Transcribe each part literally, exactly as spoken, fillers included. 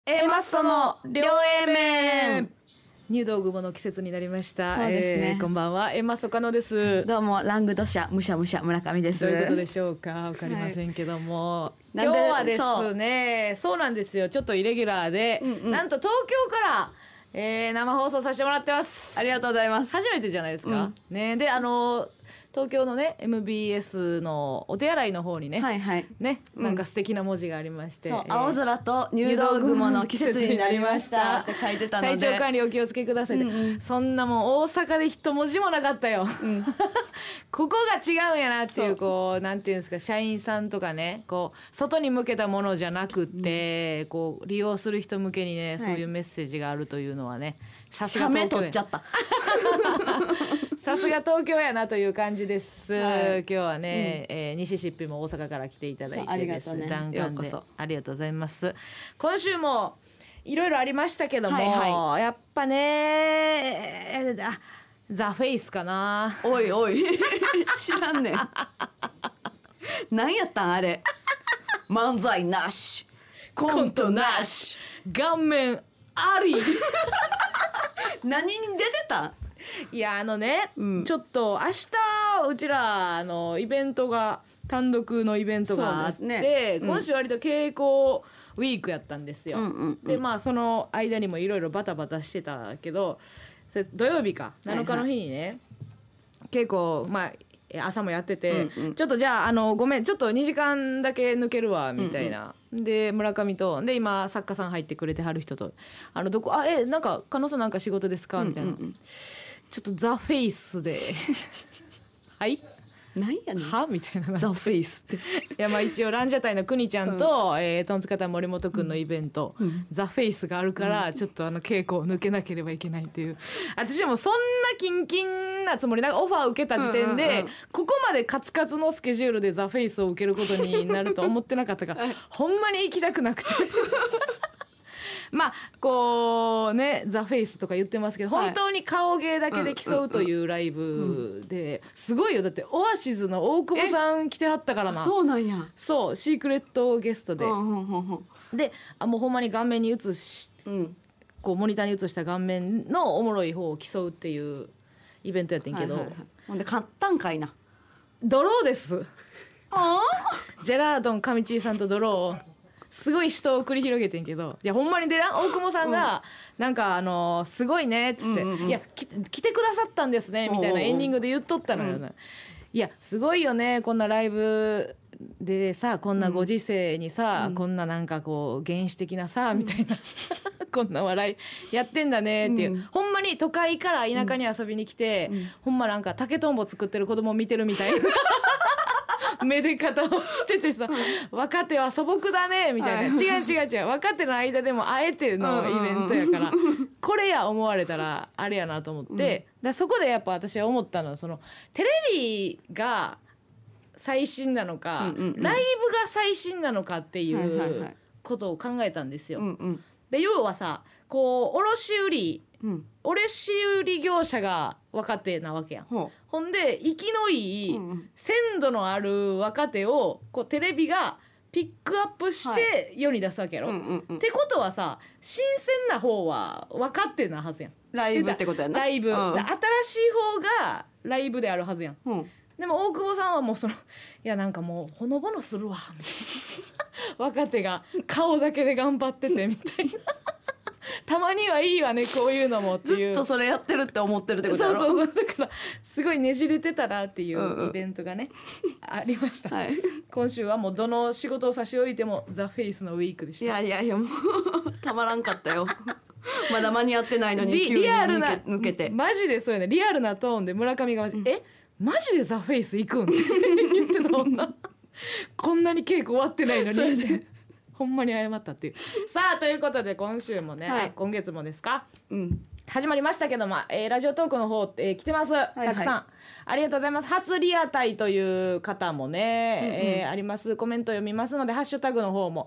A マッソの両 A 面。 入道雲の季節になりました。 そうですね、 えー、こんばんは、エマソカノです。 どうもラングドシャムシャムシャ村上です。 どういうことでしょうか、わかりませんけども、はい、 今日はですね、そうなんですよ、ちょっとイレギュラーで、うんうん、なんと東京から、えー、生放送させてもらってます。 ありがとうございます。 初めてじゃないですか、うん、ね。で、あの東京のね エムビーエス のお手洗いの方にね、はいはい、ね、なんか素敵な文字がありまして、うんえー、青空と入道雲の季節になりましたって書いてたので、 体調管理お気をつけください、うんうん、そんなもん大阪で一文字もなかったよ、うん、ここが違うんやなっていう、こうなんていうんですか、社員さんとかね、こう外に向けたものじゃなくって、うん、こう利用する人向けにね、そういうメッセージがあるというのはね、 さすが東京や。取っちゃったさすが東京やなという感じです、はい、今日はね、うん、えー、西シッピも大阪から来ていただいてです、 ありがとうね、 弾丸でありがとうございます。今週もいろいろありましたけども、はいはい、やっぱね、あ、ザ・フェイスかな。 おいおい知らんねん何やったんあれ。漫才なし、コントなし、 顔面あり何に出てた？ いや、あのね、うん、ちょっと明日うちらのイベントが、単独のイベントがあって、ね、うん、今週割と稽古ウィークやったんですよ、うんうんうん、でまあその間にもいろいろバタバタしてたけど、それ土曜日かなのかの日にね、はいはい、稽古、まあ朝もやってて、うんうん、ちょっとじゃあ、あのごめんちょっとにじかんだけ抜けるわみたいな、うんうん、で村上とで今作家さん入ってくれてはる人と、あのどこ、あえなんか加納さんなんか仕事ですかみたいな、うんうんうん、ちょっとザ・フェイスではいなんやねんはみたいなザ・フェイスっていや、まあ一応ランジャタイのくにちゃんと、うん、えー、トンツカタン森本くんのイベント、うん、ザ・フェイスがあるから、うん、ちょっとあの稽古を抜けなければいけないっていう、私もそんなキンキンなつもり、なんかオファー受けた時点で、うんうんうん、ここまでカツカツのスケジュールでザ・フェイスを受けることになると思ってなかったからほんまに行きたくなくてまあこうね、ザ・フェイスとか言ってますけど、本当に顔芸だけで競うというライブで、すごいよ。だってオアシズの大久保さん来てはったからな。 そうなんや。 そう、シークレットゲストで、で、あ、もうほんまに顔面に映し、うん、こうモニターに映した顔面のおもろい方を競うっていうイベントやってんけど、はいはいはい、 ほんで勝ったんかいな。 ドローです。 あジェラードン上地さんとドロー、すごい人を繰り広げてんけど、いやほんまにでな、大久保さんが、うん、なんかあのすごいねっつって、うんうんうん、いや来てくださったんですねみたいなエンディングで言っとったのよ、うん、いやすごいよね、こんなライブでさ、こんなご時世にさ、うん、こんななんかこう原始的なさ、うん、みたいなこんな笑いやってんだねっていう、うん、ほんまに都会から田舎に遊びに来て、うん、ほんまなんか竹とんぼ作ってる子供見てるみたいなめで方をしててさ、若手は素朴だねみたいな、はい、違う違う違う、若手の間でもあえてのイベントやから、これや思われたらあれやなと思って、うん、だそこでやっぱ私は思ったのは、そのテレビが最新なのか、うんうんうん、ライブが最新なのかっていうことを考えたんですよ、はいはいはい、で要はさ、こう卸売、うん、卸売業者が若手なわけやん、ほ, ほんで息のいい、うん、鮮度のある若手をこうテレビがピックアップして世に出すわけやろ、はいうんうんうん、ってことはさ、新鮮な方は若手なはずやん、 ライブってことやな、 ライブ、うん、新しい方がライブであるはずやん、うん、でも大久保さんはもうその、いやなんかもうほのぼのするわみたいな若手が顔だけで頑張っててみたいなたまにはいいわねこういうのもっていう、 ずっとそれやってるって思ってるってことやろ。 そうそうそう、だからすごいねじれてたらっていうイベントがね、うんうん、ありました、はい、今週はもうどの仕事を差し置いてもザ・フェイスのウィークでした。 いやいやいやもうたまらんかったよまだ間に合ってないのに急にリアルな抜けて、 マジでそうやね、リアルなトーンで村上が、うん、えマジでザ・フェイス行くんって言ってたもんなこんなに稽古終わってないのにほんまに謝ったっていうさあ、ということで今週もね、はい、今月もですか、うん、始まりましたけども、えー、ラジオトークの方、えー、来てます、はいはい、たくさんありがとうございます。初リアタイという方もね、うんうん、えー、あります。コメント読みますのでハッシュタグの方も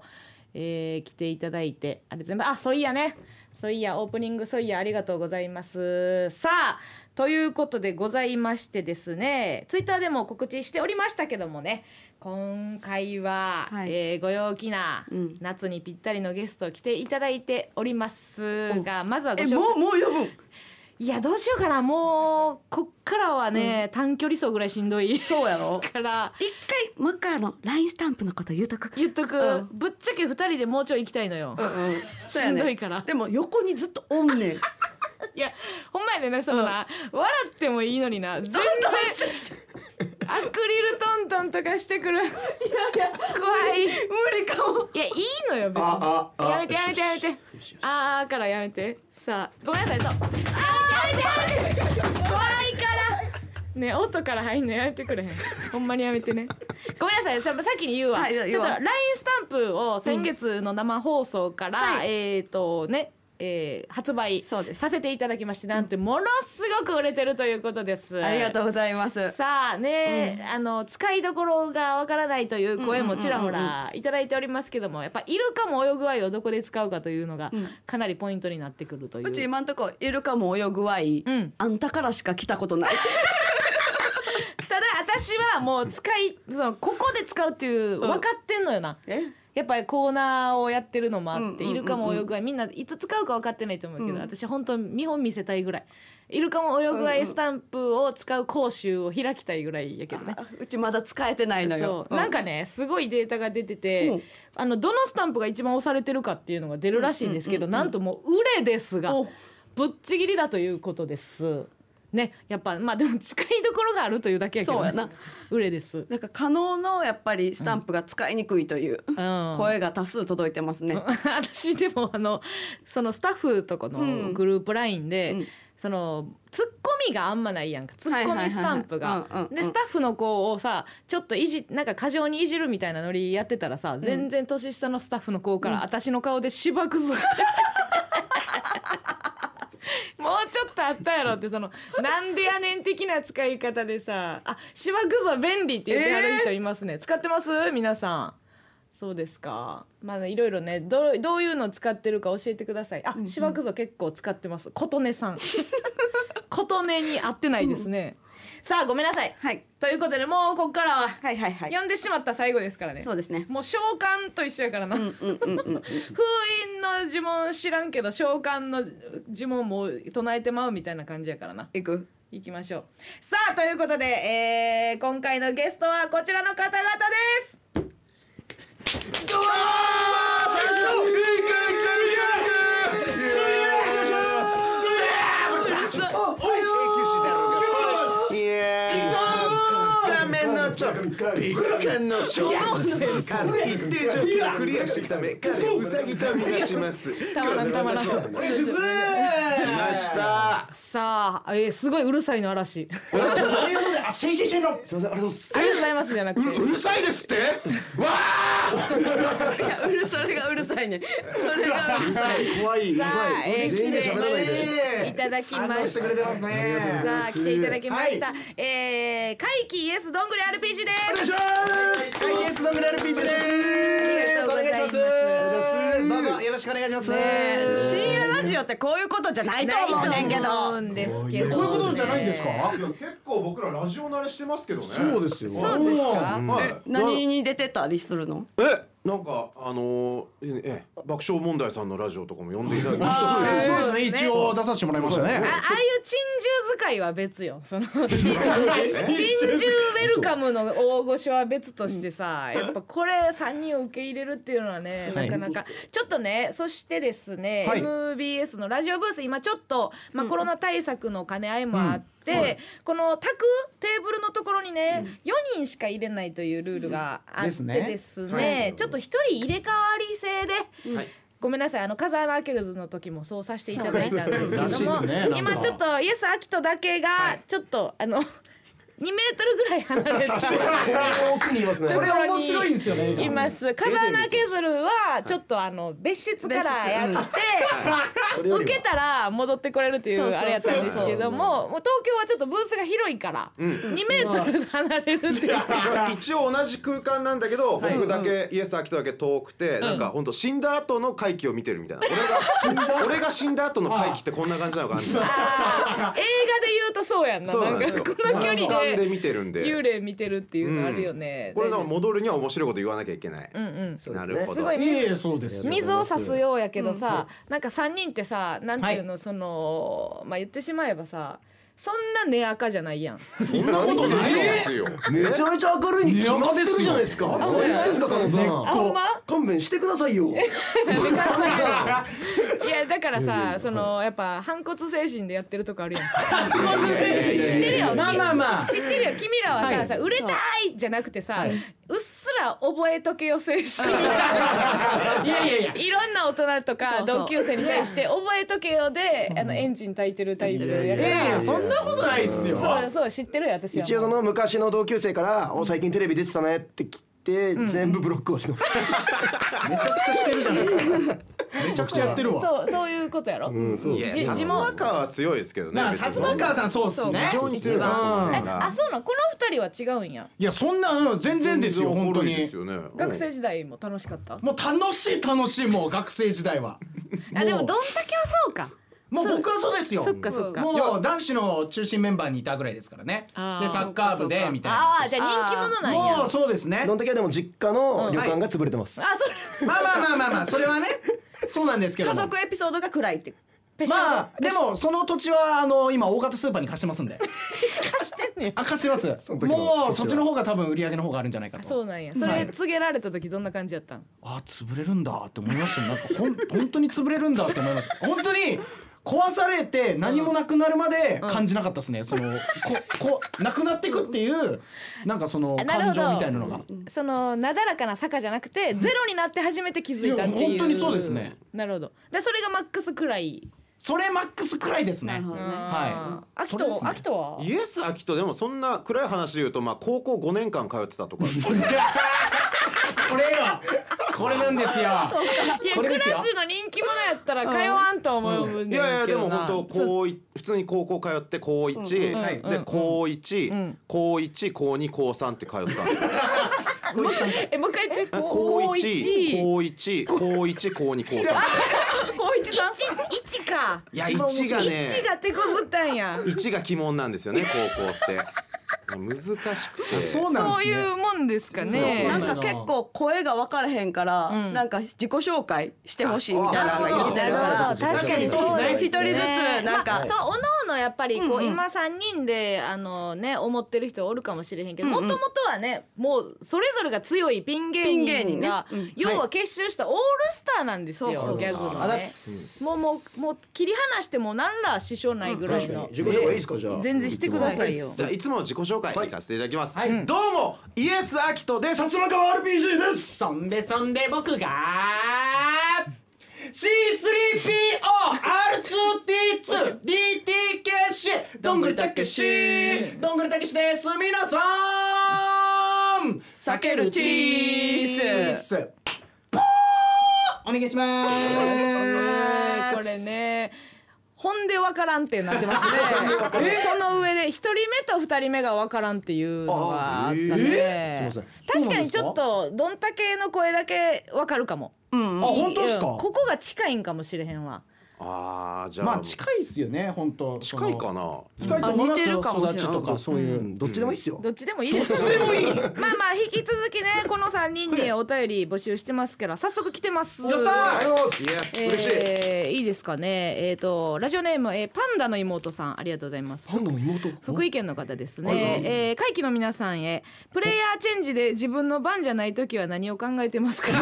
えー、来ていただいてありがとうございます。あ、そういやね、そういやオープニングそういやありがとうございます。さあということでございましてですね、ツイッターでも告知しておりましたけどもね、今回は、はい、えー、ご陽気な、うん、夏にぴったりのゲストを来ていただいておりますが、まずはご紹介。 え、もうもう呼ぶん？ いやどうしようかな、もうこっからはね、うん、短距離走ぐらいしんどい。 そうやろから一回もう一回あの ライン スタンプのこと言うとく言っとく、うん、ぶっちゃけふたりでもうちょい行きたいのよ、うんうん、しんどいから、 ね、でも横にずっとおんねん。 いやほんまやでね、そんな、うん、笑ってもいいのにな、全然アクリルトントンとかしてくる。いやいや怖い、 無理かも。 いやいいのよ別に。ああやめてやめてやめて、あーからやめて。さあごめんなさい、そう、あーやめてやめて、怖いからね、音から入んのやめてくれへん。ほんまにやめてね。ごめんなさい、さ先に言うわ、はい、ちょっと ライン スタンプを先月の生放送から、うん、はい、えっ、ー、とねえー、発売させていただきまして、なんてものすごく売れてるということです。 ありがとうございます。 さあね、うん、あの使いどころがわからないという声もちらほらいただいておりますけども、やっぱイルカも泳ぐワイをどこで使うかというのがかなりポイントになってくるという、 うち今んとこイルカも泳ぐワイ、うん、あんたからしか来たことない。 ただ私はもう使いそのここで使うっていう分かってんのよな、うん、えやっぱりコーナーをやってるのもあって、うんうんうんうん、イルカも泳ぐワイみんないつ使うか分かってないと思うけど、うん、私本当見本見せたいぐらい、イルカも泳ぐワイスタンプを使う講習を開きたいぐらいやけどね。 うちまだ使えてないのよ。 そう、うん、なんかねすごいデータが出てて、うん、あのどのスタンプが一番押されてるかっていうのが出るらしいんですけど、うんうんうんうん、なんともう売れですがぶっちぎりだということですね。やっぱまあでも使いどころがあるというだけやけど、ね、そうやな、売れです。 なんか可能のやっぱりスタンプが使いにくいという声が多数届いてますね、うん、 私でもあのそのスタッフとこのグループラインで、うん、そのツッコミがあんまないやんか、ツッコミスタンプがでスタッフの子をさちょっといじなんか過剰にいじるみたいなノリやってたらさ、うん、全然年下のスタッフの子から、うん、私の顔でしばくぞってもうちょっとあったやろって、そのなんでやねん的な使い方でさ、あしばくぞ便利って言ってはる人いますね、えー、使ってます皆さん。そうですか、まあいろいろね ど, どういうの使ってるか教えてください。あ、うんうん、しばくぞ結構使ってます、琴音さん。琴音に合ってないですね、うん、さあごめんなさい、はい、ということでもうここからは、はいはいはい、読んでしまった最後ですからね。 そうですね、 もう召喚と一緒やからな、うんうんうんうん、封印の呪文知らんけど召喚の呪文も唱えてまうみたいな感じやからな。 いく行きましょう。さあということで、えー、今回のゲストはこちらの方々です。どうもピクキャンのショーツ一定条件をクリアしていくため彼をウサギとみなします。たまらんたまらん。来ました。さあ、えー、すごいうるさいの嵐。ありがとうございます。すいませんありがとうございますじゃなくて う, うるさいですってわあ。いやうるそれがうるさいね。それがうるさい。怖い。さあ、えー、来ていただきました。さあ来ていただきました。はい、えー、怪奇イエスどんぐり アールピージー です。お願いします。怪奇イエスどんぐり アールピージー です。ありがとうございます。どうぞよろしくお願いします。 深夜ラジオってこういうことじゃないと思うねんけど。 思うんですけど。 こういうことじゃないんですか。いや結構僕らラジオ慣れしてますけどね。 そうですよ。 そうですか。はい、 何に出てたりするの？ え、なんかあのー、え爆笑問題さんのラジオとかも呼んでいただきました。 そうですね。一応出させてもらいましたね。あ、ああいう珍獣使いは別よ。その珍獣ウェルカムの大御所は別としてさ、やっぱこれさんにんを受け入れるっていうのはね、なかなかちょっとね。そしてですね、はい、エムビーエス のラジオブース今ちょっとまあコロナ対策の兼ね合いもあって。で、はい、この卓テーブルのところにね、うん、よにんしか入れないというルールがあってですね、ですね、はい、ちょっとひとり入れ替わり制で、はい、ごめんなさい、あの風穴開けるの時もそうさせていただいたんですけども、ね、今ちょっとイエス・アキトだけがちょっと、はい、あのにメートルぐらい離れた奥にいますね。これ面白いんですよね。 います。風穴ケズルはちょっとあの別室からやって、 受けたら戻ってこれるっていうあれやったんですけども、もう東京はちょっとブースが広いからにメートル離れるっていう一応同じ空間なんだけど僕だけイエス・アキトだけ遠くてなんか本当死んだ後の怪奇を見てるみたいな。俺が俺が死んだ後の怪奇ってこんな感じなのかなみたいな。 映画で言うとそうやんな。 そうなんですよ。 この距離俯瞰でで見てるんで幽霊見てるっていうのあるよね。 これなんか戻るには面白いこと言わなきゃいけない。 うんうん。 なるほど。 すごいいえいえそうですよ。 水を差すようやけどさ、なんかさんにんってさ、なんていうの、そのまあ言ってしまえばさ、そんな根赤じゃないやん。 そんなことないですよ。 めちゃめちゃ明るいに決まってるじゃないですか。何言ってんすか加納さん。 あほんま？ 勘弁してくださいよ。 いやだからさ、そのやっぱ反骨精神でやってるとこあるやん。 反骨精神知ってるよ。 まあまあまあ知ってるよ。君らはさ、さ売れたいじゃなくてさ、うっすら覚えとけよ精神。 いやいやいや。 いろんな大人とか同級生に対して覚えとけよで、あのエンジン焚いてるタイプやかいやいやら。 そんなことないっすよ。 そうそう知ってるよ私は。 一応その昔の同級生から「お最近テレビ出てたね」って来て全部ブロックをしてます。 めちゃくちゃしてるじゃないですか。めちゃくちゃやってるわ。 そうそういうことやろ。 いや、薩摩川は強いですけどね。 まあ薩摩川さんそうっすね。 非常に強いですもんね。 あ、そうなの。この二人は違うんや。 いやそんなうん全然ですよ本当に。 学生時代も楽しかった。 もう楽しい楽しいもう学生時代は。 あでもどんだけはそうか。 もう僕はそうですよ。 そっかそっか。 もう男子の中心メンバーにいたぐらいですからね。でサッカー部でみたいな。 ああじゃあ人気者なんや。 もうそうですね。 どんだけでも実家の旅館が潰れてます。 あそれ。 まあまあまあまあまあそれはねそうなんですけど。 家族エピソードが暗いって。 まあでもその土地はあの今大型スーパーに貸してますんで。 貸してんねん。 あ貸してます。もうそっちの方が多分売り上げの方があるんじゃないかと。 そうなんや。それ告げられた時どんな感じやったん？ あ潰れるんだって思いました。なんかほん本当に潰れるんだって思いました。本当に。壊されて何もなくなるまで感じなかったですね。そのここなくなっていくっていうなんかその感情みたいなのが。 そのなだらかな坂じゃなくてゼロになって初めて気づいたっていう。 本当にそうですね。 なるほど。でそれがマックスくらい。 それマックスくらいですね。 はい。秋と秋とは。 イエス秋とでもそんな暗い話で言うとまあ高校ごねんかん通ってたとか。 これよ。これなんですよ。いやクラスの人気者やったら通わんと思うんだけどな。 いやいやでも本当高一普通に高校通って高一で高一高一高二高三って通ったんですよ。 えもう一回言って。 高一高一高一高二高三。 高一さん。一か。 いや一がね。 一が手こずったんや。 一が鬼門なんですよね高校って。難しくてそうなんですね。 そういうもんですかね。 なんか結構声が分からへんから、うん、なんか自己紹介してほしいみたいなのが言ってるから、 確かにそうですね。 一人ずつなんか、 まあ、そのおのおのやっぱりこう、うんうん、今さんにんであのね思ってる人おるかもしれへんけど、もともとはねもうそれぞれが強いピン芸人が、ねうん、要は結集したオールスターなんですよ、はい、ギャグのね。もうもうもう切り離しても何ら支障ないぐらいの。 自己紹介いいですかじゃあ。 全然してくださいよ。 じゃあいつもの自己紹介いかせていただきます。はい、どうもイエスアキトです。 薩摩川 アールピージー です。そんでそんで僕が シースリーピーオーアールツーティーツーディーティーケーシー どんぐりたけしどんぐりたけしです。皆さん避けるチーズポーお願いします。 これねほんでわからんってなってますね。その上で一人目と二人目がわからんっていうのがあったんで、確かにちょっとどんたけの声だけわかるかも。 あ本当ですか。 ここが近いんかもしれへんわ。 ああじゃあまあ近いっすよね本当。 近いかな。 近いと思いますよ。育ちとかそういうどっちでもいいっすよ。 どっちでもいいです。どっちでもいい。まあまあ引き続きねこのさんにんにお便り募集してますから早速来てます。 やったー。 嬉しい。いいですかね。えっとラジオネームえパンダの妹さんありがとうございます。 パンダの妹。 福井県の方ですね。え会期の皆さんへプレイヤーチェンジで自分の番じゃない時は何を考えてますか。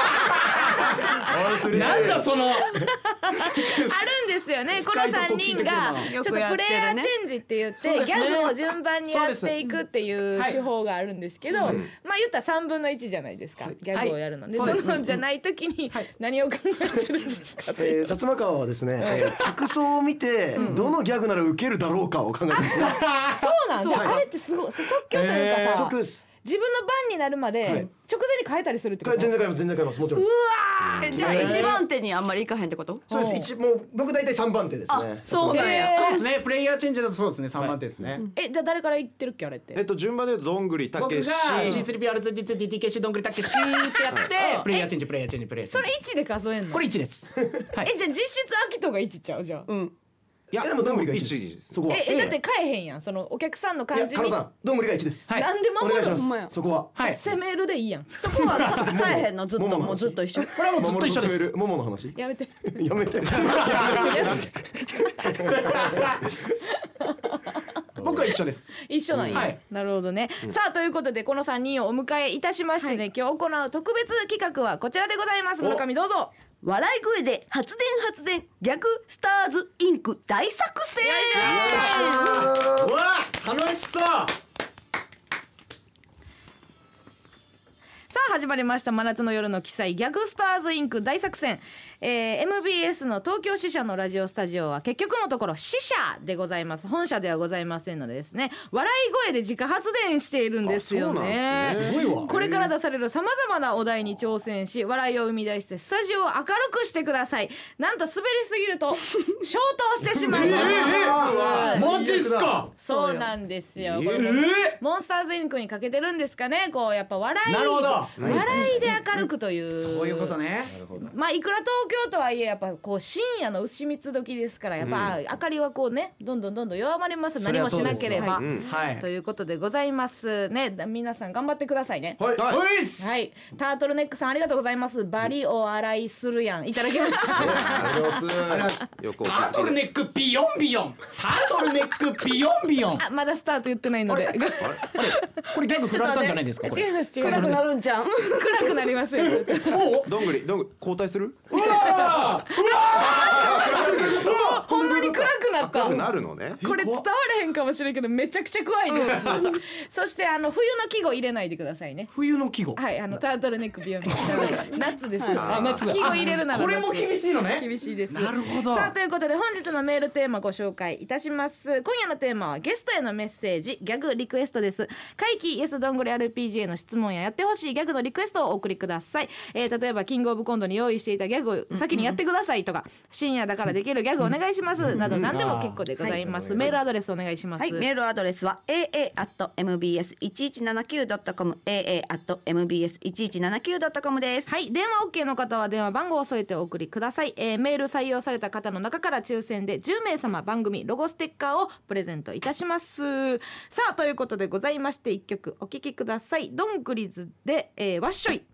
なんだその。 あるんですよね。このさんにんがちょっとプレイヤーチェンジって言ってギャグを順番にやっていくっていう手法があるんですけど、まあ言ったらさんぶんのいちじゃないですかギャグをやるので、そのじゃない時に何を考えてるんですか。 薩摩川はですね客層を見てどのギャグならウケるだろうかを考えてます。 そうなんじゃあれってすごい即興というかさ。 自分の番になるまではい直前に変えたりするってこと？ 全然買います全然買いますもちろんです。 えじゃあ一番手にあんまりいかへんってこと？ そうです一もう僕大体三番手ですね。 そうなんや。 えそうですねプレイヤーチェンジだとそうですねさんばん手ですね。 えじゃあ誰から言ってるっけあれってえっと順番で言うとどんぐりた僕がけしシースリーピーアールツーディーツーディーティーケーシー どんぐりたけしってやってプレイヤーチェンジプレイヤーチェンジプレイヤーチェンジそれいちで数えんの？ これいちですはいえじゃあ実質アキトがいちちゃうじゃん。 うん。 いやでもどんぐりが一一で。 ですすそこは。 ええだって変えへんやんそのお客さんのいや感じに加納さんどんぐりが一です。 はいなんでお願いし守るの？ ほんまやます。そこは。 はい攻めるでいいやん。 そこは変えへんのずっともももうずっと一緒。 これはもうずっと一緒ですももの話。 やめて。 やめて。 僕は一緒です一緒なんや、 はいなるほどね、さあということでこのさんにんをお迎えいたしましてね、今日行う特別企画はこちらでございます。村上どうぞ。 笑い声で発電発電逆スターズインク大作戦。 うわ楽しそうさあ始まりました真夏の夜の記載逆スターズインク大作戦、えー、エムビーエス の東京支社のラジオスタジオは結局のところ支社でございます。本社ではございませんのでですね笑い声で自家発電しているんですよね。 あそうなんですねすごいわ。 これから出されるさまざまなお題に挑戦し笑いを生み出してスタジオを明るくしてください。なんと滑りすぎると消灯してしまいます、 マジっすかそうなんですよ、 えこれもえモンスターズインクにかけてるんですかね。こうやっぱ笑いなるほど笑いで明るくというそういうことねまあいくら東京とはいえやっぱこう深夜の牛蜜時ですからやっぱ明かりはこうねどんどんどんどん弱まります。何もしなければ、 うんはいということでございますね。皆さん頑張ってくださいね。 はい。 はいおいっすはい、タートルネックさんありがとうございます。バリを洗いするやんいただきました。 ありがとうございます。 よくお気タートルづきでネックビヨンビヨンタートルネックビヨンビヨンあまだスタート言ってないのでこれギャグ振られたんじゃないですかこれ違います違います暗くなるんじゃん。 暗くなりますよ。 おどんぐりどんぐり交代するうわほんまに暗くなった。 なるのねこれ伝われへんかもしれんけどめちゃくちゃ怖いですそしてあの冬の季語入れないでくださいね。 冬の季語はいあのタートルネックビヨン夏です。 あ夏だ季語入れるなら夏これも厳しいのね厳しいです。 なるほどさあということで本日のメールテーマご紹介いたします。今夜のテーマはゲストへのメッセージギャグリクエストです。怪奇イエスどんぐり アールピージー への質問ややってほしいギャグのリクエストをお送りください、えー、例えばキングオブコントに用意していたギャグを先にやってくださいとか、深夜だからできるギャグお願いしますなど何でも結構でございます、メールアドレスお願いします。 はい、メールアドレスは エーエー アット エムビーエス いちいちななきゅう ドットコム エーエー アット エムビーエス いちいちななきゅう ドットコム です。 はい電話 OK の方は電話番号を添えてお送りください、えー、メール採用された方の中から抽選でじゅうめいさま番組ロゴステッカーをプレゼントいたします。さあということでございましていっきょくお聴きください。ドングリズで、えー、わっしょい。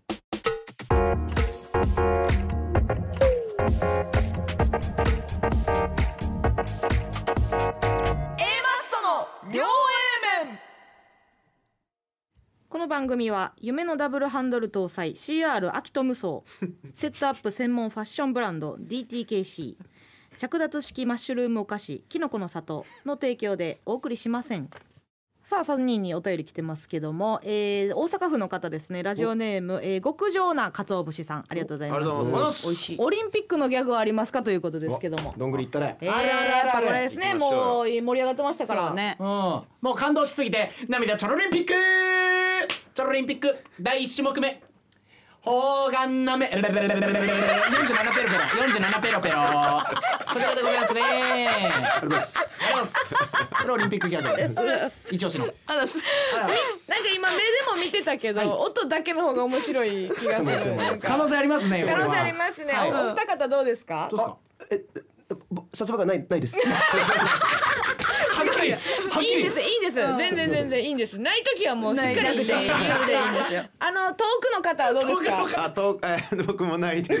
この番組は夢のダブルハンドル搭載 シーアール 秋戸無双セットアップ専門ファッションブランド ディーティーケーシー 着脱式マッシュルームお菓子きのこの里の提供でお送りしません。さあさんにんにお便り来てますけども、えー、大阪府の方ですね。ラジオネーム、えー、極上な鰹節さんありがとうございます。 ありがとうございます美味しい。 オリンピックのギャグはありますかということですけども、 どんぐりいったね。 えー、やっぱこれですね。 行きましょうもう盛り上がってましたからそうね。 うんもう感動しすぎて涙チョロリンピックチョロリンピックだいいち種目目砲丸なめよんじゅうななペロペロよんじゅうななペロペロこちらでございますね。ありがとうございますありがとうございますこれオリンピックギャグです一押しのあらすなんか今目でも見てたけど、音だけの方が面白い気がする。なんか可能性ありますねこれは可能性ありますね。 はいおお二方どうですか？ どうですかえ、えぼ札場がないないです。 はっきりはっきりいいんですいいんです。全然全然いいんです。ない時はもうしっかり言っていいんですよ。あの遠くの方はどうですか？あんなあと、えー、僕もないですに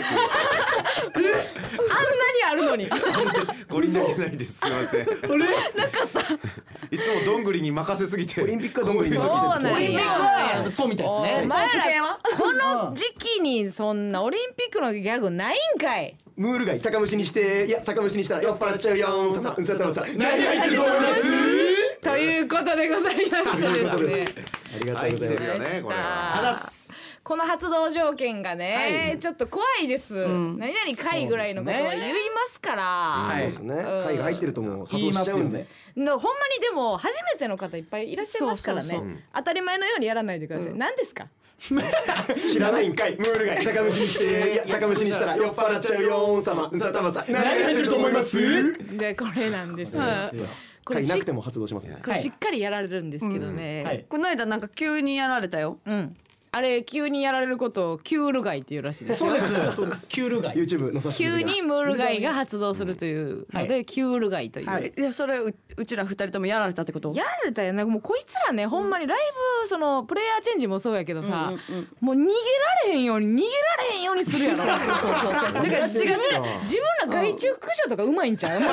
あるのに。 ご臨だけないですすいませんなかったいつもどんぐりに任せすぎてオリンピックはどんぐりにそうなんやオリンピックはそうみたいですおね前らはこの時期にそんなオリンピックのギャグないんかい。 ムール貝酒蒸しにしていや酒蒸しにしたら酔っ払っちゃうよ。さささささ何入ってると思いますということでございましてですね。 ありがとうございます。 入ってるよねこれはあざっすこの発動条件がね、 はいちょっと怖いです、 ん何々会ぐらいのことを言いますからそうですね。会が入ってるともう発動しちゃうんで。 のほんまにでも初めての方いっぱいいらっしゃいますからね。 そうそうそう当たり前のようにやらないでください、何ですか。 知らないんかい。ムール貝酒蒸しにしていや酒蒸しにしたら酔っ払っちゃうよーん様さたまさん。 何入ってると思います？ でこれなんです、これし貝なくても発動しますね。 これしっかりやられるんですけどね、 はいこの間なんか急にやられたよ。 うんあれ急にやられることをキュール貝っていうらしいですよ。 そうですそうですキュールガイ YouTube のさせていただきます。 急にムール貝が発動するというので、 はいキュール貝という、 はいいやそれううちら二人ともやられたってこと？ やられたよね。もうこいつらね、ほんまにライブそのプレイヤーチェンジもそうやけどさ、 うんうんうんもう逃げられへんように逃げられへんようにするやろ。そうそうそうそう。だから自分ら自分ら害虫駆除とかうまいんちゃう？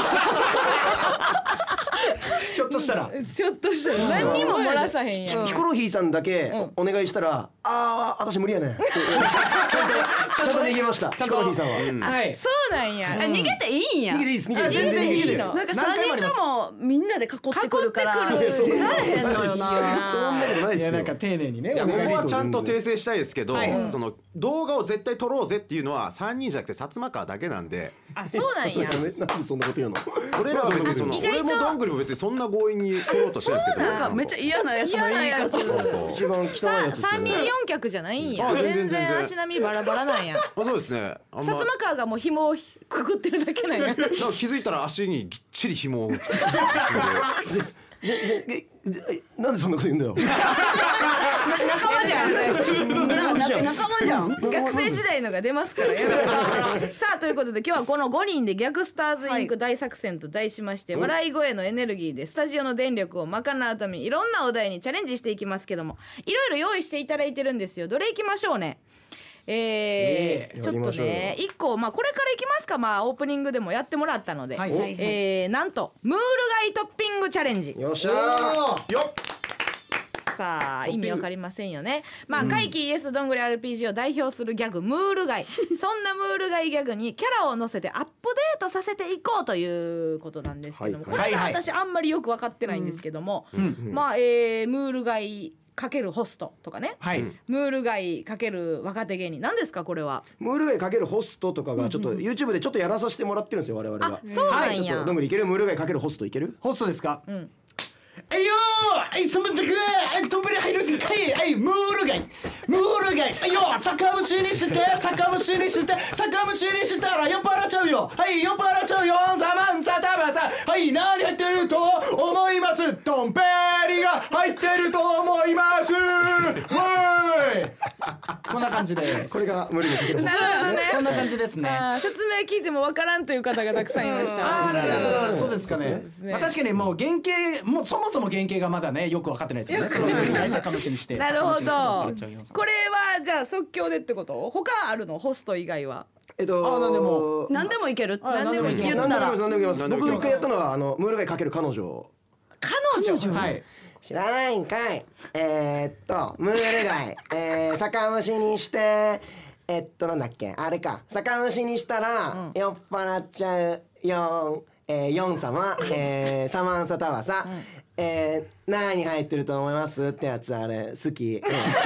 ひょっとしたらちょっとしたら何にも漏らさへんやん。 ヒコロヒーさんだけおお願いしたら、ああ私無理やねん。ちゃんと逃げました。ヒコロヒーさんは。 はいそうなんや。 あ逃げていいんや。 逃げていいです逃げていい全然いいの。 なんか三人ともみんなで囲ってくるから囲ってくるなれへんのよな。 そんなことないですよ。 いやなんか丁寧にねいやこお願いこはちゃんと訂正したいですけど、 はいその動画を絶対撮ろうぜっていうのはさんにんじゃなくて薩摩川だけなんで、 あ、そうなんや。 そうですよね。なんでそんなこと言うの。 俺らは別にその意外と俺もどんぐりも別にそんな強引に撮ろうとしてないですけど、 なんかめっちゃ嫌なやつの言い嫌なやつ方。 なんか一番汚いやつですよね。 三人四脚じゃないんや。 あ全然全全然然足並みバラバラなんや。 まあそうですね。あん薩ま摩川がもう紐をくくってるだけなんや。 なんか気づいたら足にぎっちり紐をえええなんでそんなこと言うんだよ。 仲間じゃん。なな仲間じゃん。 学生時代のが出ますからやめてさあということで今日はこのごにんでギャグスターズインク大作戦と題しまして、笑い声のエネルギーでスタジオの電力を賄うためにいろんなお題にチャレンジしていきますけども、いろいろ用意していただいてるんですよ。どれいきましょうね。えーえーちょっとやりましょうよね一個、まあ、これからいきますか。まあオープニングでもやってもらったので、 はいはいえーなんとムール貝トッピングチャレンジ。 よっしゃー。 よっさあ意味わかりませんよね。まあ怪奇イエスどんぐり アールピージー を代表するギャグムール貝そんなムール貝ギャグにキャラを乗せてアップデートさせていこうということなんですけども、 はいこれがはいはい私あんまりよく分かってないんですけども、まあ、えームール貝かけるホストとかね、 はいムール貝かける若手芸人なんですかこれは。 ムール貝かけるホストとかがちょっと YouTube でちょっとやらさせてもらってるんですよ我々が。 あそうなんちょっやとどんぐりいける？ムール貝かけるホストいける？ ホストですかうんえいよーえいそめてくえとんぶり入るってかいえいムール貝ムール貝えいよ酒蒸しにして酒蒸しにして酒蒸しにしたら酔っ払っちゃうよはい酔っ払っちゃうよザマンザタバサはい何入ってると思いますドンペリが入ってると思いますうーいこんな感じですこれがムール貝かけるホスなるほどねこんな感じですねあー説明聞いてもわからんという方がたくさんいました。 あーそれはそうですかねそうですねまあ確かにもう原型もうそもそも原型がまだねよく分かってないですよねその酒蒸しにしてなるほど。 酒蒸しにして笑っちゃうよこれはじゃあ即興でってこと？他あるの？ホスト以外は。 えっとあなんでも何でもいける。 あ何でもいける言ったら何でもいけます何でもいけます。 何でもいけます僕一回やったのはあのムール貝かける彼女。 彼女。 はい知らないんかい。えー、っとムール貝、えー、酒蒸しにしてえっとなんだっけあれか酒蒸しにしたら、酔っ払っちゃうよん、えー、ヨン様、えー、サマンサタワサ、えー、何入ってると思いますってやつあれ好き。うん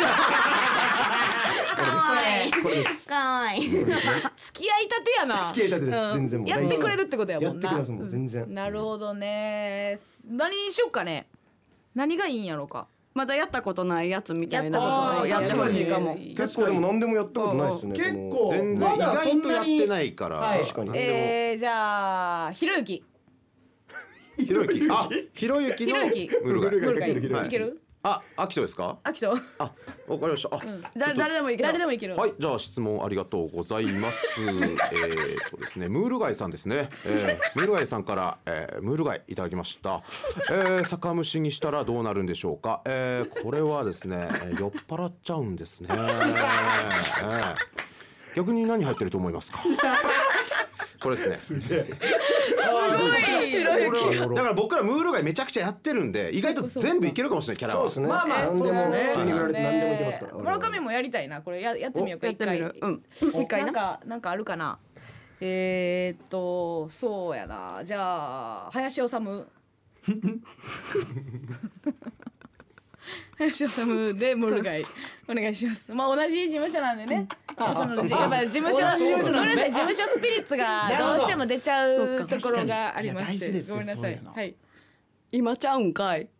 これです。 かわいい。 付き合いたてやな。 付き合いたてですうん全然もうやってくれるってことやもんな。 やってくれますもう全然。 なるほどね。何にしよっかね。何がいいんやろうか。 まだやったことないやつみたいなやったことないことをやってほしいかも。 結構でも何でもやったことないですね。 結この構全然意まだそ外とんなにやってないから、 はい確かになんでもえー、じゃあひろゆき。 ひろゆきあひろゆきのひろゆきムール貝ムール貝ムール貝かけるひろゆきいける？ あアキトですか？ あきと。 あわかりました。あだ誰でもいける。 誰でもいける。 はい、じゃあ質問ありがとうございます。えーとですね、ムール貝さんですね。えー、ムール貝さんから、えー、ムール貝いただきました。えー、酒蒸しにしたらどうなるんでしょうか。えー、これはですね、えー酔っ払っちゃうんですね。えー逆に何入ってると思いますか。これですね。 すごい。 これはだから僕らムール貝めちゃくちゃやってるんで、意外と全部いけるかもしれないキャラは。 そうですね。 まあまあ何でもそうですね急に振られて何でもいけますから。 村上もやりたいな。これややってみようかやってみる。うん。一回なんな。 かなんかあるかな。えー、っとそうやな。じゃあ林修林修でムール貝お願いします。まあ同じ事務所なんでね。そのやっぱ事務所それぞれ事務所スピリッツがどうしても出ちゃうところがありまして、ごめんなさい。はい。 今ちゃうんかい。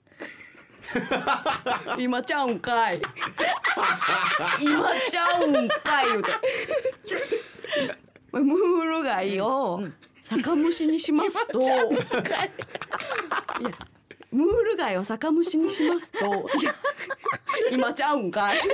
今ちゃうんかい。今ちゃうんかい言うて。ムール貝を酒蒸しにしますと、いやムール貝を酒蒸しにしますと、いや今ちゃうんかい。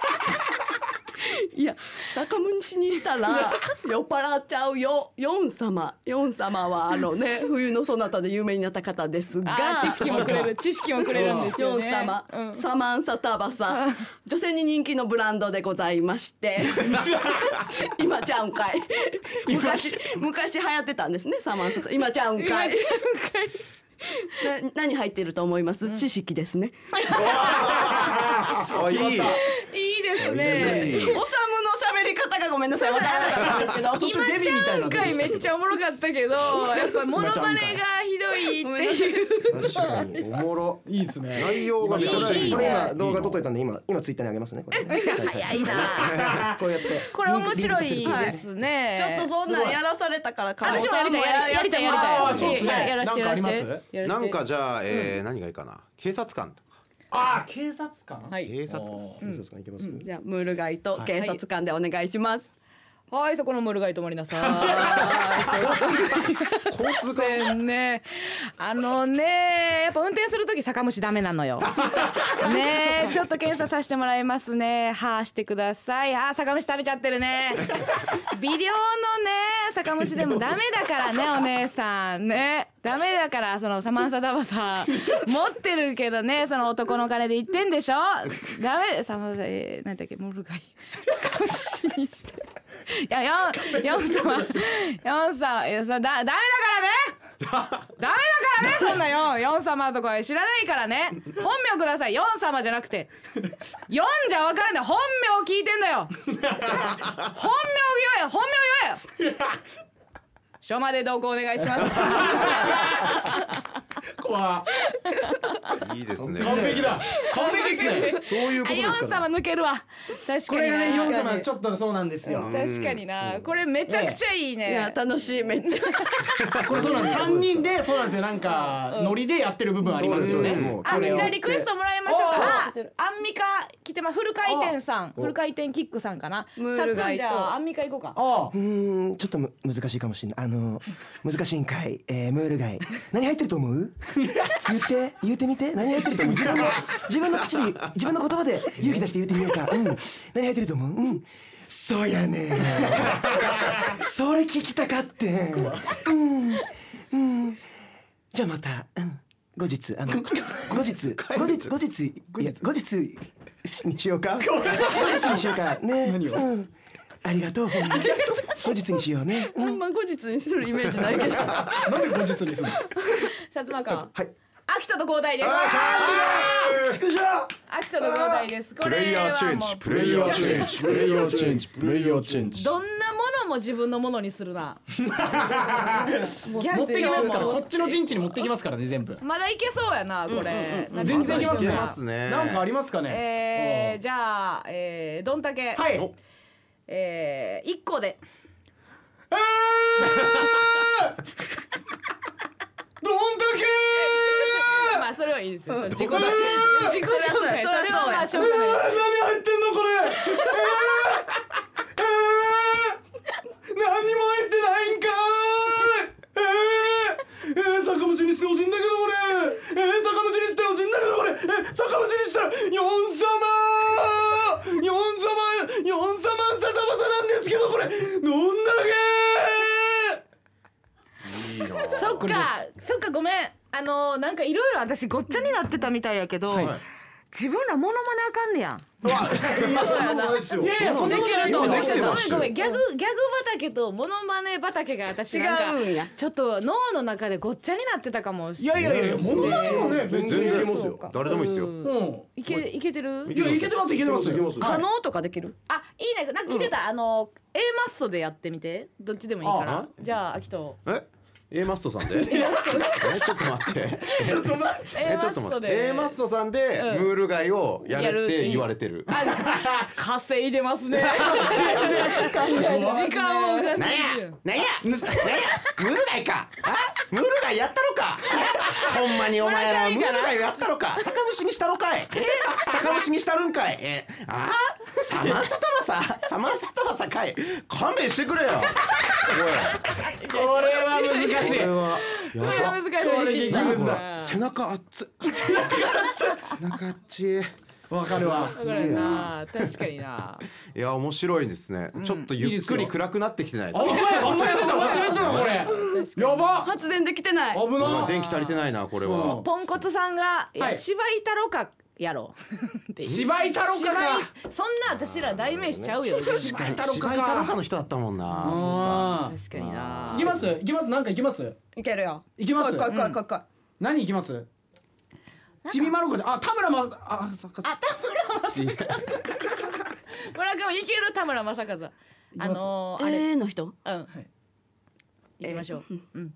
いや酒蒸しにしたら酔っ払っちゃうよ。ヨン様ヨン様はあのね冬のそなたで有名になった方ですが、 知識もくれる知識もくれるんですよね。 ヨン様、うん、サマンサタバサ、女性に人気のブランドでございまして今ちゃうんかい。昔昔流行ってたんですね、サマンサタ。今ちゃうんかい。な何入ってると思います？うん、知識ですね。 あ、いい。 いいですね。 おさむの喋り方がごめんなさい、わからなかったんですけど、 今ちゃうんかいめっちゃおもろかったけど、やっぱモノマネがひどいっていう。 確かにおもろ。 いいですね。 内容がめちゃくちゃいい。 これ今動画撮っといたんで今今ツイッターにあげますね。これね早いな。 こうやってこれ面白いですね。 ちょっとそんなんやらされたから、 私もやりたいやりたいやりたい。やらしてやらして。 なんかじゃあ、えー、何がいいかな。警察官とか。 あ、警察官。 はい。 警察官。 警察官いけます。 じゃあムール貝と警察官でお願いします。 はい、そこのムール貝止まりなさい。 交通官ね。あのね、やっぱ運転するとき酒蒸しダメなのよ。ね、ちょっと検査させてもらいますね。はあしてください。あー、酒蒸し食べちゃってるね。微量のね酒蒸しでもダメだからね、お姉さんね。ダメだから、そのサマンサタバサ持ってるけどね、その男の金で言ってんでしょ。ダメ、サマンサ、えー、なんだっけ、ムール貝酒蒸しにして。いや、ヨン、ヨン様、ヨンさん、いや、さ、だ、ダメだからね。ダメだからね、そんなヨン、ヨン様とか知らないからね。本名ください、ヨン様じゃなくて。ヨンじゃ分からない、本名聞いてんだよ。本名言えよ、本名言えよ。署まで同行お願いします。 怖いいですね。 完璧だ。完璧ですね。 そういうことですヨンから。 様抜けるわ。確かに。 これがね、ヨン様ちょっとそうなんですよ。 確かにな。これめちゃくちゃいいね。 いや楽しい、めっちゃ。 これそうなんです。三人でそうなんですよ。なんかノリでやってる部分ありますよね。 あ、じゃあリクエストもらいましょうか。アンミカ来てます。フル回転さん、フル回転キックさんかな。さつじゃあアンミカ行こうか。 ああ。 うーん、ちょっとむ難しいかもしれない。あの難しいんかい。えー、ムール貝。何入ってると思う？言って言ってみて。何入ってると思う？自分の自分の口で自分の言葉で勇気出して言ってみようか。うん。何入ってると思う？うん。そうやね。それ聞きたかってん。うんうん。じゃあまた。うん。後日あの後日後日後日いや後日にしようか。後日にしようかね。 何を？ うん。ありがとう。後日にしようね。 ほんま後日にするイメージないけど。 なんで後日にするの？ 薩摩川。 はい。 秋田と交代です。秋田と交代です。こプレイれはヤーチェンジ、 もうプレイヤーチェンジ、 プレイヤーチェンジ、プレイヤーチェンジ。 どんなものも自分のものにするな。 持ってきますから、こっちの陣地に持ってきますからね、全部。 まだいけそうやな、これ。なんか全然いけますね。 いけますねなんかありますかね。 えー、じゃあ、えー、どんたけ。 はい。 えー、一個で。 えーどんだけまあそれはいいですよ。それ自己えー自己紹介。それはまあしょうがない。 何入ってんのこれ。えー、えー、何にも入ってないんかーい。えー、えー、酒蒸しにしてほしいんだけどこれ。えー、酒蒸しにしてほしいんだけどこれ。えー、酒蒸しにしたらヨン様ヨン様ヨン様サタバサなんですけどこれどんだけ。 いいな。 そっか、そっか、ごめん。あのー、なんかいろいろ私ごっちゃになってたみたいやけど、 はい自分らモノマネあかんねやん。 いや、そんなことないですよ。 いやいやそんなことないですよ。 できてごますよ。 めんごめん、ギャグギャグ畑とモノマネ畑が私なんか違うんやちょっと脳の中でごっちゃになってたかもしいやいやいや物語もね全然いけますよ。誰でもいいですよ。 うんいけいけてる？ いやいけてますいけてますいけます可能とかできる？ あ、いいね。なんか来てた、あの A マッソでやってみて。どっちでもいいから。じゃあ秋人。 え、 A マッソさんでえちょっと待ってちょっと待ってえちょっと待って A マッソさんでうんムール貝をやれって言われてる稼いでますね時間を稼いでるなんやなんやムール貝かあムール貝やったのかほんまにお前らムール貝やったのか酒蒸しにしたのかいえ酒蒸しにしたるんかいえあサマンサタマササマンサタマサかい勘弁してくれよこれは難しいこれはやこれはば難しいこれ激ムズだ背中熱い背中熱いわかるわだからな確かにないや面白いですね、ちょっとゆっくり暗くなってきてないですかあ忘れてた忘れてたこれやば発電できてない。 危うわな電気足りてないなこれは、 うんポンコツさんが「いはいや芝居太郎かやろう」って芝居太郎かか芝居そんな私ら代名詞ちゃうよ芝居太郎か芝居太郎かの人だったもんな、 あ確かになーいきますいきますなんかいきますいけるよ。 いきます来い来い来い来い来い。 何いきますちびまる子ちゃんあ田村まあそっか村上いける田村正和あのー、あれ A の人。 うん行きましょううん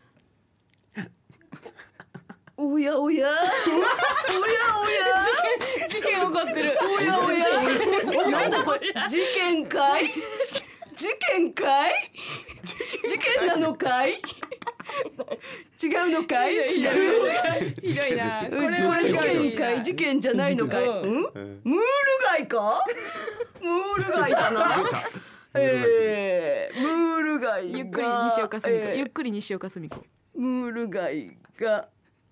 おやおや。おやおや。 事件起こってるおやおや。なんだこれ。事件かい。事件かい。事件なのかい。違うのかい。違うのかい。 ひどいなこれこれ事件かい。事件じゃないのかい。 うんうん。ムール貝か。ムール貝だな。えー、ムール貝が。 ゆっくり西岡澄子えーゆっくり西岡澄子ムール貝が。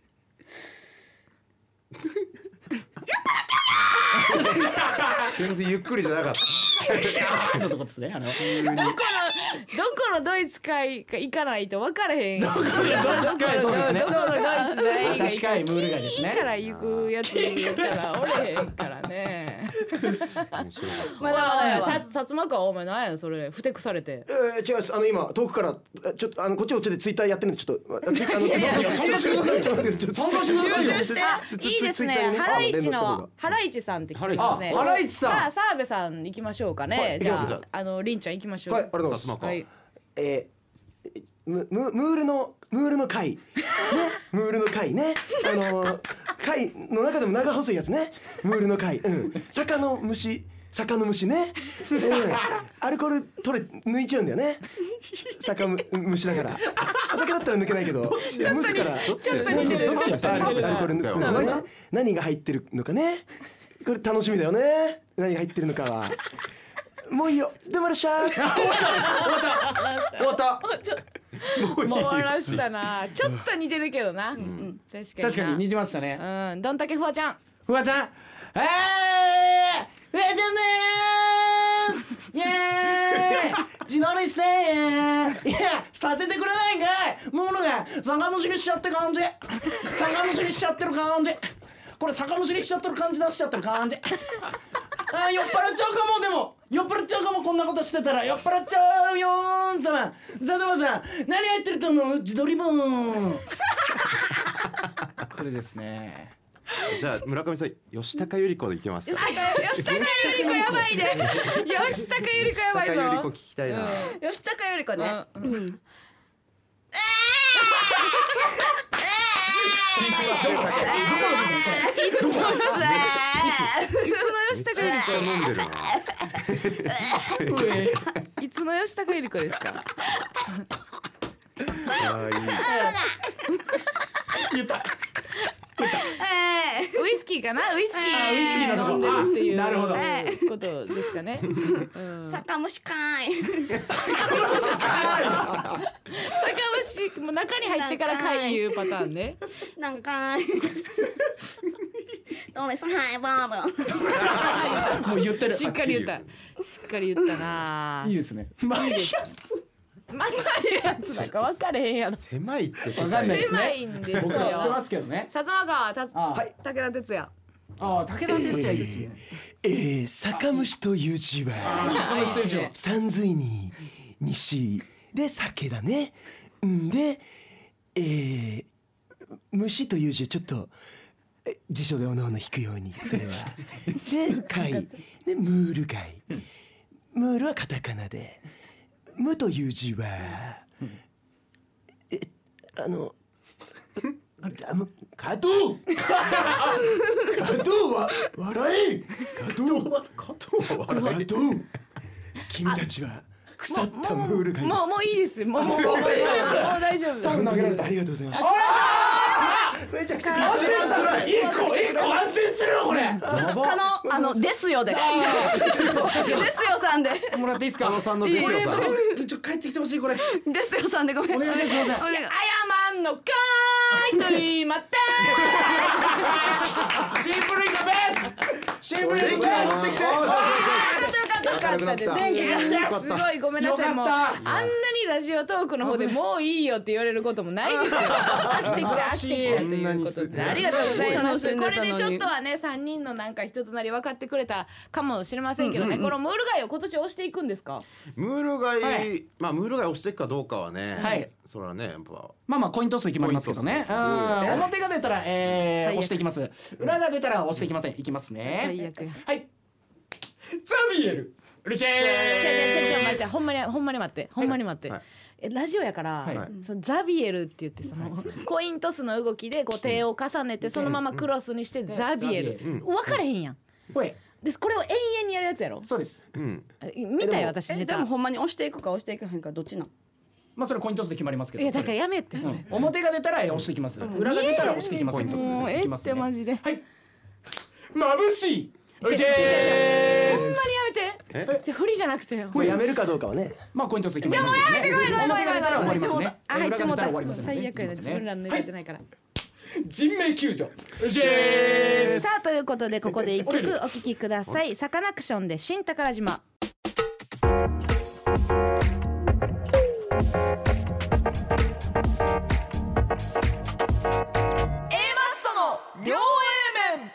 全然ゆっくりじゃなかったのとこですねあのどこのどこのドイツ会か行かないと分からへんどこのドイツ会そうですねどこのドイツ大が確かにムール貝ですねいいから行くやつやったらおれへんからね面白かったまだまだやわ。 さ薩摩川お前なんやねんそれふてくされてえー、違うですあの今遠くからあちょっとあのこっちこっちでツイッターやってるんでちょっとあツイッターあのちょっといやそんなしてくださいちょっと待ってちょっとそんなしてくださいよ集中してあいいですねハライチのハライチさんって聞きますねあハライチさんさあ澤部さん行きましょうかはいねじゃ行きますああのりんちゃん行きましょうはいありがとうございます薩摩川はいえー、ムムムールのムールの貝ねムールの貝ねあのー、貝の中でも長細いやつねムールの貝うん坂の虫坂の虫ね、うん、アルコール取れ抜いちゃうんだよね坂む虫だからお酒だったら抜けないけど蒸すからどっちちょっと似てるどっちがちょっと似てるアルコール抜くのね何が入ってるのかねこれ楽しみだよね何が入ってるのかはもういいよでもらっしゃー終わった終わった終わらしたなちょっと似てるけどな、うん、確かにな確かに似てましたねうんどんたけふわちゃんフワちゃんえーフワちゃんでーすイエーイ自撮りしてーいやさせてくれないんかいもうのが酒蒸しにしちゃって感じ酒蒸しにしちゃってる感じこれ酒蒸しにしちゃってる感じ出しちゃってる感じあー酔っ払っちゃうかもでも酔っ払っちゃうかもこんなことしてたら酔っ払っちゃうよーんさま佐藤さん何入ってると思う自撮り本これですねじゃあ村上さん吉高由里子でいけますか吉高由里子やばいね吉高由里子やばいぞ吉高由里子聞きたいな、 吉高由里子ね。 うんうんうん。 いつの吉高由里めっちゃ飲んでるな子いつの吉高由里子ですかあーいい言ったえウイスキーかなウイスキあウイスキーーのとこ飲んでるっていうあなるほどことですかね、うんー、酒蒸しかい。 酒蒸しもう中に入ってから貝いうパターンねなんかい。どれさハイバード。 もう言ってるしっかり言ったしっかり言ったないいですねまあいいですまあいいやつだか分かれへんやろ狭いって世わかんないです狭ねいんですよ僕は知ってますけどね薩摩川たあはい武田鉄矢ああ武田鉄矢いいですねえー、酒蒸しという字はこのステージを三髄に西で酒だね。んで、えー、虫という字はちょっとえ辞書でおのおの引くようにそれは。で貝でムール貝。ムールはカタカナで。無という字はえっあのダム加藤加藤は笑え加藤は加藤は笑え加藤君たちは腐ったムール貝です。 もうもういいですもうもうもうもう大丈夫。 本当にありがとうございました。めちゃくちゃ安定したらいい子いい子安定してるよこれ。 ちょっと可能あのですよでですよさんでもらっていいですか。 加納さんのですよさんちょっとちょっと帰ってきてほしいこれ。 ですよさんでごめんお願いします。 お願い謝んのかーいと言いまってシンプルイズベース。シンプルイズベース。 よかったですね。いやすごいごめんなさいもうあんなにラジオトークの方でもういいよって言われることもないですよ。飽きてきた飽きてきたということでありがとうございます。これでちょっとはねさんにんのなんか人となり分かってくれたかもしれませんけどね。このムール貝を今年押していくんですか。 ムール貝、 はい、 まあムール貝押していくかどうかはね、 はい、 それはねやっぱまあまあコイントスで決まりますけどね。うん表が出たら、えー、押していきます。裏が出たら押していきません。いきますね。 最悪や。 はい。ザビエル。うれしい。 ちょちょちょ待ってほんまにほんまに待ってほんまに待って。 はいえラジオやから、 はいそのザビエルって言ってそのコイントスの動きでこう手を重ねてそのままクロスにしてザビエル、 うん分かれへんやん。 ほい。 ですこれを永遠にやるやつやろ。 そうです。 うん見たよ私ネタ。 えでもほんまに押していくか押していかへんかどっちなん。 まあそれコイントスで決まりますけど。 いやだからやめってそれ。 うん表が出たら押していきます。裏が出たら押していきます。 コイントスでもうええっいきますねてマジで。 はい。眩しい。うれしい。 ほんまにやめて。 えじゃ振りじゃなくてよ。 もうやめるかどうかはね。 まあコイントスで決まりますね。 ごめんごめんごめんごめん表が出たら終わりますね。 あ入ってもうた裏が出たら終わりますね。 最悪やな自分らのネタじゃないから。 人命救助。うれしいです。 さあということでここで一曲お聴きください。サカナクションで新宝島。 両 A 面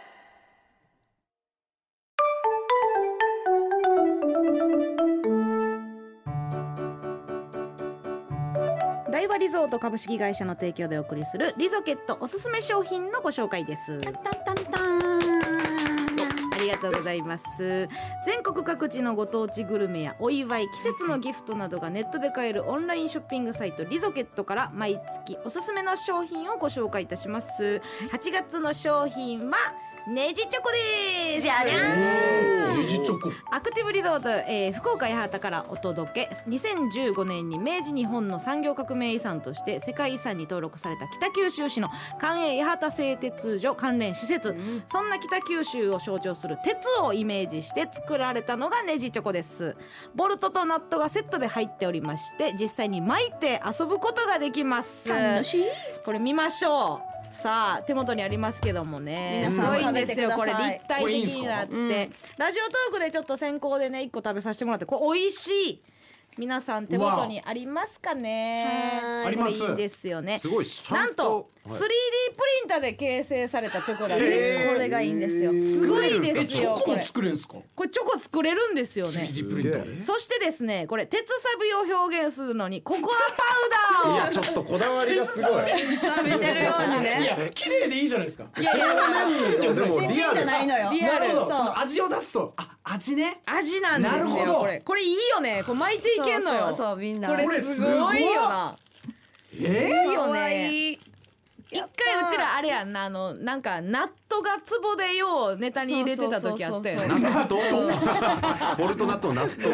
大和リゾート株式会社の提供でお送りするリゾケットおすすめ商品のご紹介です。タンタンタンタンありがとうございます。全国各地のご当地グルメやお祝い季節のギフトなどがネットで買えるオンラインショッピングサイトリゾケットから毎月おすすめの商品をご紹介いたします。はちがつの商品はネジチョコです。じゃじゃーん。 ネジチョコアクティブリゾート、えー、福岡八幡からお届け。にせんじゅうごねんに明治日本の産業革命遺産として世界遺産に登録された北九州市の関営八幡製鉄所関連施設、うん、そんな北九州を象徴する鉄をイメージして作られたのがネジチョコです。ボルトとナットがセットで入っておりまして実際に巻いて遊ぶことができます。これ見ましょう。さあ手元にありますけどもね、すごいんですよこれ立体的になって、うん、ラジオトークでちょっと先行でねいっこ食べさせてもらってこれ美味しい。皆さん手元にありますかね。 あります。 いいですよね。 すごいなんと スリーディー プリンターで形成されたチョコだね。 これがいいんですよ。 すごいですよこれ。 作れるんですか。 これチョコ作れるんですよね。 スリーディー プリンターで。 そしてですねこれ鉄サビを表現するのにココアパウダーを。 いやちょっとこだわりがすごい。 食べてるようにね。 いや綺麗でいいじゃないですか。 いやいやでも新品じゃないのよ。 リアル。 その味を出すとあ味ね。 味なんですよこれ。これいいよね。これ巻いていけんのよ。 そうそうみんな。 これすごいよな。 えいいよね。一回うちらあれやんなあのなんかナットがツボでようネタに入れてた時あってナットボルトナットナット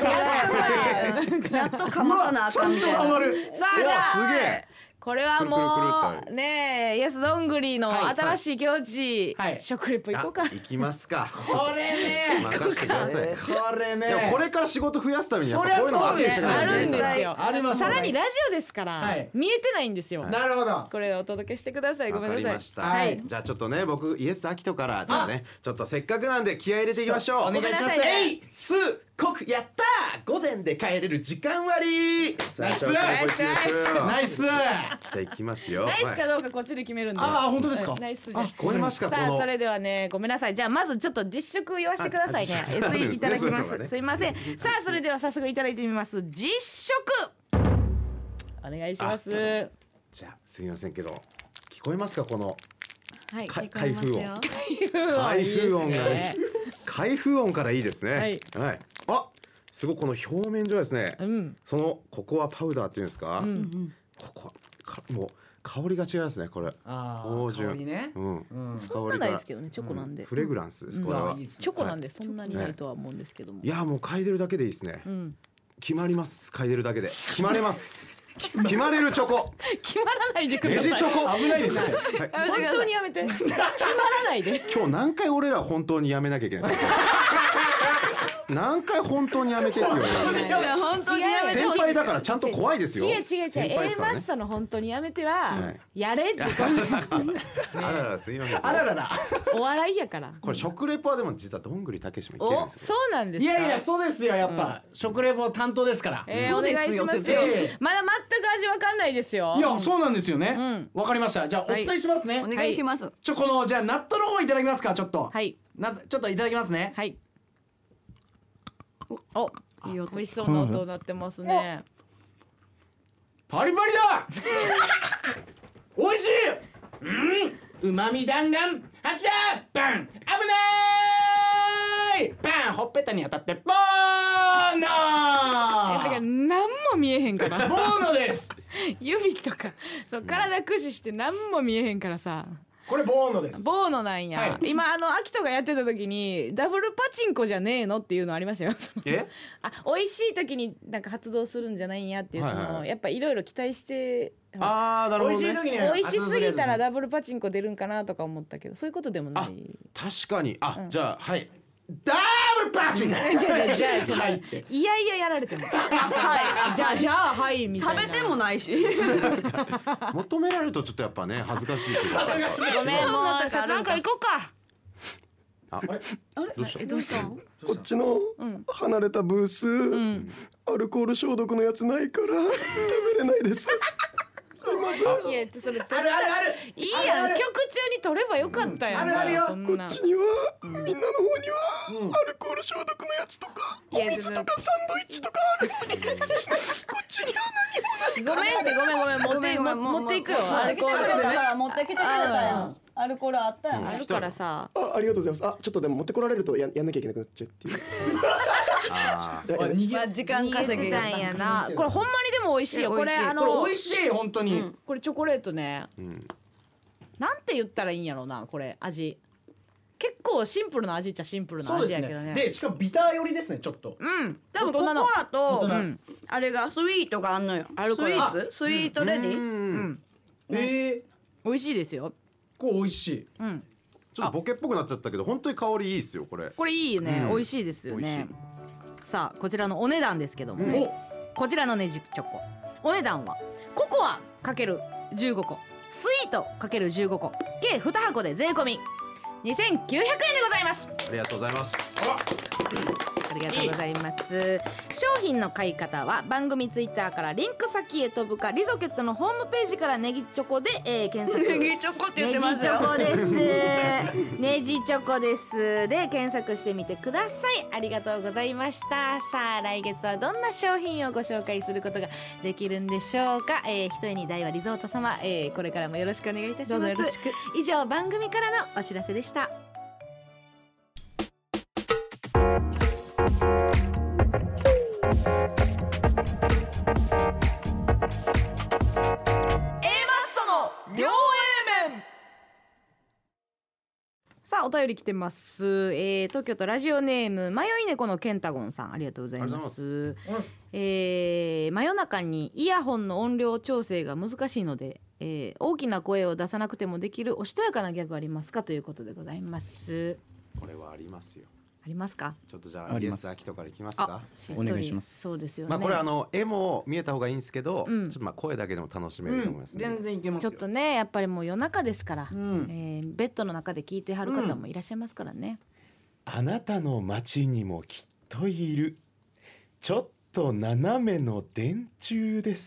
ナットかまさなあかんみたいな。 さあじゃあすげえこれはもくるくるくるっうねえイエスどんぐりの新しい境地、 はい食レポ行こうか。 行きますか。 これね。 任せてください。 これね。 いやこれから仕事増やすためにやっそりゃぱこういうのもあるんですそうよあるんね。 ですよ。 ありますさらにラジオですから、 はい見えてないんですよ。 なるほど。 これをお届けしてください。ごめんなさい。 わかりました。 はい。 じゃあちょっとね僕イエスアキトからじゃあねちょっとせっかくなんで気合い入れていきましょう。 お願いします。 えいすこくやったー午前で帰れる時間割。 ナイスナイスナイス。 じゃあ行きますよ。 ナイスかどうかこっちで決めるんで。 ああ本当ですか。 ナイスじゃん。 聞こえますかこさあのそれではねごめんなさい。じゃあまずちょっと実食言わせてくださいね。 あエスイー いただきます。 そういうのがねすいません。さあそれでは早速いただいてみます。実食お願いします。はじゃあすみませんけど聞こえますかこのい。 か聞こえますよ開封音がいいですね開封音からいいですね。 はいはい。あすごいこの表面上ですね。 うん。 そのココアパウダーっていうんですか。 うん。 ココアかもう香りが違いますねこれ。 あ芳醇ー香りね。 うん。 うんそんなないですけどねチョコなんで、 フレグランスですこれは。 いいっすねチョコなんでそんなにないとは思うんですけども、 いやもう嗅いでるだけでいいですね。 うん、 決まります嗅いでるだけで決まります決まれるチョコ決まらないでください。 ネジチョコ危ないですね。 はい本当にやめて決まらないで。 今日何回俺ら本当にやめなきゃいけないんですか何回本当にやめてって言われるいや本当にやめて先ほしい。 輩だからちゃんと怖いですよ。 違う違う違う先輩 A ですからねマッソの本当にやめては、 はいやれってことあららすいません。 あららら。 お笑いやから。 これ食レポはでも実はどんぐりたけしもいけるんですよ。 そうなんですか。 いやいやそうですよやっぱ食レポ担当ですから。 えー、おそうですよ願いしますよ。 手伝ええまだ全く味わかんないですよ。 いやそうなんですよね。 うんわかりました。じゃあお伝えしますねお。願いします。 ちょこのじゃあナットの方いただきますかちょっと。 はいなちょっといただきますね。 はい。お、いい音。美味しそうな音になってますね。 パリパリだ。美味しい。うん。旨味弾丸発射バン危ないバンほっぺたに当たってボーノえだから何も見えへんから。 ボーノです。 指とかそう体駆使して何も見えへんからさ。 これボーノです。 ボーノなんや、 はい今あのアキトがやってた時にダブルパチンコじゃねえのっていうのありましたよ。そのえ？ あ美味しい時になんか発動するんじゃないんやっていう、 はいはいそのやっぱいろいろ期待してあーなるほどね。 美味しい時には美味しすぎたらだ。 ダブルパチンコ出るんかなとか思ったけどそういうことでもなあい。 確かにあ、 うんじゃあはい。 ダブルパチンコ。 えじゃあじゃあじゃあじゃあはいって。 いやいややられてもはいじゃあじゃあはいみたいな。 食べてもないし。 求められるとちょっとやっぱね恥ずかしいけど。 ごめんもそんなうとこあるんかさなんか行こうか。 ああれどうしたえどうしたん？ こっちのうん離れたブース、 うん。 アルコール消毒のやつないから食べれないです。 いやそれあるあるある。 いいやん曲中に取ればよかったやん。 あるあるよそんなこっちには、みんなの方には、アルコール消毒のやつとか、 いやお水とかサンドイッチとかあるのに、こっちには何もない。 ごめんってごめんごめん持ってごめんごめんも持っていくよ。 持ってきてくれたから持ってきてくれたやん。アルコールあったやん。 あるからさ。 あ、ありがとうございます。あ、ちょっとでも持ってこられるとややんなきゃいけなくなっちゃうっていう。 あーいやいやまあ時間稼ぎが逃げてたんやな。これほんまにでも美味しいよ。これ美味しいあのこれ美味しい本当に。 これチョコレートね。 うんなんて言ったらいいんやろうなこれ味。結構シンプルな味っちゃシンプルなそうです味やけどね。 ね。でしかもビター寄りですねちょっと。 うん。 多分ココ大人のアとうんあれがスイートがあんのよ。 あるからスイーツスイートレディ。 うんうんええ。 美味しいですよ。 これ美味しい。 うん。 ちょっとボケっぽくなっちゃったけど本当に香りいいですよこれ。 これいいよね。 うん美味しいですよね美。 さあこちらのお値段ですけども、 おこちらのねじチョコお値段はココアかけるじゅうごこスイートかけるじゅうごこ計にはこで税込みにせんきゅうひゃくえんでございます。 ありがとうございます。 ありがとうございます商品の買い方は番組ツイッターからリンク先へ飛ぶかリゾケットのホームページからネギチョコで、えー、検索ネギチョコって言ってネジチますよ。 ョコですネジチョコですで検索してみてください。ありがとうございました。さあ来月はどんな商品をご紹介することができるんでしょうか。えー、ひとえに大和リゾート様、えー、これからもよろしくお願いいたします。 どうぞよろしく。 以上番組からのお知らせでした。 両 A 面。 さあお便り来てます、えー、東京都ラジオネーム迷い猫のケンタゴンさんありがとうございまありがとうごす。えー、真夜中にイヤホンの音量調整が難しいので、えー、大きな声を出さなくてもできるおしとやかなギャグありますかということでございます。 これはありますよ。 ありますか。 ちょっとじゃあイエありますス秋とからいきますか。 しっとりお願いしますそうですよね。 まあこれあの絵も見えた方がいいんですけど、 うんちょっとまあ声だけでも楽しめると思いますね。 全然いけますよ。 ちょっとねやっぱりもう夜中ですから、 んえーベッドの中で聞いてはる方もいらっしゃいますからね。 あなたの街にもきっといるちょっと斜めの電柱です。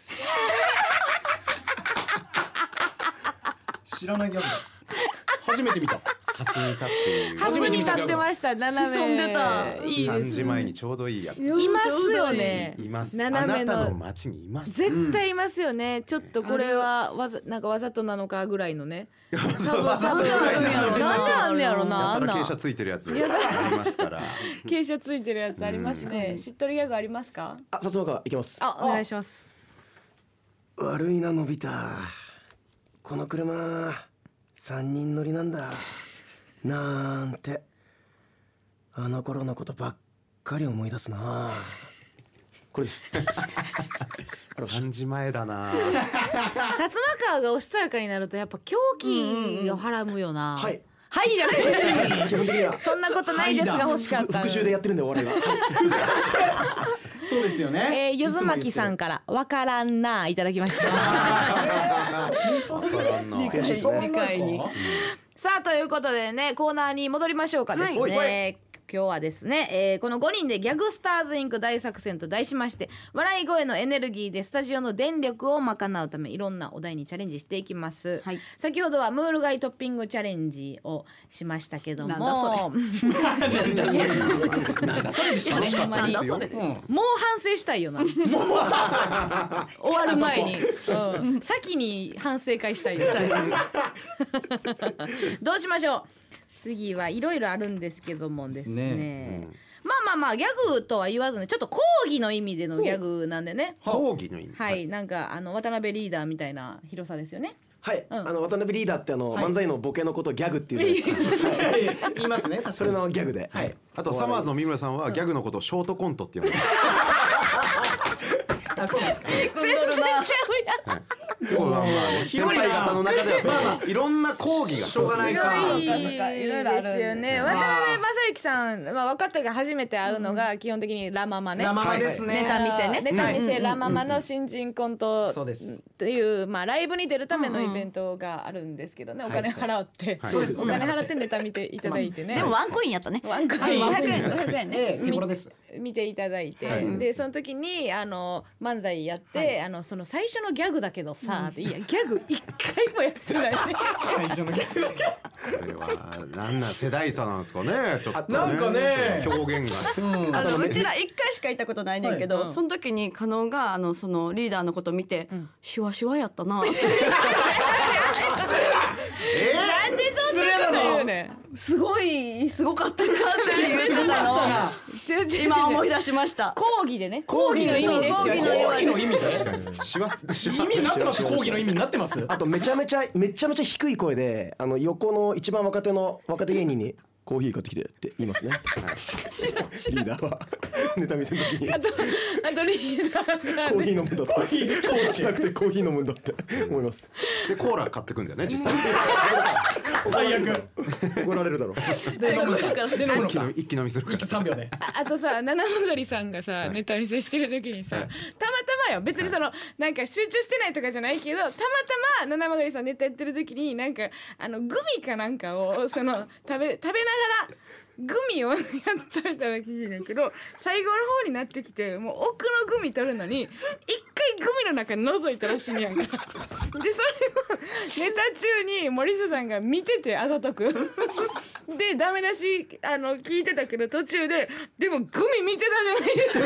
知らないギャグだ。初めて見た。 霞に立っているハスに立ってました斜め。 潜んでたいいですさんじまえにちょうどいいやつ。 いますよね。 います。 斜めのあなたの街にいます。 絶対いますよね、ちょっとこれはわざなんかわざとなのかぐらいのね。多分わざとなんであんねやろな。なんであんねやろな。 やあんなたら傾斜ついてるやつあやだりますから。 傾斜ついてるやつありますね。しっとりギャグありますか。 あ、さつまかいきます。 あ、お願いします。 悪いなのび太、この車三人乗りなんだなんて、あの頃のことばっかり思い出すな。これですさんじまえだな。 薩摩川がおしとやかになるとやっぱ狂気をはらむよな。 はいはいじゃない基本的にはそんなことないですが欲しかった。 復習でやってるんでお笑いは。 そうですよね。 えー、ゆずまきさんからわからんないただきましたわからんな。 理解そんな理解にさあということでね、コーナーに戻りましょうかですね、 はい今日はですね、えー、このごにんでギャグスターズインク大作戦と題しまして、笑い声のエネルギーでスタジオの電力を賄うためいろんなお題にチャレンジしていきます、 はい、 先ほどはムール貝トッピングチャレンジをしましたけども、 なんだそれなんだそれでしたね。 楽しかったですよ。 もう反省したいよな終わる前に、うん、先に反省会したいよどうしましょう。次はいろいろあるんですけどもですね、 ですね、 まあまあまあギャグとは言わずにちょっと講義の意味でのギャグなんでね、 講義の意味。 はい、なんかあの渡辺リーダーみたいな広さですよね。 はい、 うんあの渡辺リーダーってあの、 はい漫才のボケのことをギャグっていうじゃないですか。 言いますね。 それのギャグで、はい、 あとサマーズの三村さんはギャグのことをショートコントって呼んでます。 あ、そうですか。 全然ちゃうやん。 これはまあね先輩方の中ではまあまあいろんな講義がしょうがないか。 すごいそうかそうかいろいろあるんでですよね。渡辺正行さん、まあ、分かったが初めて会うのが基本的にラママね。 ラママですね。 ネタ見せね。ネタ見せ、 うんラママの新人コントそうですっていう、まあ、ライブに出るためのイベントがあるんですけどね、お金払って、 はいそうですお金払ってネタ見ていただいてね。 でもワンコインやったね。 ワンコインごひゃくえんごひゃくえんね。 ええ、手頃です。 見ていただいて、 はいでその時にあの漫才やって、あのその最初のギャグだけどさ、っていやギャグ一回もやってないね最初のギャグだけ。 これはなんなん世代差なんですかね。ちょっとねなんかね表現が。 あのうちら一回しか行ったことないねんけど、 はいうんその時に加納があのそのリーダーのこと見て、 んシワシワやったなってなんでそんなこと言うねん。 すごいすごかったなって言ってたのを違う違う違う今思い出しました。 講義でね、講義の意味でしょ。 講義の講義の意味確かに。 しわしわ意味になってます。講義の意味になってます。 あとめちゃめちゃめちゃめちゃ低い声であの横の一番若手の若手芸人にコーヒー買ってきてって言いますね。リーダーはネタ見せの時にあとあとリーダーがコーヒー飲むんだってコーヒーしなくてコーヒー飲むんだって思います。 でコーラ買ってくんだよね実際。 最悪。 怒られるだろう。 で飲むか。で飲むのか。 一気飲みするから。 三秒で。 ああとさ七曲りさんがさ、ネタ見せしてる時にさ、 はいたまたまよ、別にその、なんか集中してないとかじゃないけど、たまたま七曲りさんネタやってる時になんかあのグミかなんかをその食べ食べながらグミをやったみたいな記事だけど、最後の方になってきてもう奥のグミ取るのに一回グミの中覗いたらしいんやんか。でそれをネタ中に森下さんが見ててあざとくでダメ出しあの聞いてたけど途中ででもグミ見てたじゃないです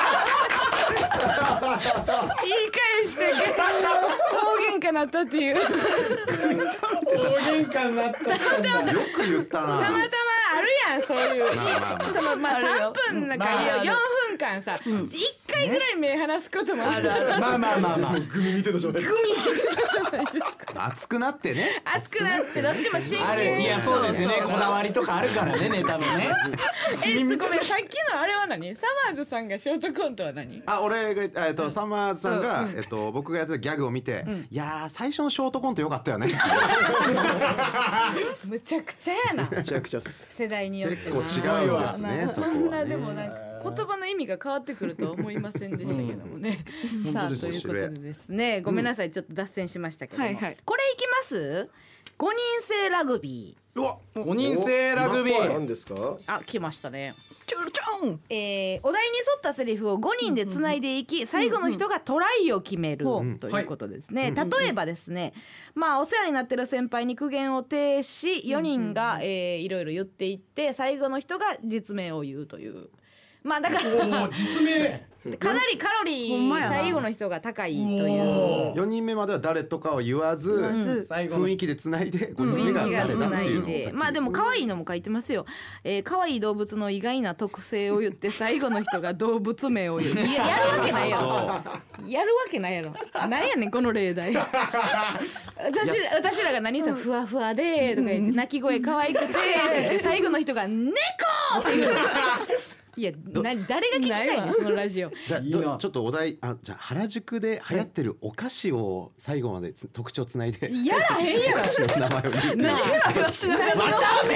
か言い返して大喧嘩なったっていう大喧嘩になっちゃったんだ。 よく言ったな。 たまたまあるやんそういうまあまあまあそのまああるよさんぷんなんかまああるよんふんかんさいっかいぐらい目離すこともある。 まあまあまあまあ。 グミ見てたじゃないですか。 グミ見てたじゃないですか。 熱くなってね。 熱くなってどっちも真ある剣。 いやそうですよね。こだわりとかあるからねネタのね。 えごめんさっきのあれは何？サマーズさんがショートコントは何？ あ俺がえっとサマーズさんがえっと僕がやってたギャグを見て、いやー最初のショートコント良かったよね。 むちゃくちゃやな。 めちゃくちゃっす。 世代によってな。 結構違うんですねまあそこはねそんなでもなんか言葉の意味が変わってくるとは思いませんでしたけどもね。さあということでですね、ごめんなさいちょっと脱線しましたけども、 はいはいこれいきます？ごにん制ラグビうわ五人制ラグビー。 何ですか。 ー。あ来ましたね。 チュルチョン。 えー、お題に沿ったセリフをごにんでつないでいき、最後の人がトライを決めるうんということですね。例えばですね、まあお世話になってる先輩に苦言を呈しよにんが、えー、いろいろ言っていって最後の人が実名を言うという。まあだからおお実名。 でかなりカロリーほんまやな最後の人が高いというよにんめまでは誰とかを言わず、 ん最後の雰囲気でつないでごにんめが雰囲気がつない誰だっていうのをでまあでも可愛いのも書いてますよ、えー、可愛い動物の意外な特性を言って最後の人が動物名を言ういややるわけないやろやるわけないやろなんやねんこの例題私ら私らが何さふわふわでとか言って鳴き声可愛くてって言って最後の人が猫って言ういやな誰が聞きたいのそのラジオじゃあいいなどちょっとお題あじゃあ原宿で流行ってるお菓子を最後までつ特徴つないでやらへんやろお菓子の名前を言ってなあ私のカ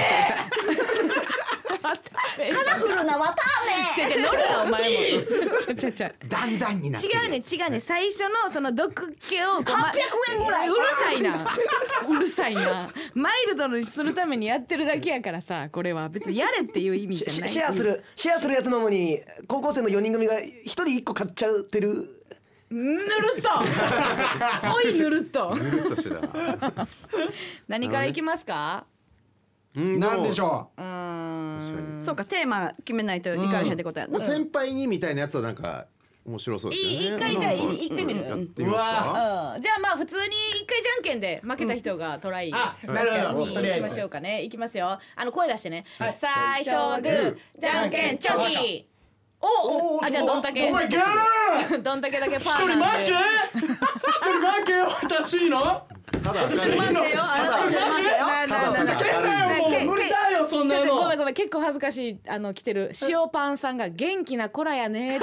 ラフルな綿ちゃちゃ乗るなお前もちゃちゃちゃだんだんになってる違うね違うね最初のその毒気をこうまはっぴゃくえんぐらいうるさいなうるさいなマイルドにするためにやってるだけやからさこれは別にやれっていう意味じゃシないシェアするシェアするやつなのに高校生のよにん組がひとりいっこ買っちゃってる。 ぬるっとおいぬるっとぬるっとしてたな何からいきますかうんなんでしょうーんそうかテーマ決めないといかれへんってことやな、 もう先輩にみたいなやつはなんか面白そうですよねいい一回じゃあい行ってみるやってみますかうんじゃあまあ普通に一回じゃんけんで負けた人がトライあなるほどにとりあえずしましょうかねいきますよあの声出してね最初はグーじゃんけんチョキおおあじゃあどんだけう。お前ガー。 どんだけだけパー一人なんで負け。一人負けよ私いいの。 ただ待ってよあなた待ってよなななな負けだよもう無理だよそんちょなの。 っとごめんごめん結構恥ずかしいあの来てる塩パンさんが元気な子らやねって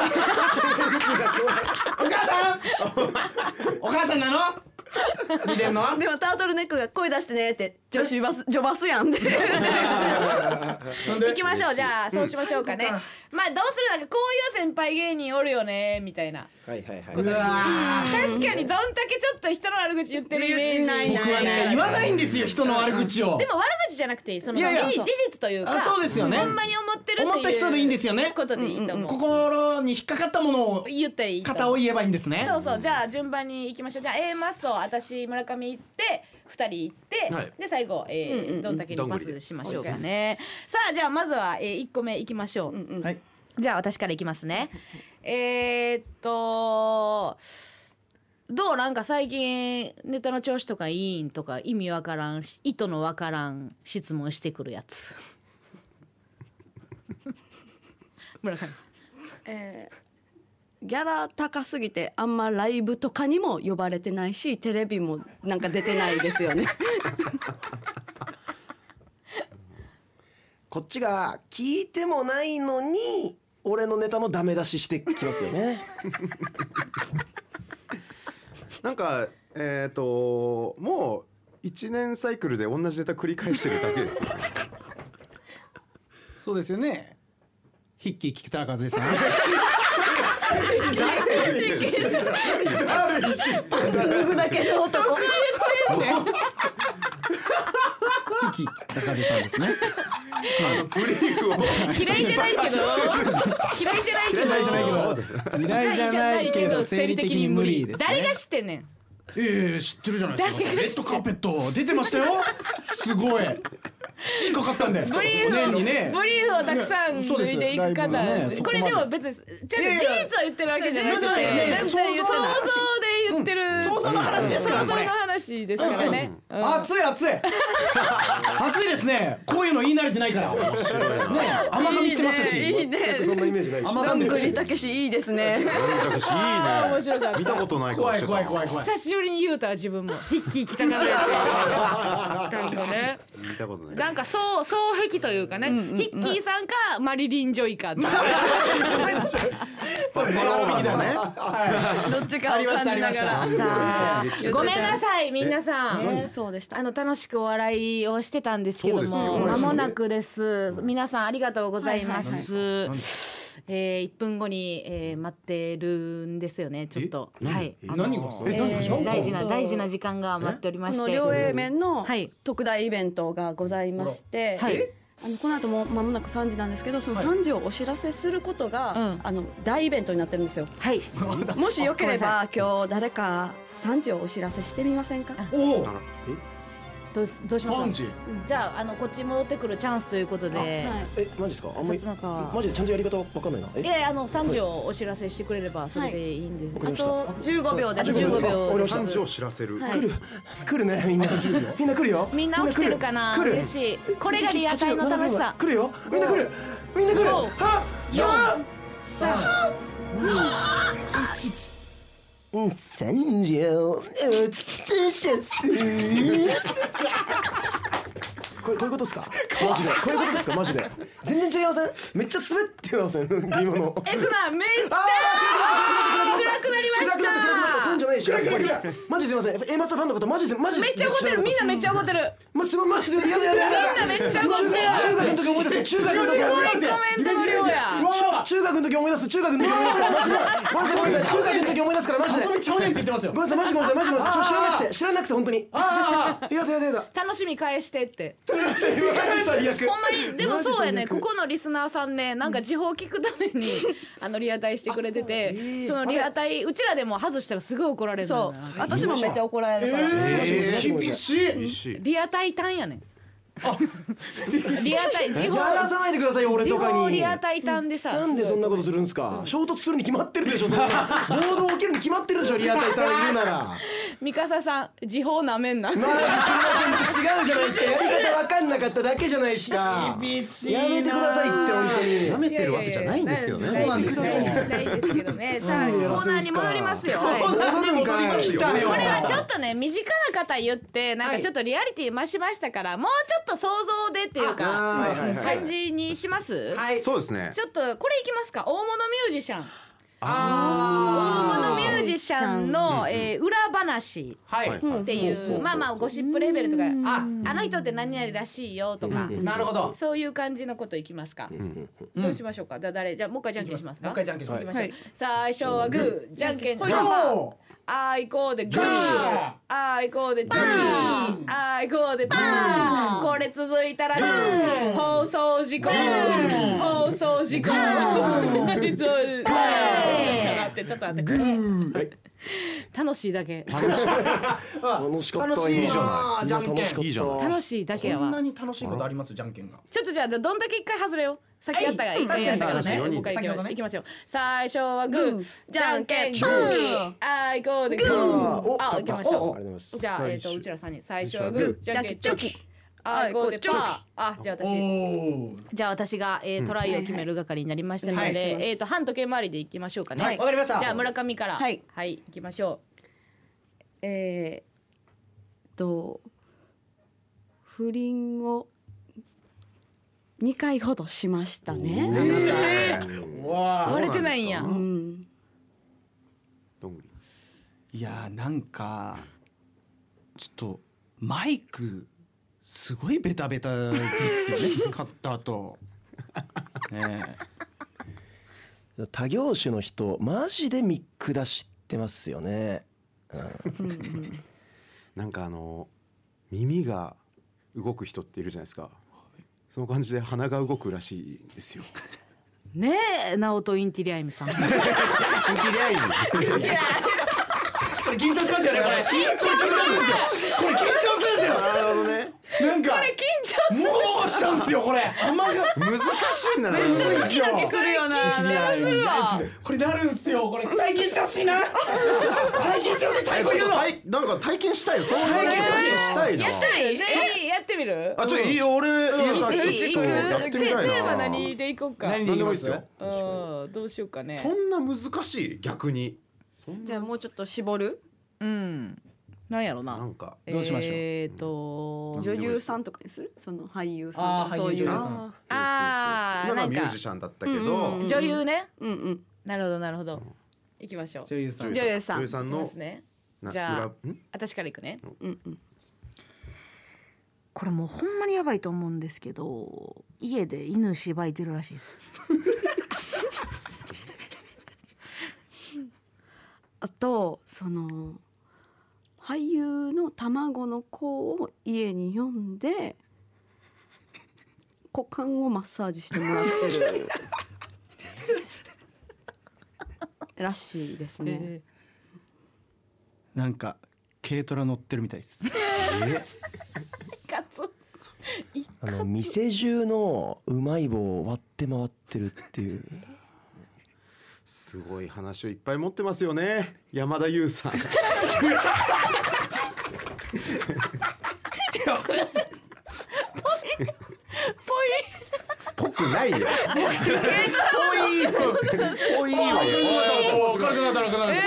お母さん。お母さんなの。見てんの。 でもタートルネックが声出してねって女子バス女バスやんでなんで行きましょうじゃあそうしましょうかねまあどうするだかこういう先輩芸人おるよねみたいなはいはいはことで確かにどんだけちょっと人の悪口言ってるイメージないない僕はね言わないんですよ人の悪口をで。も悪口じゃなくてそのいやいや事事実というかあそうですよねほんまに思ってるっていう思った人でいいんですよねことでいいと思う心に引っかかったものを言ったらいいと思う型を言えばいいんですね。 そうそうじゃあ順番に行きましょうじゃあ A マッソ私村上行ってふたり行って、 はいで最後、えーうんうんうんどんだけにパスしましょうかねさあじゃあまずは、えー、いっこめ行きましょう、 はい。 じゃあ私からいきますねえー、っとどうなんか最近ネタの調子とかいいんとか意味わからん意図のわからん質問してくるやつ村上えーギャラ高すぎてあんまライブとかにも呼ばれてないしテレビもなんか出てないですよねこっちが聞いてもないのに俺のネタのダメ出ししてきますよね。 なんかえっともういちねんサイクルで同じネタ繰り返してるだけですよねそうですよね。ヒッキー北風さん。 脱ぐだけの男ヒッキー北風さんですね。 あのブリーフを嫌いじゃないけど嫌いじゃないけど嫌いじゃないけど嫌いじゃないけど生理的に無理ですね。 誰が知ってんねんええ知ってるじゃないですか。 誰が知ってるレッドカーペット出てましたよ。すごい引っかかったんで。 ブリーフを、 年にね。 ブリーフをたくさんそうです脱いでいく方、 ライブのねそこまでこれでも別にちゃんと事実を言ってるわけじゃなくて、 いやいやいやいや想像で言ってる、 想像の話ですからこれ想像の話ですからね、うん熱い熱い熱いですね。こういうの言い慣れてないから。ね甘噛みしてましたし。 いいねそんなイメージないし。 甘どんぐ噛んでるし。 りたけしいいですね私いい面ね白かった見たことない顔怖いしてた怖い怖い怖い。 久しぶりに言うたわ自分もヒッキー来たからやってなんかね見たことないなんか双双璧というかね、ヒッキーさんかマリリン・ジョイかってフォロワーのねどっちかを感じながらさあごめんなさい皆さん、 うんそうでしたあの楽しくお笑いをしてたんですけどそうですよも間もなくです皆さんありがとうございます、えー、いっぷんごに、えー、待ってるんですよねちょっとえはいえあの何がええ何がー大事な大事な時間が待っておりましてこの両 A 面のはい特大イベントがございまして、 はいあのこの後も間もなくさんじなんですけどそのさんじをお知らせすることが、 うんあの大イベントになってるんですよはいもしよければ今日誰かさんじをお知らせしてみませんかおお。 どうどうしますポンチじゃああのこっち戻ってくるチャンスということで、 はいえマジですかあんまり薩摩川マジでちゃんとやり方わかんないなえいやいやあのさんじをお知らせしてくれればそれでいいんです、 はいあとじゅうごびょうです。 あじゅうごびょうじゅうごびょうあわかりました産地を知らせる、 はい来る来るねみんなみんな来るよみんな起きてるかな来る嬉しいこれがリアタイの楽しさ来るよみんな来るみんな来るごはよんさんうん三条映ってしゃすこれこういうことですかマジでこういうことですかマジで全然違いませんめっちゃ滑ってません着物えつなめっちゃ暗くなりまし暗くなって暗くなってそういうんじゃないでしょやっぱりマジすいません A マスファンの方マジでマジでめっちゃ怒ってるみんなめっちゃ怒ってるますごいマジでやだやだやだみんなめっちゃ怒ってる中学の時思い出す中学の時すごい思い出すコメントの量や中学の時思い出す中学の時思い出すからマジでごめんなさいごめんなさい中学の時思い出すからマジで細身ちゃうねんって言ってますよごめんなさいマジごめんなさいマジごめんなさいちょ知らなくて知らなくて本当にああやだやだやだ楽しみ返してってマジ最悪ほんまにでもそうやねマジ最悪ここのリスナーさんねなんか時報聞くためにあのリアタイしてくれててそのリアタイうちらでも外したらすごい怒られるのよそう私もめっちゃ怒られるから。 えー厳しい厳しいリアタイ単やねんリアタイ時報やらさないでくださいよ俺時とかに報リアタイ単でさなんでそんなことするんですか衝突するに決まってるでしょそんな暴動起きるに決まってるでしょリアタイターいるならミカサさん時報なめんなマジすいませんって違うじゃないですかやり方分かんなかっただけじゃないですか厳しいなやめてくださいって本当に舐めてるわけじゃないんですけどね。 そうなんですよ。 ないですけどねさあコーナーに戻りますよはい戻るんかいますよこれはちょっとね身近な方言ってなんかちょっとリアリティ増しましたからもうちょっと想像でっていうかはいはいはい感じにしますはいそうですね。 ちょっとこれいきますか大物ミュージシャンあ大物ミュージシャンの、えー裏話はいはいっていうまあまあゴシップレベルとかああの人って何々らしいよとかなるほどそういう感じのこといきますかどうしましょうかだ誰じゃあもう一回じゃんけんしますかもう一回じゃんけんしますいきましょうはい最初はグーじゃんけんおじゃんーあーいこうでグーーあーいこうでグーあーいこうでパーこれ続いたらグー放送事故放送事故何それちょっと待ってちょっと待って楽しいだけ楽しかった楽しい今なじゃんけん楽しかったいいじゃない楽しいだけやわこんなに楽しいことありますじゃんけんがちょっとじゃあどんだけ一回外れようさっきやったから一回やったからね確かにもう一回いき先ほどねますいきますよ最初はグーじゃんけんググーあーいこうでグーーおあいきましょありがとうございますうじゃあえっとうちらさんに最初はグーじゃんけんチョキあーいこうでパーあじゃあお私ーじゃあ私が、えー、トライを決める係になりましたので、 はいえっ、と半時計回りでいきましょうかね。 はいわかりましたじゃあ村上から、 はいはい、行きましょえー、と不倫をにかいほどしましたね。 う。 わバレてないんや。 そううなんん、 どんぐり。 いやーなんかちょっとマイクすごいベタベタですよね使った後ね他業種の人マジで見下してますよねなんかあの耳が動く人っているじゃないですか。その感じで鼻が動くらしいんですよ。 ねえ、ナオトインティリアイムさん。 これ緊張しますよねこれ緊張するんですよこれ緊張するんですよなるほどねなんかこれ緊張もごもごしちゃうんですよこれ甘が難しいんだな。 めっちゃドキドキするよな。 これなるんすよこれ体験してほしいな体験してほしい最高ちょっと言うの体なんか体験したい。そういう体験したいな。 やしたい。全員やってみる？ あ、ちょっといいよ。俺家さんいいちょっとやってみたいな。 テーマ何でいこうか。 何何でもいいですよ。 うん、どうしようかねそ。んな難しい逆に。そんなじゃあもうちょっと絞る。 うん。なんやろな。 なんかどうしましょうえっと。 女優さんとかにする？その俳優さんあーとかそういう。 俳優さんああー、 今のなんかはミュージシャンだったけど、 うんうん女優ね。 うんうん。 なるほどなるほど。行きましょう。 女優さん女優さん女優さんのいきますね。 なじゃあ裏ん私から行くね。 うんうん。 これもうほんまにやばいと思うんですけど、家で犬縛いてるらしいです。 あとその俳優の卵の子を家に呼んで股間をマッサージしてもらってるらしいですね。 なんか軽トラ乗ってるみたいですかつあの店中のうまい棒を割って回ってるっていう。 すごい話をいっぱい持ってますよね、山田優さん。ぽくないよ。ぽいぽいわよ。 軽くなった軽くなった。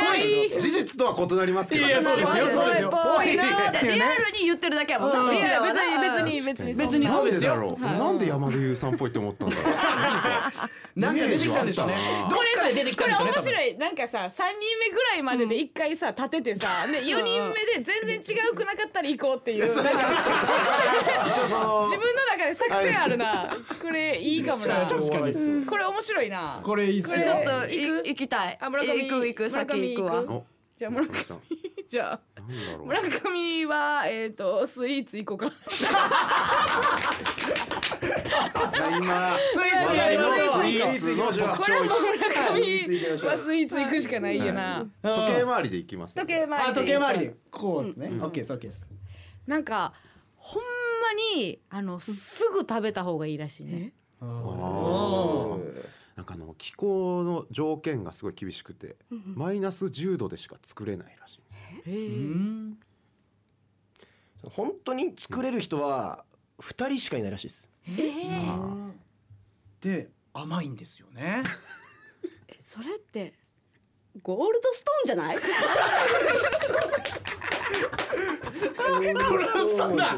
事実とは異なりますけど。 いやそうですよそうですよ。 ぽいなーってリアルに言ってるだけやもんな。うちらはな別に別に別にそうですよ。 なんで山田優さんっぽいって思ったんだろう。 なんか出てきたんでしょうね。どっかで出てきたんでしょうね。 これ面白い。なんかささんにんめぐらいまででいっかいさ立ててさ、でよにんめで全然違うくなかったら行こうっていう。なんか一応その自分の中で作戦あるな。これいいかもな。 確かにうんこれ面白いな。 これいいっすね。 ちょっと行く行きたい。 あ村上行く行く村上先行くわ行。 おじゃあ村上さんじゃあなんだろう。 村上はえっとスイーツ行こうか。 今スイーツ話題のスイやーツの特徴これも村上はスイーツ行くしかないよな。 時計回りでいきます。 時計回りであ時計回りでこうですね。オッケーですオッケーです。 なんかほんまにあのすぐ食べた方がいいらしいね。 あーなんかあの気候の条件がすごい厳しくて、マイナスじゅうどでしか作れないらしい。 へえ。 本当に作れる人はふたりしかいないらしいです。 で甘いんですよね。 えそれってゴールドストーンじゃない？ そうだ。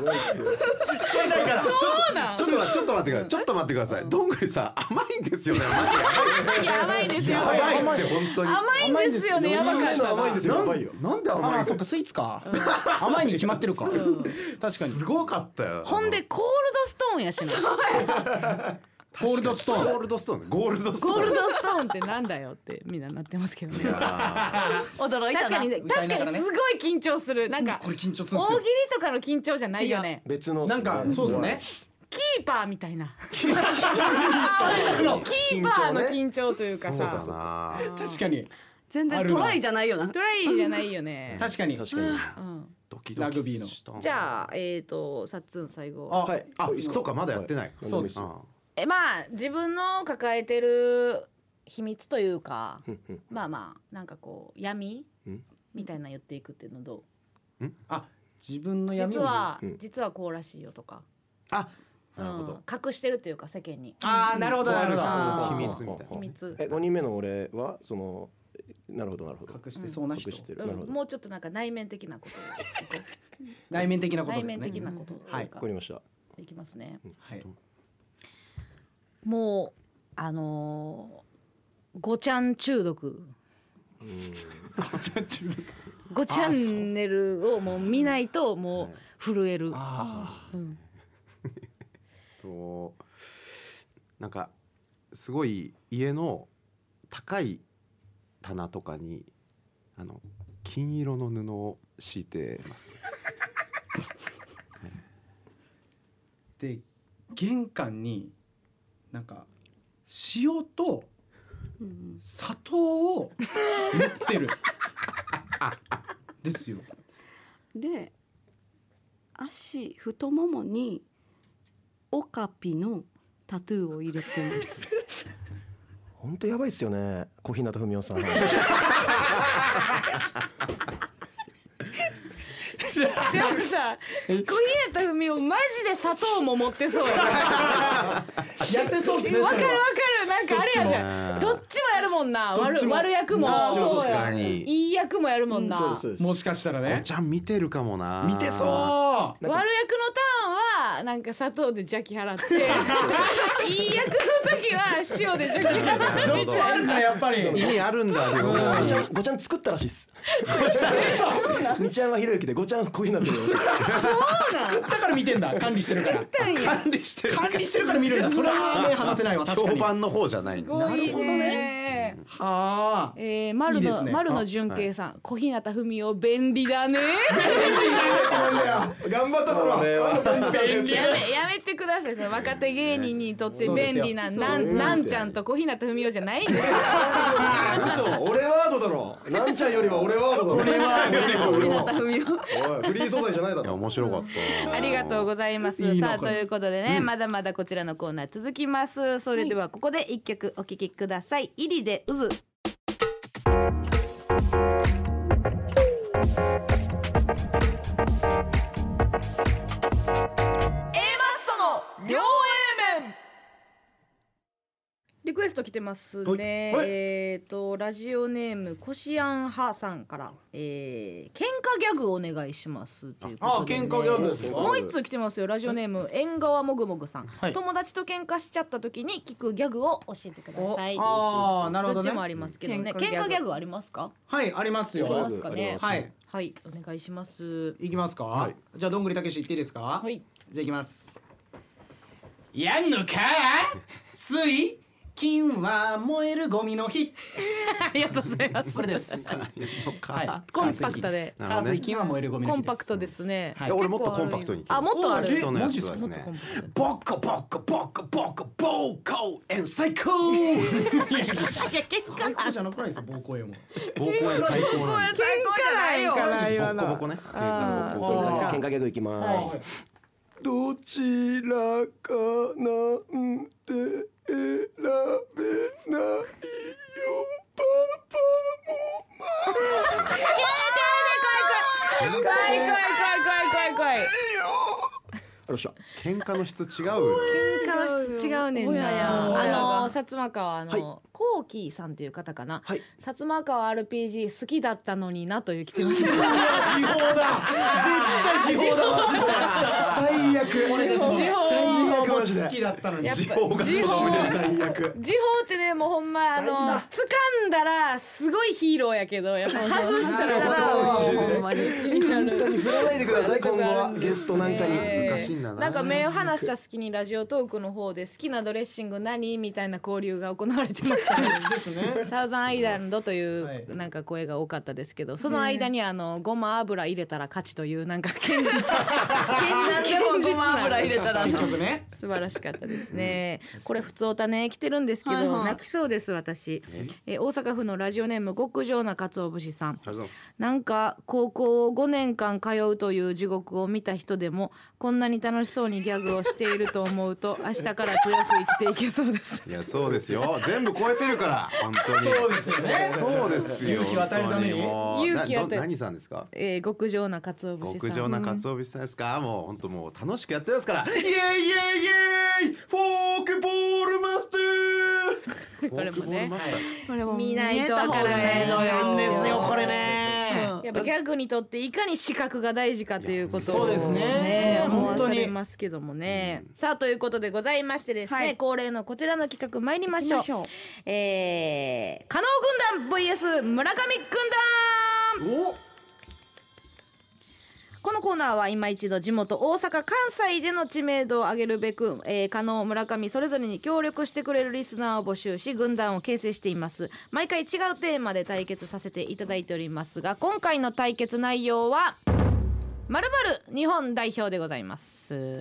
そうなん。 ちょっと待ってちょっと待ってください。ちょっと待ってください。どんぐりさん甘いんですよね。マジやばいですよ。 やばいやばいって本当に。 甘いんですよね。やばかった。 甘いんですよ。やばいよ。 なんで甘いの？ あそっかスイーツか。甘いに決まってるか。確かに。 すごかったよ。 ほんでコールドストーンやしな。 ゴールドストーン。 ゴールドストーン。ゴールドストーン。 ゴールドストーンってなんだよってみんななってますけどね。 驚いたな。 確かにね確かにすごい緊張する。なんかこれ緊張するん大喜利ですよ。 とかの緊張じゃないよね。 別のなんかそうですね。 キーパーみたいな。キのーパーの緊張というかそうださ。 な。 確かに全然トライじゃないよな。 トライじゃないよね。 確かに確かに。 うんドキドキラグビーのした。 じゃあえっとさっつん最後。 あはい。 あ、そうかまだやってない。 そうですあえまあ自分の抱えてる秘密というかまあまあなんかこう闇うんみたいなの言っていくっていうのどう？ あ自分の闇を実はうん実はこうらしいよとか、 あ、 うんなるほど。 隠してるっていうか世間にああなるほどなるほど。 あー秘密みたいな秘密、 え、ごにんめの俺はそのなるほどなるほど。 隠してそうな人隠。してる。 うん、 なるほど。 もうちょっとなんか内面的なことを内面的なことですね。 内面的なことはいとかわかりました。 いきますね。 はい。 もうあのー、ごちゃん中毒ごチャンネルをもう見ないともう震える、 あうん、 そうなんかすごい家の高い棚とかにあの金色の布を敷いてますで玄関になんか塩と砂糖を塗ってるですよ。 で足太ももにオカピのタトゥーを入れてます本当やばいっすよね、小日向文世さんでもさ小日向文世マジで砂糖も持ってそうやなやってそうですね。 わかるわかそれはるなんかあれやじゃんどっちもやるもんな悪悪役もそうやいい役もやるもんな、 そうですそうです。 もしかしたらごね。 ちゃん見てるかもな見てそう。 悪役のターンはなんか砂糖で邪気払っていい役の時は塩で邪気払うみたいななんかやっぱり意味あるんだ両ご方ちゃんごちゃん作ったらしいっす。みちゃんはひろゆきでごちゃん小日向文世らしいっす。 だから見てんだ。管理してるから。 管理してる管理してるから見るんだ。それはね話せないわ。確かに。 評判の方じゃないすごいなるほどねはあ。 えー、丸のいいですね丸の純慶さん、小日向文世便利だね頑張っただろ。 これはやめやめてください。その若手芸人にとって便利ななんなんちゃんと小日向文世じゃないんですよ。 嘘、俺ワードだろ。なんちゃんよりは俺ワードだろ。俺ワードよりは俺は。おい、フリー素材じゃないだいやろ。 面白かったありがとうございます。 いいなさあことれいうことでね、まだまだこちらのコーナー続きます。それではここで一曲お聴きください。イリで渦。リクエスト来てますね。 はいえっ、とラジオネームコシアンハさんから、えー、喧嘩ギャグお願いしますっていうことで、ね、 あ、喧嘩ギャグですか。 もう一通来てますよ。ラジオネーム縁側もぐもぐさん、 はい友達と喧嘩しちゃった時に聞くギャグを教えてください。 ああ、なるほどね。 どっちもありますけどね。 喧嘩ギャグ喧嘩ギャグありますか？ はい、ありますありまよ。 すかね。 はい、 はい、お願いします。 いきますか。 はいじゃあどんぐりたけし言っていいですか。ははい。 じゃあいきます。やんのか水金は燃えるゴミの日。 ありがとうございます。 これです。はい、 コンパクトでなるほどね火水金は燃えるゴミの日です。 コンパクトですね。 はいいや俺もっとコンパクトにあ、もっとある。 人のやつはですもっとコンねパクト。 ボコボコボコボコボコエン最高。 いや結果最高じゃなくないですよ、暴行へも。 暴行園最高なんで最高じゃないよ。 ボッコボコね喧嘩のボッコボコ喧嘩ギャグいきます。どちらかなんて選べないよパパも怖い怖い怖い怖い怖い怖い。 よっしゃ。 喧嘩の質違う喧嘩の質違うねん親やな。 親があの薩摩川のコウキさんっていう方かな。 はい薩摩川 アールピージー 好きだったのになという来てます。 時報だ。絶対時報だマジで。最悪。 これでも時報最悪マジで。 好きだったのに。 やっぱ時報が時報最悪。 時報ってねもうほんまあの大事だ掴んだらすごいヒーローやけどやっぱ外したそうらそうほんまに血になる。 本当に振らないでください今後はゲストなんかに。 えー難しいんだななんか目を離した隙にラジオトークの方で好きなドレッシング何みたいな交流が行われてましたね。 ですね。 サウザンアイランドという、 はいなんか声が多かったですけど、その間にあのごま油入れたら勝ちというなんか堅実堅実ごま油入れたら結局ね。 素晴らしかったですね。これ普通おたね来てるんですけど、 はいはい泣きそうです私。え大阪府のラジオネーム極上な鰹節さん。 ありがとうございますなんか高校をごねんかん通うという地獄を見た人でもこんなに楽しそうにギャグをしていると思うと明日から強く生きていけそうです。 いやそうですよ全部超えてるから本当にそうですよね。 そうですよ勇気を与えるために本当もう勇気を与えるなど何さんですかえー、極上な鰹節さん。 極上な鰹節さんですか、もう本当もう楽しくやってますからイエイイエイイエイフォークボールマスターこれもねフォークボールマスターこれも見ないとわからない見えた方がいいなんですよこれね。 やっぱギャグにとっていかに視覚が大事かということをそうですね思わ本当にされますけどもね、さあということでございましてですね、 はい恒例のこちらの企画参りましょう。 行きましょうえー、加納軍団 ブイエス 村上軍団。 お。 このコーナーは今一度地元大阪関西での知名度を上げるべく、えー、加納村上それぞれに協力してくれるリスナーを募集し軍団を形成しています。毎回違うテーマで対決させていただいておりますが、今回の対決内容は〇〇日本代表でございます。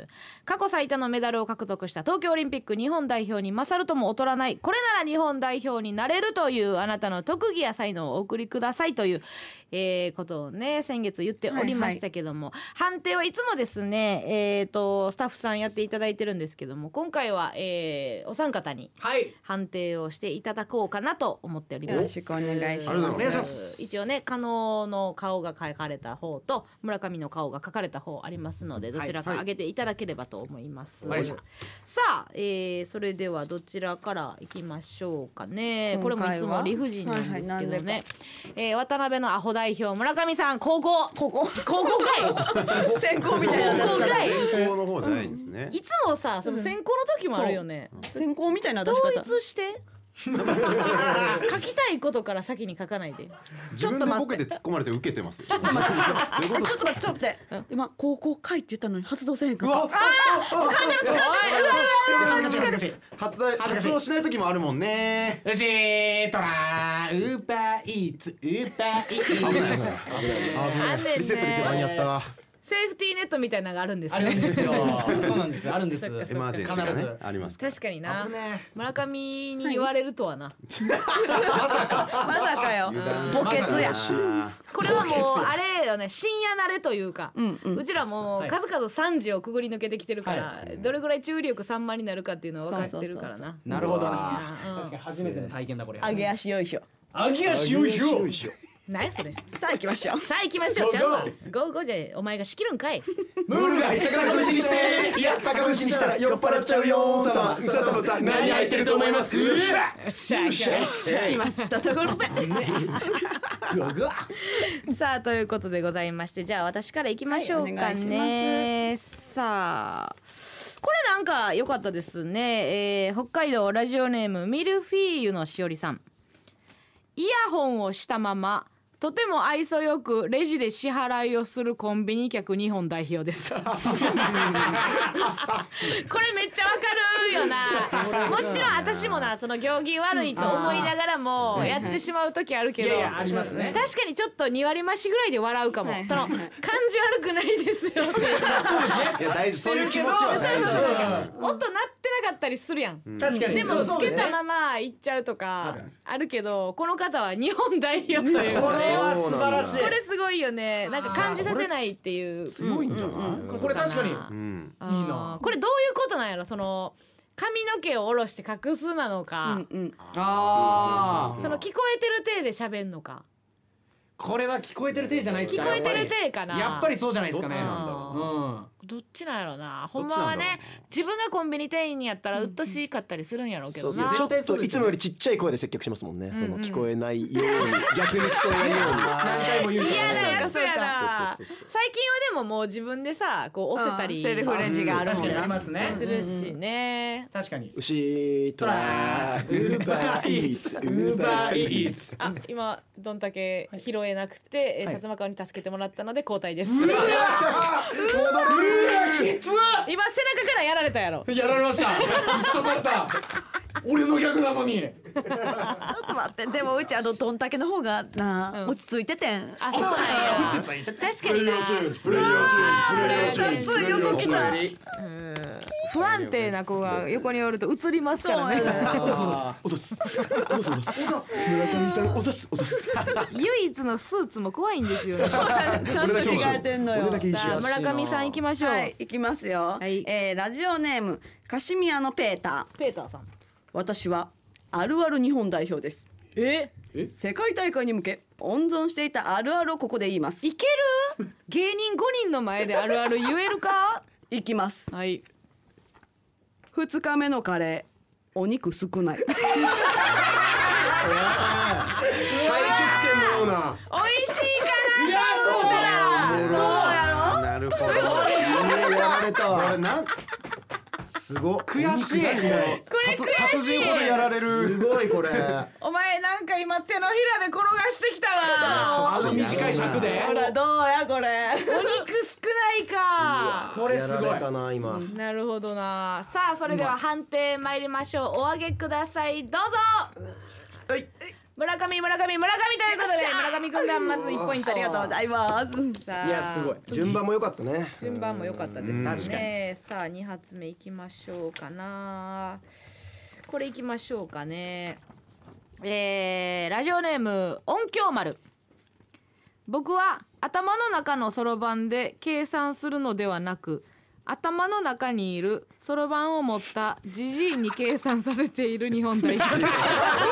過去最多のメダルを獲得した東京オリンピック日本代表に勝るとも劣らない、これなら日本代表になれるというあなたの特技や才能をお送りくださいという、えー、ことをね先月言っておりましたけども、はいはい、判定はいつもですね、えー、とスタッフさんやっていただいてるんですけども、今回は、えー、お三方にはい。 判定をしていただこうかなと思っております。 よろしくお願いします。 ありがとうございますお願いします一応ね加納の顔が描かれた方と村上の顔が描かれた方ありますので、どちらか上げていただければと思います。 わかりました。 さあ、えー、それではどちらからいきましょうかね。これもいつも理不尽なんですけどね、 はいはい、 えー、渡辺のアホ代表村上さん高校高校高校かい先行みたいな高校かい先行の方じゃないんですね、 いつもさその選考の時もあるよね、 先行みたいな出し方。 統一して書きたいことから先に書かないで。 自分でボケて突っ込まれて受けてますよ。 ちょっと待ってちょっとどういうことちょっと待ってちょっと待って今高校会って言ったのに発動せへんかうわった。 恥ずかしい恥ずかしい。 発売発動しない時もあるもんね。 よしトラウーバーイーツウーバーイーツ。 危ない危ないあんねんねリセットリセット間に合った。 セーフティーネットみたいなのがあるんですあるんね。 ですよ。そうなんですあるんです。 そっかエマージェンシーがね必ずありますから。 確かにな危ね村上に言われるとはな、 まさかよ油断墓穴やあこれはもうあれよね深夜慣れというか、 うんうんうちらもはい数々さんじをくぐり抜けてきてるから、 はどれぐらい注意力散漫になるかっていうのは分かってるからそうそうな。 なるほどうなわ。 うん確かに初めての体験だこれ。 揚げ足よいしょ揚げ足よいしょ。 何やそれ。 さあ行きましょうさあ行きましょう。ちゃうわ。ゴーゴーじゃお前が仕切るんかい。 ムール貝酒蒸しにしていや酒蒸しにしたら酔っ払っちゃうよさまさともさん何入ってると思いますよっしゃよっしゃよっしゃ決まったところでさあということでございまして、じゃあ私からいきましょうかはいお願いしね。さあこれなんか良かったですね、えー、北海道ラジオネームミルフィーユのしおりさん。イヤホンをしたままとても愛想よくレジで支払いをするコンビニ客日本代表ですこれめっちゃわかるよな。もちろん私もなその行儀悪いと思いながらもやってしまう時あるけど、 いやいやありますね。 確かにちょっとに割増しぐらいで笑うかも、 はいその感じ悪くないですよっていや大事そういう気持ちは大事。 音鳴ってなかったりするやん、 確かに。 でもつけそうですねたまま行っちゃうとかあるあるけど、この方は日本代表というこれねは素晴らしい。 これすごいよね。なんか感じさせないっていう強いんじゃない？ これ確かに。 うん。 あーいいなこれどういうことなんやろ。その髪の毛を下ろして隠すなのか、 うんうんああ。 その聞こえてる体で喋んのか。 これは聞こえてる体じゃないですか。 聞こえてる体かな。 やっぱりそうじゃないですかね。 どっちなんだろうん。 どっちなんやろな。ほどっちなんだろうんまはね自分がコンビニ店員やったらうっとしかったりするんやろうけどな。 ちょっ絶対そうですよねといつもよりちっちゃい声で接客しますもんね、 んうんその聞こえないように逆に聞こえないように何回も言うからね。 嫌なやつやな。 そうそうそうそう最近はでももう自分でさこう押せたりうんセルフレジがあるもんね確かにありますね。 するしね。 確かに。 牛トラウーバーイーツウーバーイーツあ今どんだけ拾えなくて、えー、 はい薩摩川に助けてもらったので交代です。 うわきつっ。 今背中からやられたやろ。 やられました。刺された。俺の逆なのに。 ちょっと待ってでもうちあのどんたけの方がな、 うん落ち着いててんあそうなんや。確かにな。 プレイヤー中プレイヤー中つい横来たうん不安定な子が横におると映りますからね。 おざすおざすおざす村上さんおざすおざす唯一のスーツも怖いんですよね。 ちゃんと着替えてんのよ俺だけ一緒さあ村上さん行きましょう。 はい行きますよ、 はいえーラジオネームカシミヤのペーター。 ペーターさん。 私はあるある日本代表です。 え世界大会に向け温存していたあるあるをここで言います。 いける？芸人ごにんの前であるある言えるか？ いきます。 はい。 二日目のカレーお肉少ない。 太極拳のような美味しいかな。 いやそうだ。 そうやろ。 なるほど。 やられたこわれなんすご悔しい。 これ悔しい。 達人ほどやられる。 すごいこれお前なんか今手のひらで転がしてきたな。 あの短い尺で。 ほらどうやこれ。 お肉少ないか。 これすごいやられ。たな今なるほどな。さあそれでは判定参りましょう。お上げください。どうぞ。 はい。 村上村上村上ということで村上軍団まずいちポイント。 ありがとうございます。 さあいやすごい。 順番も良かったね順番も良かったですうんね。さあに発目いきましょうかな。これいきましょうかね。えー、ラジオネーム音響丸。僕は頭の中のそろばんで計算するのではなく、頭の中にいるそろばんを持ったジジイに計算させている日本代表です。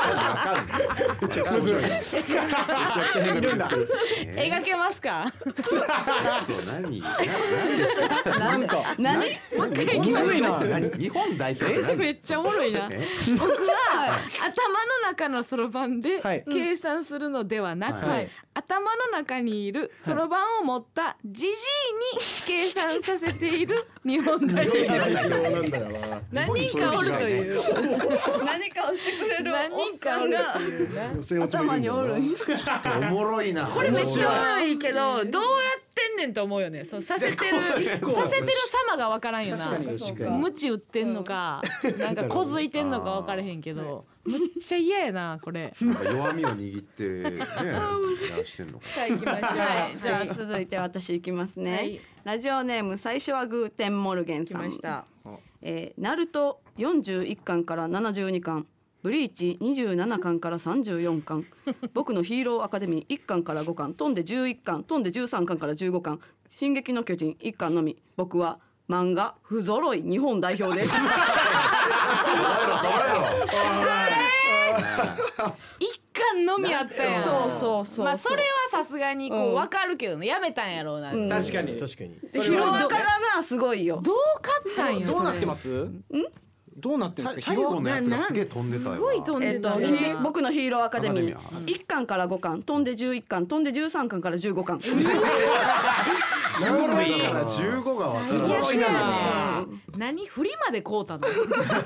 いるんだ描けますか？ 何？ なんか何？ もう一回いきます。 何？日本代表って何？ めっちゃおもろいな。 え僕は頭の中のそろばんではい計算するのではなく、 はい頭の中にいるそろばんを持ったジジイに計算させている日本代表。 代表なんだよな何人かおるという。 何かをしてくれる何人かおるというな。 予選落ちもいるんだよな頭におるん。 おもろいな。 これめっちゃおもろいけど、どうやっってんねんと思うよね。そうさせてるさせてる様が分からんよな。 確かに確かにムチ打ってんのか、なんか小づいてんのか分からへんけど、むっちゃ嫌やなこれ。 なんか弱みを握ってねやしてんのか。 さあ行きましょう。 はい、じゃあ続いて私いきますね、 はい、 ラジオネーム最初はグーテンモルゲン来さん。 ました。 えー、ナルトよんじゅういっかんからななじゅうにかん、ブリーチにじゅうななかんからさんじゅうよんかん、僕のヒーローアカデミーいっかんからごかん、飛んでじゅういっかん、飛んでじゅうさんかんからじゅうごかん、進撃の巨人いっかんのみ。僕は漫画不揃い日本代表です。 一巻のみあったやん。 そうそうそう。 まあそれはさすがにこう分かるけどね、やめたんやろうな。 うん確かに確かに。 でヒロアカがなすごいよ。 どう買ったんや。 どうなってす。 ますんどうなってるんですか。 最後のやつがすげえ飛んでたよな。 すごい飛んでたえっと、 よな。 ひ僕のヒーローアカデミアカデミーいっかんからごかん、飛んでじゅういっかん、飛んでじゅうさんかんからじゅうごかん。 何揃いだからじゅうごがわからない。 揃いだな。何振りまでこうたの。どうどうどうや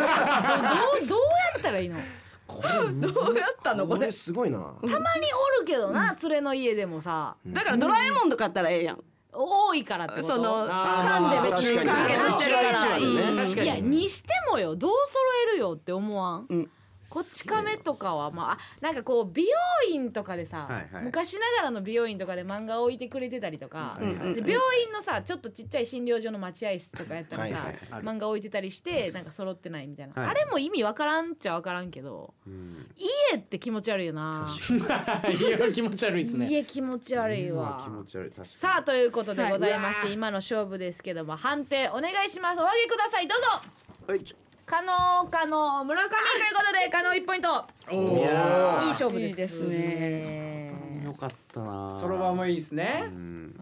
ったらいいの。 どうやったのこれ。 すごいな。 たまにおるけどな、連れの家でもさ、 だからドラえもんとかやったらええやん。 多いからってこと。 そのあー噛んで別に完結してるから。 確かにうん確かにいやにしてもよ、どう揃えるよって思わん。 うんこっち亀とかはまああなんかこう美容院とかでさ、 はいはい昔ながらの美容院とかで漫画置いてくれてたりとか、 はいはいで病院のさちょっとちっちゃい診療所の待合室とかやったらさ、 はいはいある漫画置いてたりしてなんか揃ってないみたいな、 はいあれも意味わからんっちゃわからんけど、 うん家って気持ち悪いよな。 いや気持ち悪いですね。 家気持ち悪いわ気。持ち悪い。確かにさあということでございまして、 はい今の勝負ですけども判定お願いします。お上げくださいどうぞ。 はいじゃ加納加納村上ということで加納いちポイント。 おーいい勝負です。 いいですねあよかったな。 そろばんもいいですねう。ん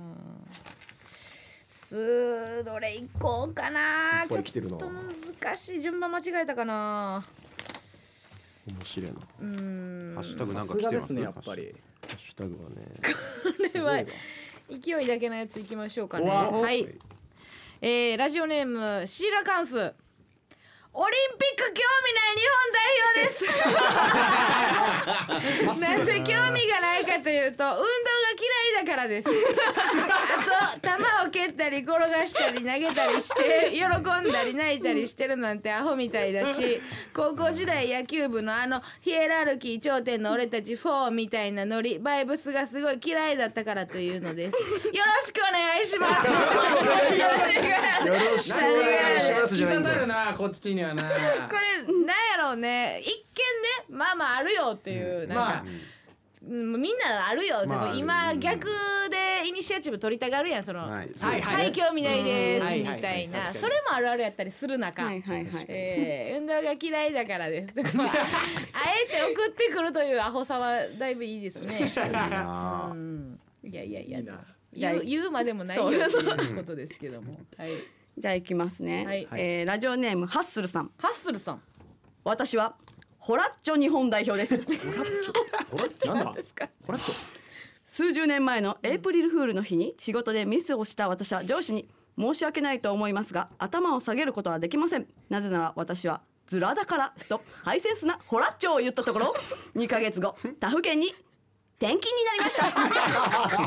すどれいこうかな。 いっぱい来てるなちょっと難しい。順番間違えたかな。 面白いな。 うーんハッシュタグなんさか来てますすがですねやっぱり。 ハッシュタグはね。 これは勢いだけのやついきましょうかね。 うわはい、えー、ラジオネームシーラカンス。オリンピック興味ない日本代表です。なぜ興味がないかというと運動が嫌いだからです。あと球を蹴ったり転がしたり投げたりして喜んだり泣いたりしてるなんてアホみたいだし、高校時代野球部のあのヒエラルキー頂点の俺たちフォーみたいなノリバイブスがすごい嫌いだったからというのです。よろしくお願いします。 よろしくお願いしますじゃないんだよ。 刺さるなこっちにはな。 これなんやろうね、一見ねまあまああるよっていう、なんか、 まあうんみんなあるよ、 まあでも今うん逆でイニシアチブ取りたがるやん、その、 はいはいはい興味ないですうんみたいな、 はいはいはい確かにそれもあるあるやったりする中、 はいはいはい。 えー運動が嫌いだからですとか、まあ、あえて送ってくるというアホさはだいぶいいですね。 いいなう。ん、いやいやいやいいな言う言うまでもないよっていうことですけども、はい、 じゃあ行きますね。 はいえーラジオネームハッスルさん。 ハッスルさん。 私はホラッチョ日本代表です。 なんだ。 ほらっと。 数十年前のエイプリルフールの日に仕事でミスをした私は上司に申し訳ないと思いますが頭を下げることはできません。なぜなら私はズラだからとハイセンスなホラッチョを言ったところにかげつご他府県に転勤になりました。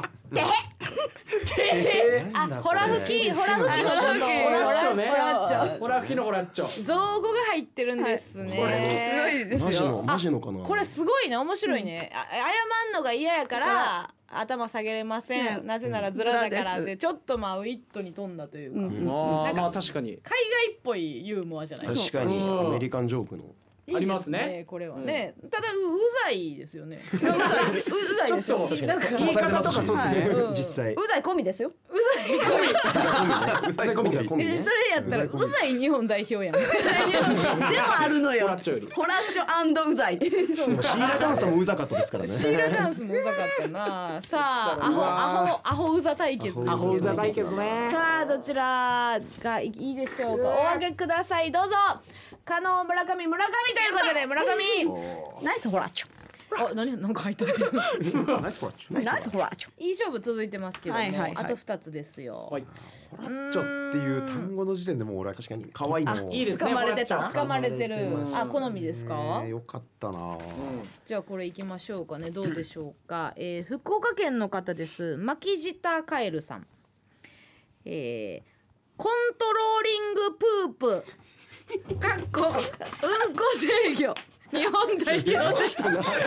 でへあ、ホラ吹き、ホラ吹きのホラ吹きホラッチョね。 ホラッチョホラ吹きのホラッチョ。 造語が入ってるんですね。 これすごいですマジのよ。 マジのかな。 これすごいね、面白いね。あ謝んのが嫌やから頭下げれません。 ねなぜならズラだからズラでちょっとまあウィットに飛んだというか、 うんあーまあ確かに。 海外っぽいユーモアじゃない。 確かにうんアメリカンジョークの。 いいですありますねこれはね。ただううざいですよね。 うざいうざいですよ。 なんか言い方とかそうですね。 うん実際。 うざい込みですよ。 うざい。 うざい込みだ込みね。 えそれやったらうざい日本代表やん。 でもあるのよ。 ホラッチョより。 ホラッチョうざい。 でもシーラカンさんもうざかったですからね。 シーラカンスもうざかったな。さあアホアホアホうざ対決です。 アホうざ対決ね。 さあどちらがいいでしょうか。お上げくださいどうぞ。加納村上村上ということで村上。 ナイスホラッチョ。 あ何なんか入ったね。 ナイスホラッチョ。 ナイスホラッチョ。 いい勝負続いてますけども、 はいはいはいあと二つですよ。 はい。 ホラッチョっっていう単語の時点でもう俺は確かに可愛いのをいいですね。 掴まれてた掴まれてる掴まれてますあ好みですか、 ねよかったな。 じゃあこれいきましょうかね。どうでしょうか、えー、福岡県の方です。巻舌カエルさん、えー、コントローリングプープかっこうんこ制御日本代表です何ですか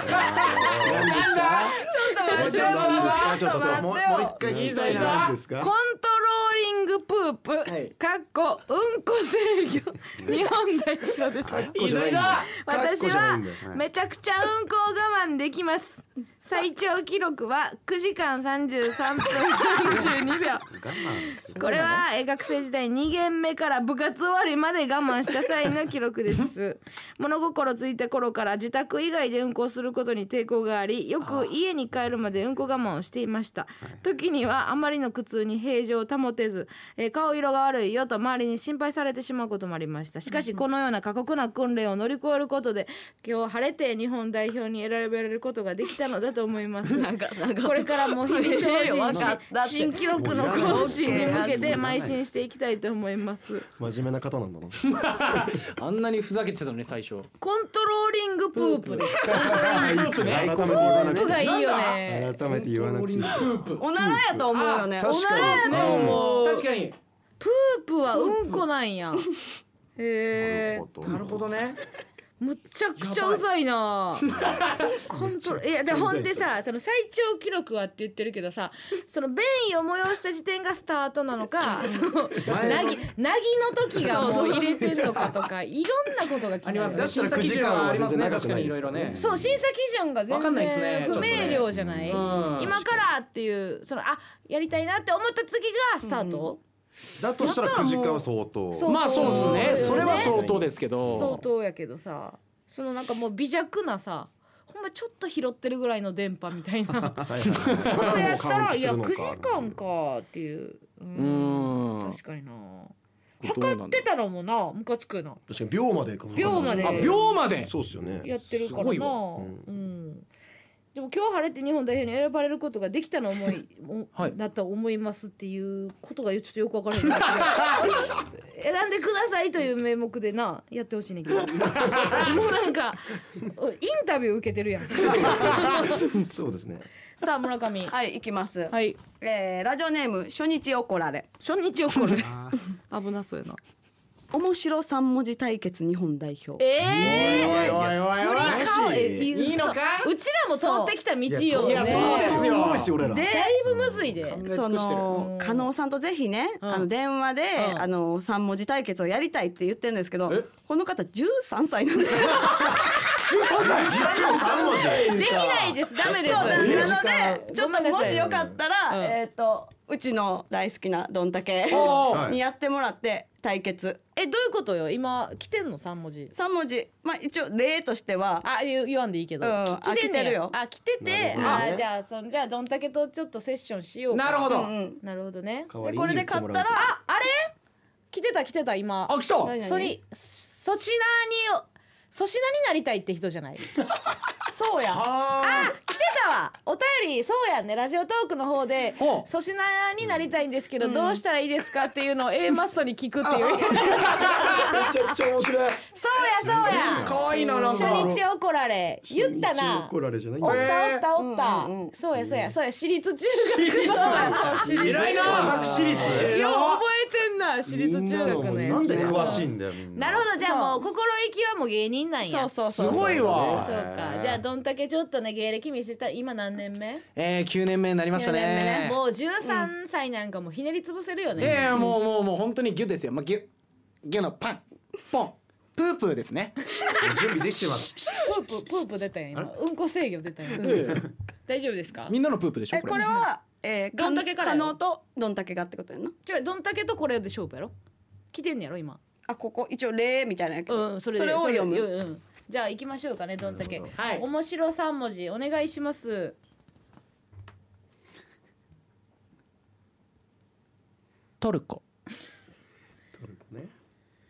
待ってよちょっともうもう一回聞きたいな。 何ですかコントローリングプープ、 はいかっこうんこ制御日本代表ですいいぞいいぞ。 私ははいめちゃくちゃうんこを我慢できます。最長記録はくじかんさんじゅうさんぷんよんじゅうにびょう。 我慢するこれはえー学生時代に限目から部活終わりまで我慢した際の記録です物心ついた頃から自宅以外でうんこをすることに抵抗があり、よく家に帰るまでうんこ我慢をしていました。時にはあまりの苦痛に平常を保てず、えー顔色が悪いよと周りに心配されてしまうこともありました。しかしこのような過酷な訓練を乗り越えることで今日晴れて日本代表に選ばれることができたのだと思いますなんかなんかこれからも日々精進わかったってし新記録の更新に向けて邁進していきたいと思います。 真面目な方なんだな。 あんなにふざけてたのね最初。 コントローリングプープです。 いいっすね。改めて言わプなきゃ。 ープがいいよね。 改めて言わなくていい。 プープ。 おならやと思うよね。 確かにおならやと思う。 確かに。 プープはうんこなんや。へえ。 なるほどね。 むっちゃくちゃうざいな。コントロいやでほんでさ、その最長記録はって言ってるけどさ、その便意を催した時点がスタートなのか、そのなぎなぎの時がもう入れてんのかとか、いろんなことが気ありますね。 になる。 審査基準はありますね。確かにいろいろね。 そう審査基準がわ全かんないっすね然不明瞭じゃない。 ちょっとねうん今からっていうそのあやりたいなって思った次がスタート。 だとしたらくじかんは相当。 そうまあそうですね。それはう相当ですけ相ど。 当やけどさ、そのなんかもう微弱なさ、ほんまちょっと拾ってるぐらいの電波みたいなことやったらいやくじかんかっていう。ううんん。 確かにな。測ってたのもなムカつくな。 確かに秒までか。 秒まであ秒まで。 そうっすよね。 やってるからな。 すごいわうん。でも今日晴れて日本代表に選ばれることができたの思い、 はいだと思いますっていうことがちょっとよくわからないんですけど選んでくださいという名目でなやってほしいねんけどもうなんかインタビュー受けてるやんそうですね。 さあ村上はい行きます。 はいえーラジオネーム初日怒られ。 初日怒る危なそうやな。 面白三文字対決日本代表。 ええおいおいおいおい。 顔えいいのかそううちらも通ってきた道よね。 いやそうですよすごいっすよ俺ら。 でだいぶむずいで。 そのうん加納さんとぜひね、 うんあの電話で、 うんあの三文字対決をやりたいって言ってるんですけどえ、 この方じゅうさんさいなんですよ。 できないですダメです。 そうなのでちょっともごめんなさいしよかったら、 うんえっ、とうちの大好きなどんたけはいにやってもらって対決。 えどういうことよ今来てんの三文字。 三文字、まあ一応例としては、 あ言言わんでいいけど、 うんき来てんねやあ来てるよあ来てて、 なるほどねあじゃあそんじゃあどんたけとちょっとセッションしようか。 なるほど。 うんうんなるほどね。 代わりにでこれで勝ったら、 ああれ来てた来てた今。 あ来た。 何々 そりそちなにを粗品になりたいって人じゃない。 そうや。 あ来てたわお便りそうやんねラジオトークの方でほう粗品になりたいんですけど、どうしたらいいですかっていうのを A マッソに聞くっていうめちゃくちゃ面白い。 そうやそうや可愛いななんか。 初日怒られ言ったな怒られじゃないんおっだよ。 たおったおった、 うんうんうんそうやそうやそうや私立中学のそう偉いな私立。 よう覚えてんな私立中学のやつなんで詳しいんだよみんな。 なるほどじゃあもう心意気はもう芸人なんやそうそうそう。 すごいわそうかじゃあどんだけちょっとね芸歴見せた今何年目えー、きゅうねんめになりましたきゅうねんめねね。 もうじゅうさんさいなんかもうひねり潰せるよね、 えー、もうもうもう本当にギュですよ。まあ、ギュギュのパンポンプープーですね。 準備できてます。 プーププープ出たんや今うんこ制御出たんや大丈夫ですかみんなのプープでしょえこれ。 これは、えー、 どんだけから加よ納とどんたけがってことやんな。 じゃあどんだけとこれで勝負やろ来てんねやろ今あここ一応例みたいなやけど、 うんそれでを読む。 それうんうんじゃあ行きましょうかねどんだけはい面白三文字お願いしますトルコ。 ね。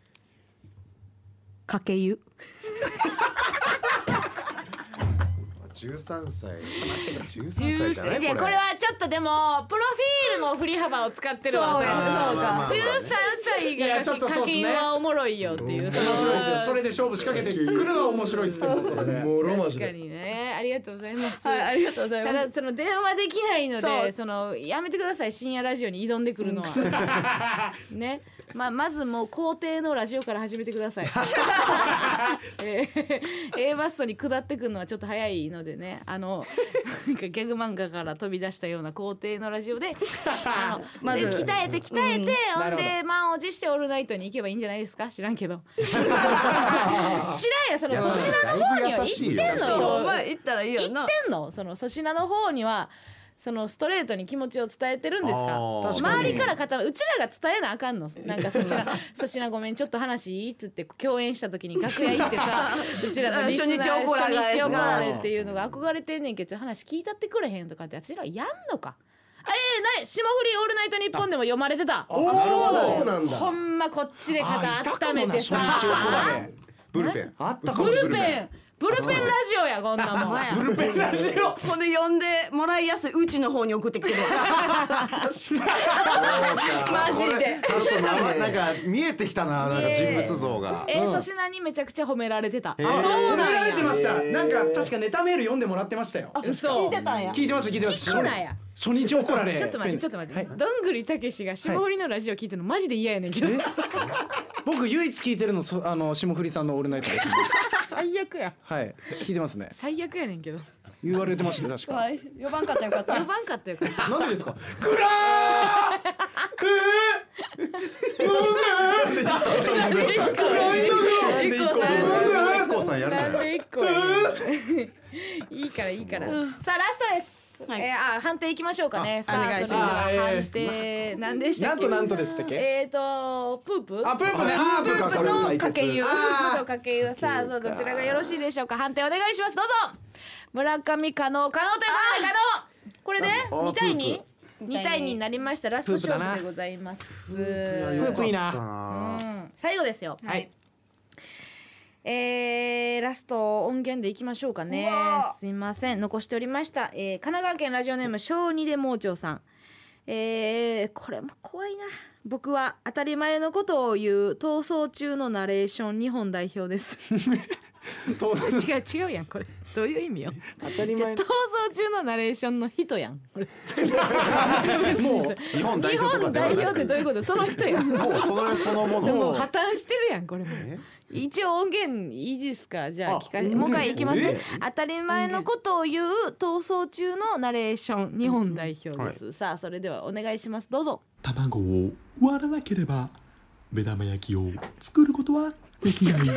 かけ湯。 じゅうさんさい。じゅうさんさいじゃないいやこれはちょっとでもプロフィールの振り幅を使ってるわ。 そうそれそうかじゅうさんさいがちょっとそうっすね課金はおもろいよっていう。その面白いですよ。それで勝負仕掛けてくるのは面白いっすよ。それで。 もろマジで。 確かにね、ありがとうございます。 はい、ありがとうございます。 ただその電話できないのそうで、そのやめてください、深夜ラジオに挑んでくるのは。ね、まあまずもう校庭のラジオから始めてください。えー、A バストに下ってくるのはちょっと早いのでね、あのなんかギャグ漫画から飛び出したような校庭のラジオで、あのまずで鍛えて鍛えて、ほなるほどんで満を持してオールナイトに行けばいいんじゃないですか。知らんけど。知らんよ、その粗品の方には行ってんのそう、 よ。 お前行ったらいいよ言な。 ってんの、その粗品の方にはそのストレートに気持ちを伝えてるんですか。 あー確かに周りから固め、うちらが伝えなあかんの。なんか粗品粗品ごめんちょっと話いいっつって共演した時に楽屋行ってさ、うちらのリスナー初日怒られ初日怒られっていうのが憧れてんねんけど、ちょっと話聞いたってくれへんとかって、あちらやんのか。あえー、ない霜降りオールナイトニッポンでも読まれてた。 そうなんだ。 ほんまこっちであいたか肩温めてもな初日さ、 怒られ。 ブルペン。 あったかもブしれない。 ルペンブルペンラジオやこんなもん。 ブルペンラジオ。 ほんで呼んでもらいやすいうちの方に送ってきてるわ。マジで。 ちょっとななんか見えてきたな、なんか人物像が。 えー、粗品にめちゃくちゃ褒められてた。あ、 えーそう褒めらなんや。 れてました。なんか確かネタメール読んでもらってましたよ。 嘘。 聞いてたんや。 聞いてました聞いてました。 聞くなや。 初日怒られ。 ちょっと待ってちょっと待って、 はいどんぐりたけしが霜降りのラジオ聞いてるのマジで嫌やねんけど。 僕唯一聞いてるのそあの霜降りさんのオールナイトです。 最悪や。 はい聞いてますね。 最悪やねんけど。 言われてました確か。 はい、呼ばんかったらよかった。 呼ばんかったよ。 なんでですか。くらー。 なんで一個さん、一個さんやるなんのよ。 で一個やねんいいからいいから。さあラストです。 はいえー、あ判定いきましょうかね。さあお願いしそれではます判定何でしたっけ。 なんとなんとでしたっけ。 えーとプープ。 あプープね。 あプープかこれ対決かけゆう。 あーとかけゆう。さあそうどちらがよろしいでしょうか。判定お願いします。どうぞ。村上加納加納ということで加納。これでに対にに対にになりました。ラスト勝負でございます。 プープいいな。 うん最後ですよ。 はい。 えー、ラスト音源でいきましょうかね。すいません残しておりました、えー、神奈川県ラジオネーム小児で盲腸さん。えー、これも怖いな。僕は当たり前のことを言う逃走中のナレーション日本代表です違う違うやんこれどういう意味よ。 当たり前じゃあ逃走中のナレーションの人やんこれもう日本代日表とか本代表ではなく、 ってどういうこと。その人やんもうそれそのもそれもうの。 破綻してるやんこれも。一応音源いいですか。じゃああ聞かもう一回いきますねえ。 当たり前のことを言う逃走中のナレーション日本代表です、さあそれではお願いします。どうぞ。 卵を割らなければ目玉焼きを作ることはできない。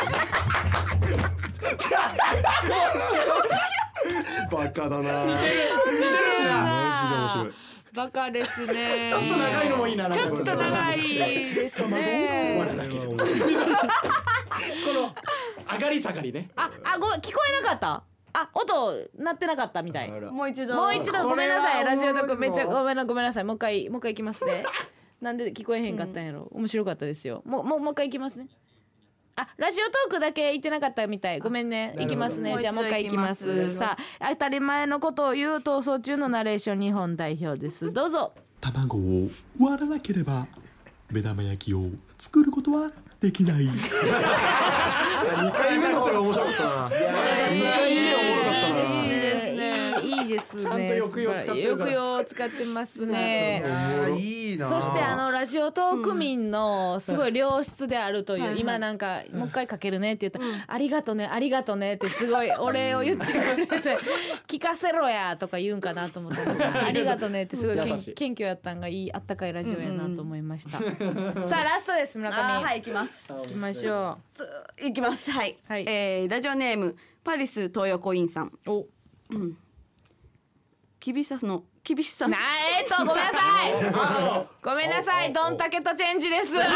バカだな。 似てるしな。 マジで面白い。 バカですね。 ちょっと長いのもいいな。 ちょっと長いですね。 割らなければこの上がり下がりね。 ああごめん聞こえなかった。あ音鳴ってなかったみたい。 もう一度。 もう一度ごめんなさい。ラジオとかめっちゃこれはごめんなごめんなさい。もう一回もう一回いきますね。なんで聞こえへんかったんやろ。面白かったですよ。もうもうもう一回いきますね。あラジオトークだけ言ってなかったみたい。ごめんね。いきますね。じゃあもう一回いきます。 もう一度いきますさあ当たり前のことを言う逃走中のナレーション日本代表です。どうぞ。 卵を割らなければ目玉焼きを作ることはできない。 二回目の方が面白かったな。二回目はおもろかったな。 いいいいですね。 ちゃんと抑揚使ってるから抑揚使ってますね。 あーいいな。 そしてあのラジオトーク民のすごい良質であるという、 はい今なんかもう一回かけるねって言ったら、ありがとねありがとねってすごいお礼を言ってくれて聞かせろやとか言うんかなと思ったらありがとねってすごいけん優しい謙虚やったんがいいあったかいラジオやなと思いました、さあラストです村上、 あーはい、行きます。 行きましょつ行きます。はい。 はいえーラジオネームパリス東横インさん。 う。お厳しさの厳しさ。 なえっとごめんなさいごめんなさいドンタケとチェンジですうわ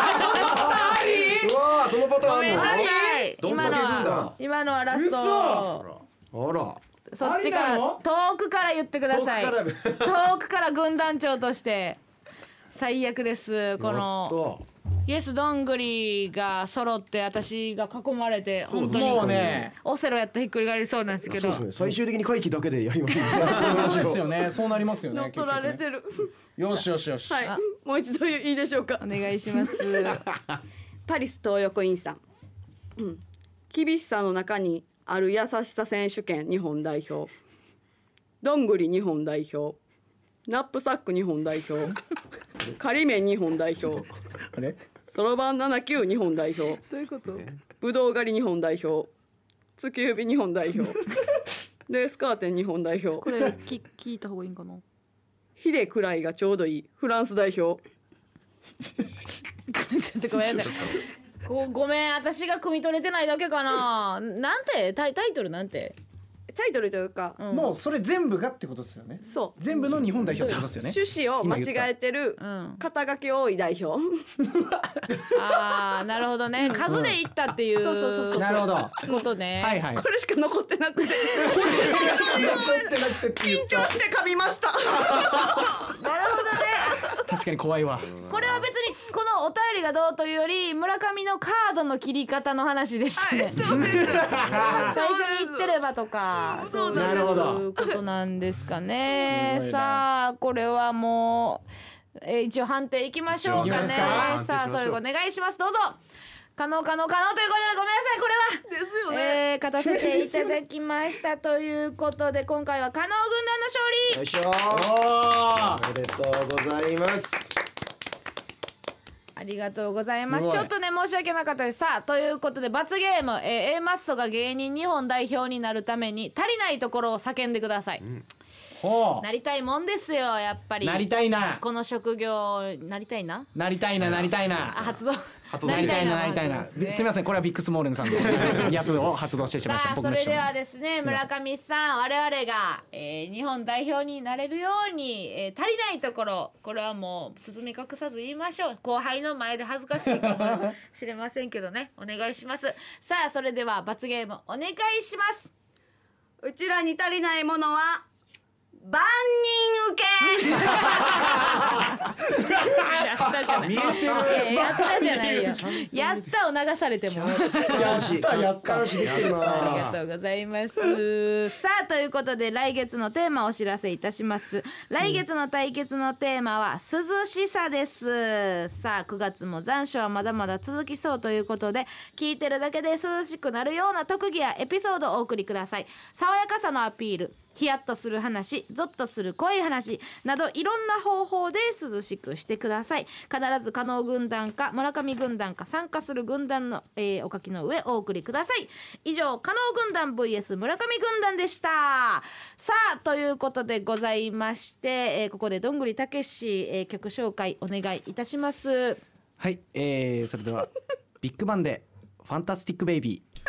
ーそのパターンあごめんなんの。 さいドンタケ今の軍団は今のはラストあら。 そっちからありなの遠くから言ってください遠くから遠くから軍団長として最悪ですこのイエスどんぐりが揃って私が囲まれて本当にもうねオセロやったらひっくり返りそうなんですけどそうですね。最終的に会期だけでやりますね。 そうですよね。そうなりますよね。 乗っ取られてる。 よしよしよし。 はい、もう一度いいでしょうかお。願いしますパリス東横インさん、うん、厳しさの中にある優しさ選手権日本代表、どんぐり日本代表、ナップサック日本代表、仮面日本代表、 あれ？ そろばんななきゅう日本代表、 どういうことぶどう狩り日本代表、月指日本代表、レースカーテン日本代表、 これき聞いた方がいいんかなヒデくらいがちょうどいいフランス代表。 ちょっとごめんなさいごごめん私が汲み取れてないだけかななんてタイタイトルなんて、 タイトルというか、 うんもうそれ全部がってことですよね。 そう全部の日本代表ってことですよね。 趣旨を間違えてるうん、 肩書き多い代表。 ああなるほどね数でいったっていうそうそうそうそうなるほど。はことねいはい。 これしか残ってなくて緊張して噛みました。 なるほどね確かに怖いわ。 これは別にこのお便りがどうというより村上のカードの切り方の話でしたね、 そうです。 最初に言ってればとかそうなるほどいうことなんですかねすごいなさあこれはもう、えー一応判定いきましょうかねいきますかさあそれお願いしますどうぞ可能可能可能ということでごめんなさいこれはですよね。 えー、勝たせていただきましたということで今回は加納軍団の勝利よいしょ。 おー。 おめでとうございます。 ありがとうございますすごいちょっとね申し訳なかったですさあということで罰ゲーム、えー、A マッソが芸人日本代表になるために足りないところを叫んでください、 ほなりたいもんですよやっぱう。 りなりたいな。 この職業なりたいななりたいななりたいあな。 発動なりたいななりたいな。 発動ですねすみませんこれはビッグスモールンさんのやつを発動してしまいました。 さあ僕の人それではですねすいません村上さん我々が、えー、日本代表になれるように、えー、足りないところこれはもう包み隠さず言いましょう後輩の前で恥ずかしいかもしれませんけどねお願いしますさあそれでは罰ゲームお願いしますうちらに足りないものは万人受け。 やったじゃない見えてるいややったじゃないよやったを流されても男子客観視できてるありな。 がとうございますさあということで来月のテーマをお知らせいたします来月の対決のテーマは涼しさですさあくがつも残暑はまだまだ続きそうということで聞いてるだけで涼しくなるような特技やエピソードをお送りください爽やかさのアピールヒヤッとする話ゾッとする濃い話などいろんな方法で涼しくしてください必ず加納軍団か村上軍団か参加する軍団の、えーお書きの上お送りください以上加納軍団 ブイエス 村上軍団でしたさあということでございまして、えーここでどんぐりたけし、えー曲紹介お願いいたしますはい、えー、それではビッグバンでファンタスティックベイビー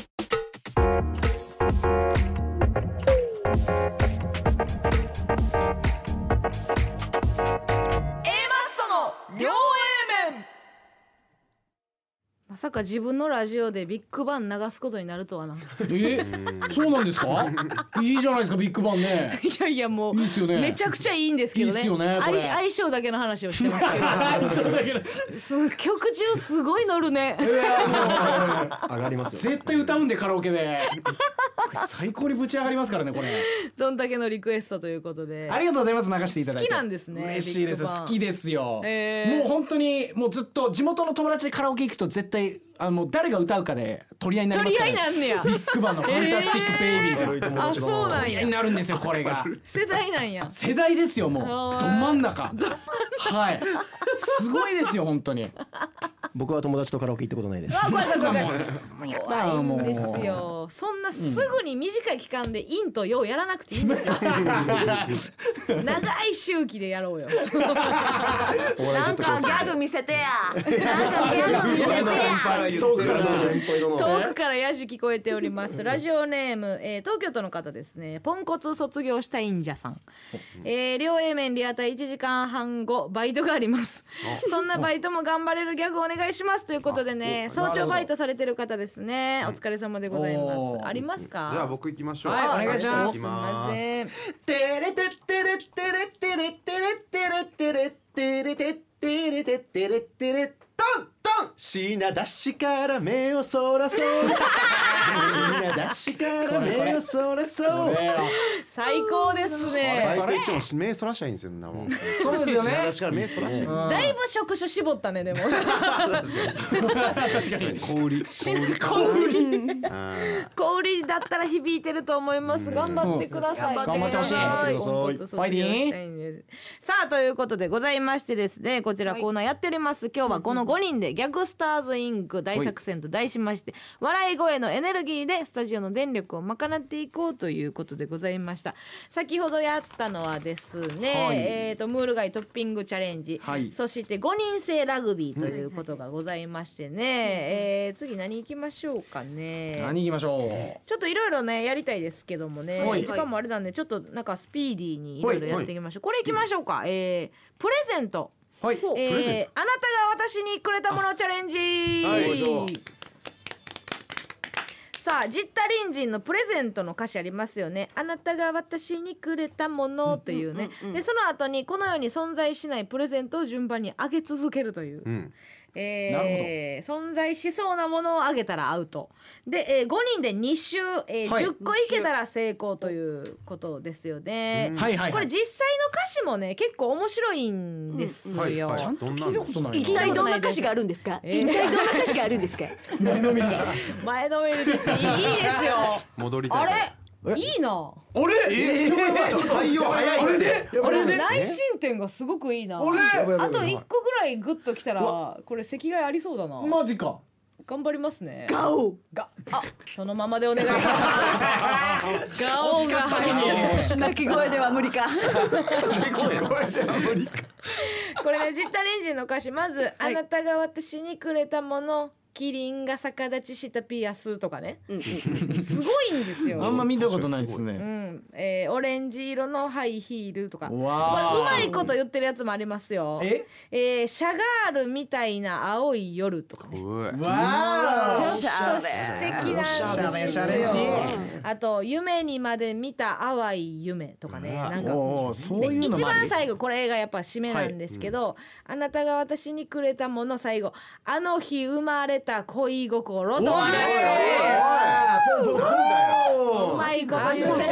まさか自分のラジオでビッグバン流すことになるとはなえそうなんですかいいじゃないですかビッグバンねいやいやもういいっすよねめちゃくちゃいいんですけどねいいっすよねこれ相相性だけの話をしてますけどそれだけだその曲中すごい乗るね上がりますよ。 絶対歌うんでカラオケで最高にぶち上がりますからねこれどんだけのリクエストということでありがとうございます流していただいて好きなんですね嬉しいですビッグバン好きですよ、 へーもう本当にもうずっと地元の友達でカラオケ行くと絶対あのもう誰が歌うかで取り合いになりま取りすから、ね、 合いなんねやビッグバンのファンタスティックベイビーが、 悪い友達あそうなん取り合いにやなるんですよこれが世代なんや世代ですよもうあーど真ん中はいすごいですよ本当に僕は友達とカラオケ行ったことないです。 あ怖い怖い怖い怖いもうやった怖いよもうんですよそんなすぐに短い期間でインとようやらなくていいんですよ長い周期でやろうよなんかギャグ見せてや。なんかギャグ見せてや。 遠くからの先輩殿。 遠くからヤジ聞こえておりますラジオネーム、えー、東京都の方ですねポンコツ卒業したいんじゃさん、えー、両 A 面リアタイいちじかんはん後バイトがありますそんなバイトも頑張れるギャグお願いしますということでね早朝バイトされてる方ですねお疲れ様でございおーますありますかじゃあ僕行きましょう。 はいお願いしますすみませんテレテテレテレテレテレテレテレテレテレテテレテレテレドン。 品出しから目をそらそう品出しから目をそらそう最高ですね。 バイト行っても目そらしゃいいんですよなもんそうですよね。 品出しから目そらしゃいいだいぶ職種絞ったねでも。 確かに。 小売りし小売りあ小売りだったら響いてると思います。頑張ってください。 頑張ってほしいは頑張ってくださいポンコツ卒業したいんですさあということでございましてですね、こちらコーナーやっております。今日はこのごにんでギャグスターズインク大作戦と題しまして、笑い声のエネルギーでスタジオの電力を賄っていこうということでございました。先ほどやったのはですね、 はいえーとムール貝トッピングチャレンジ、 はいそしてごにん制ラグビーということがございましてね、えー次何行きましょうかね。 何行きましょちょっといろいろねやりたいですけどもね、 はい時間もあれなんでちょっとなんかスピーディーにいろいろやっていきましょう。これいきましょうか。えー、プレゼント、 う。はい。 えープレゼンあなたが私にくれたものチャレンジ、 はいさあジッタリンジンのプレゼントの歌詞ありますよね。あなたが私にくれたものというね、でその後にこの世に存在しないプレゼントを順番にあげ続けるという、 うんえー、存在しそうなものをあげたらアウトで、えー、ごにんでに周、えーはいじゅっこいけたら成功ということですよね。 はいはい。 これ実際の歌詞もね結構面白いんですよ、 はいはいちゃんと聞いたことない一な。 体どんな歌詞があるんですか。 えー一体どんな歌詞があるんですか。 前のめりだ。 前のめりですいいいいですよ戻りたいあかられいいなあれ？ えーちょっと採用早いあれで？あれで？ 内申点がすごくいいなあれ？ あといっこぐらいグッときたらこれ席替えありそうだな。 マジか。 頑張りますね。 ガオ。 があそのままでお願いしますガオが入る鳴き声では無理か。 これねジッタリンジンの歌詞まず、あなたが私にくれたものキリンが逆立ちしたピアスとかねうんうんうん。 すごいんですよ。 あんま見たことないですうね。 んえーオレンジ色のハイヒールとかこれうわーまいこと言ってるやつもありますよ。 え？ えーシャガールみたいな青い夜とかね。 うわわちょあ。 っと素敵なんですよ。あと夢にまで見た淡い夢とかね、 うわなんかおーそういうので一もあり番最後これがやっぱ締めなんですけど、あなたが私にくれたもの最後あの日生まれた恋心とかねうまいこと言って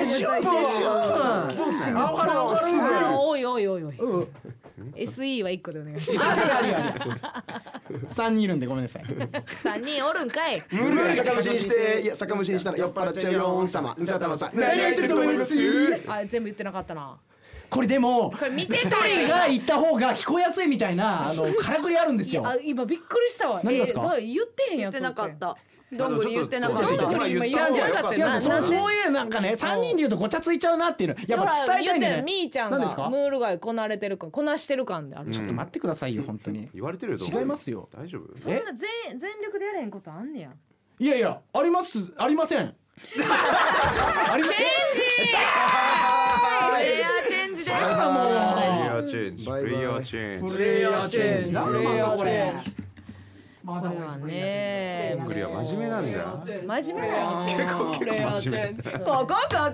おいおいおいおい エスイー は一個でお願いしますありありあり。三人いるんでごめんなさい。 三人おるんかい。 ムール貝酒蒸しにしていや酒蒸しにしたら酔っ払っちゃうよん様うさたまさん何やってると思いますあ全部言ってなかったな。 これでもこれ見て一た人が言った方が聞こえやすいみたいなあのからくりあるんですよ。 あ今びっくりしたわ。 何がですかえーだら言ってへんやつ言ってなかった。どんぐり言ってなかっちょっとた。 今言っちちゃうちゃうゃうよかったな違うんですよ。そうそういうなんかね三人で言うとごちゃついちゃうなっていうのやっぱ伝えたいんでね。 みーちゃん何ですかがムール貝こなれてるかこなしてる感である。 ちょっと待ってくださいよ本当に。 言われてるよ違いますよ。 大丈夫そんな全全力でやれへんことあんねや。 いやいやありますありません。ありまチェンジレアチェンジです。 プレイヤーチェンジプレイヤーチェンジプレイヤーチェンジ。 プレイヤーチェンジこれこれはねどんぐりは真面目なんだよ真面目だよ。 結構結構真面目こここここ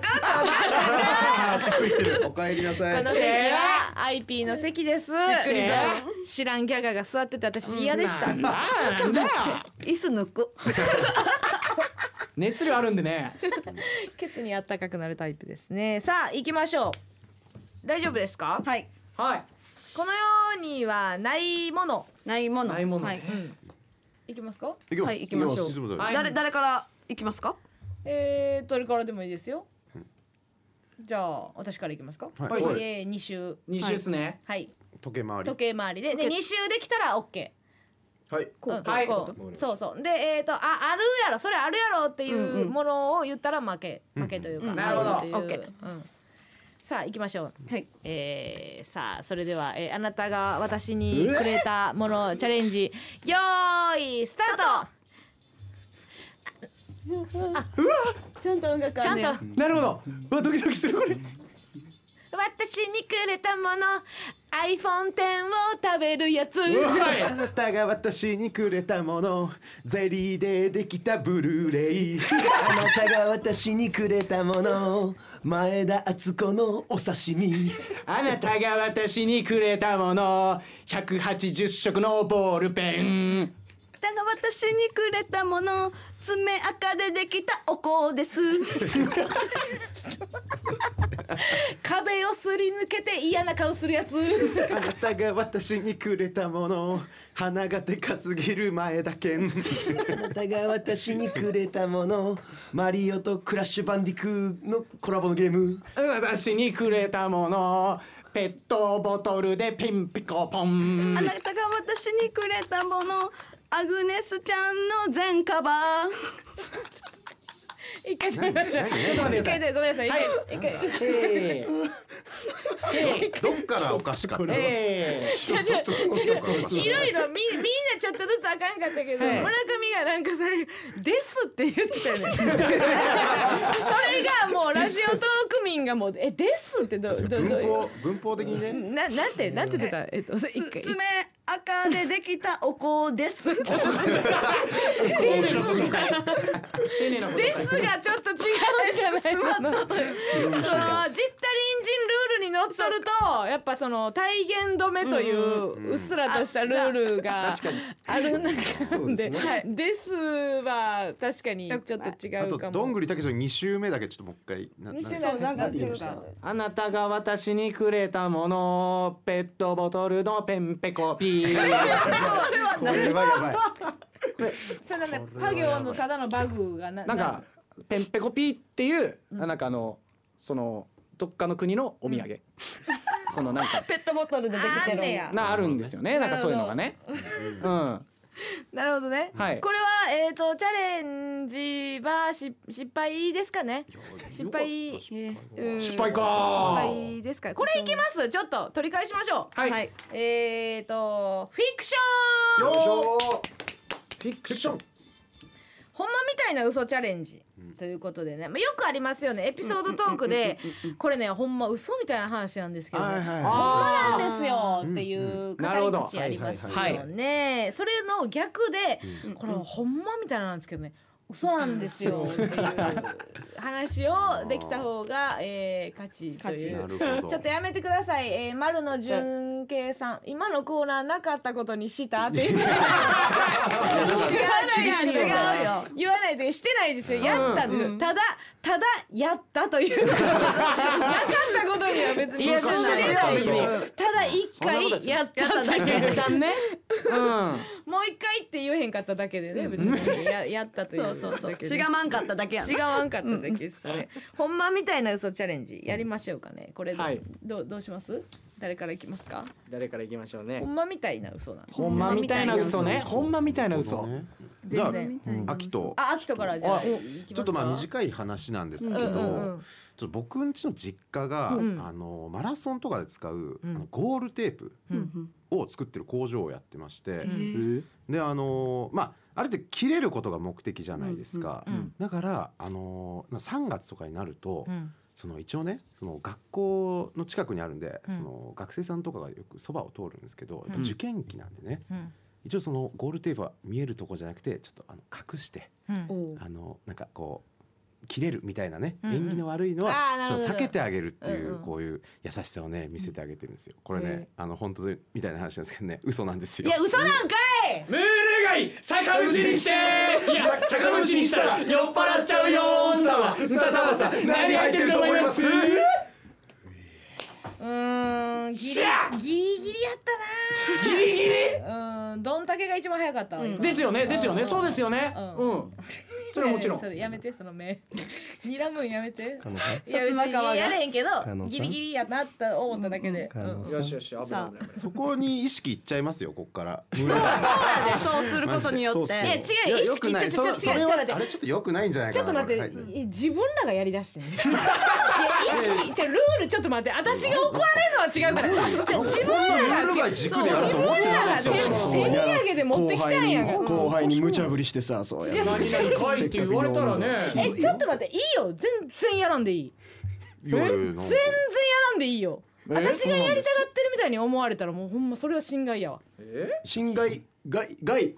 おかえりなさいこの席は アイピー の席です。知らんギャガが座ってて私嫌でした。 なんだよ。 椅子抜く。 熱量あるんでね。 ケツにあったかくなるタイプですね。さあ行きましょう。大丈夫ですか。 はい。 はい。 この世にはないもの。 ないもの。 ないものねはい。 うん。行きますか。 行きますはい行きましょういつも通りはい誰誰から行きますか。 えー、どれからでもいいですよ。じゃあ私からいきますか。 はいはいえー、二周。 二周ですね。 はい。 時計回り時計回りで、で二周できたらオッケはいー。うんはいこうそうそう。でえっ、とああるやろそれあるやろっていんううんものを言ったら負け負けというか。 うんなるほどあっていう OK うん。さあ行きましょう。 はい。 えー、さあそれでは、えー、あなたが私にくれたものチャレンジよーいスタート。 ちゃんと音楽ちゃんとなるほど。うわドキドキするこれ。 私にくれたもの アイフォンテン を食べるやつ。 あなたが私にくれたものゼリーでできたブルーレイあなたが私にくれたもの前田敦子のお刺身あなたが私にくれたものひゃくはちじゅっ色のボールペン。 たが私にくれたもの、爪赤でできたお香です壁をすり抜けて嫌な顔するやつあなたが私にくれたもの、鼻がでかすぎる前だけん。 あなたが私にくれたもの、マリオとクラッシュバンディクーのコラボのゲーム。 私にくれたもの、ペットボトルでピンピコポン。 あなたが私にくれたもの、アグネスちゃんの全カバー。 一回止めましょう。 ちょっと待ってください。 一回でごめんなさい。一回一回。 えーどっからおかしかった。 えーちょちょちょいろいろみみんなちょっとずつあかんかったけど、 はい村上がなんか最後ですって言ってたよね。それがもうラジオトーク民がもうえですってどどど文法文法的にね。 ななんてなんて言ってたえっとそれ一回。 爪赤でできたお香です丁寧なこと書いて丁寧なこと書いてですがちょっと違うんじゃないかな。そのジッタリンジンルールにのっとるとやっぱその体言止めといううっすらとしたルールがある中で、ですは確かにちょっと違あうかも。 とどんぐりたけしのに週目だけちょっともう一回な。 二週な目なんか違うか。 あなたが私にくれたもの、ペットボトルのペンペコピー。 これはやばい。 それなんかパ行のただのバグがななんかペンペコピーっていう、なんかあのそのどっかの国のお土産、そのなんかペットボトルでできてるんや。 なあるんですよね。なんかそういうのがね。うん。 なるほどね、 はいこれはえっ、とチャレンジはし失敗ですかね。失敗うん失敗か失敗ですか。これいきます。ちょっと取り返しましょう。 はい。 はい。 えっ、とフィクションよいしょ。 フィクション。 ほんまみたいな嘘チャレンジ、ということでね、まあ、よくありますよねエピソードトークでこれねほんま嘘みたいな話なんですけどね、 はいはいほんまなんですよっていうなるほど語り口ありますはいよね。それの逆でこれほんまみたいなんですけどね嘘なんですよっていう話をできた方が、えー、勝ちというなるほど。 ちょっとやめてください、えー、丸の純計さん今のコーナーなかったことにしたって言わない厳しいよ違うよ言わないでしてないですよやったんですよ、ただただやったというなかったことには別にいやしてないですよ別にただ一回やっただけ一旦ね。うん。 もう一回って言えへんかっただけでね別にややったというそうそうそう。 だけで違まんかっただけやな。 違わんかっただけですね。ほんまみたいな嘘チャレンジやりましょうかね。これど,、 はいどうどうします？誰からいきますか？ 誰から行きましょうねほ。んまみたいな嘘なんです。 ほんまみたいな嘘ね。ほんまみたいな嘘。 じゃあ全秋とあ、秋とからじゃあちょっとまあ短い話なんですけど、 うんうんうんちょっと僕ん家の実家が、 うんあのマラソンとかで使う、 うんあのゴールテープうんを作ってる工場をやってまして、 んであのまああれって切れることが目的じゃないですか、 うんうんだからあのまあさんがつとかになると、 うんその一応ねその学校の近くにあるんで、 うんその学生さんとかがよくそばを通るんですけど、やっぱうん受験期なんでね、 うん一応そのゴールテープは見えるとこじゃなくてちょっとあの隠してうんおうあのなんかこう切れるみたいなね、 うんうん縁起の悪いのあーはなるほどちょっと避けてあげるっていう、 うんうんこういう優しさをね見せてあげてるんですよ。これへねあの本当にみたいな話なんですけどね嘘なんですよ。 いや嘘なんかい。 ムール貝酒蒸しにしていや酒蒸しにしたら酔っ払っちゃうよーんさはんさたばさ何入ってると思います？ うーんギしゃリギリギリやったギリギリな。うんどんたけが一番早かったわ今。 ですよねですよねそうですよね。 うんうん。それはもちろんそ。れやめてその目睨むんやめて。 加納さんいや別にやれへんけど加納さんギリギリやなって思っただけで。うん加納さんよしよし危ない危ない。 そこに意識いっちゃいますよこっから。 そうそうやでそうすることによって。 そうそういや違うよ意識ちょちょちょ違うそれ違う待ってはあれちょっと良くないんじゃないかな。 ちょっと待って、 はいい自分らがやりだしてね。いや意識じゃルールちょっと待って私が怒られるのは違うから。じゃ自分らがルールが軸でやると思ってなかった自分らが手手土産で持ってきたんやから。 後輩に無茶ぶりしてさ、そうや。 何々かいって言われたらね。 えちょっと待っていいよ全然やらんでいい。 いやいやなんか全然やらんでいいよ。私がやりたがってるみたいに思われたらもうほんまそれは侵害やわ。 侵害害害。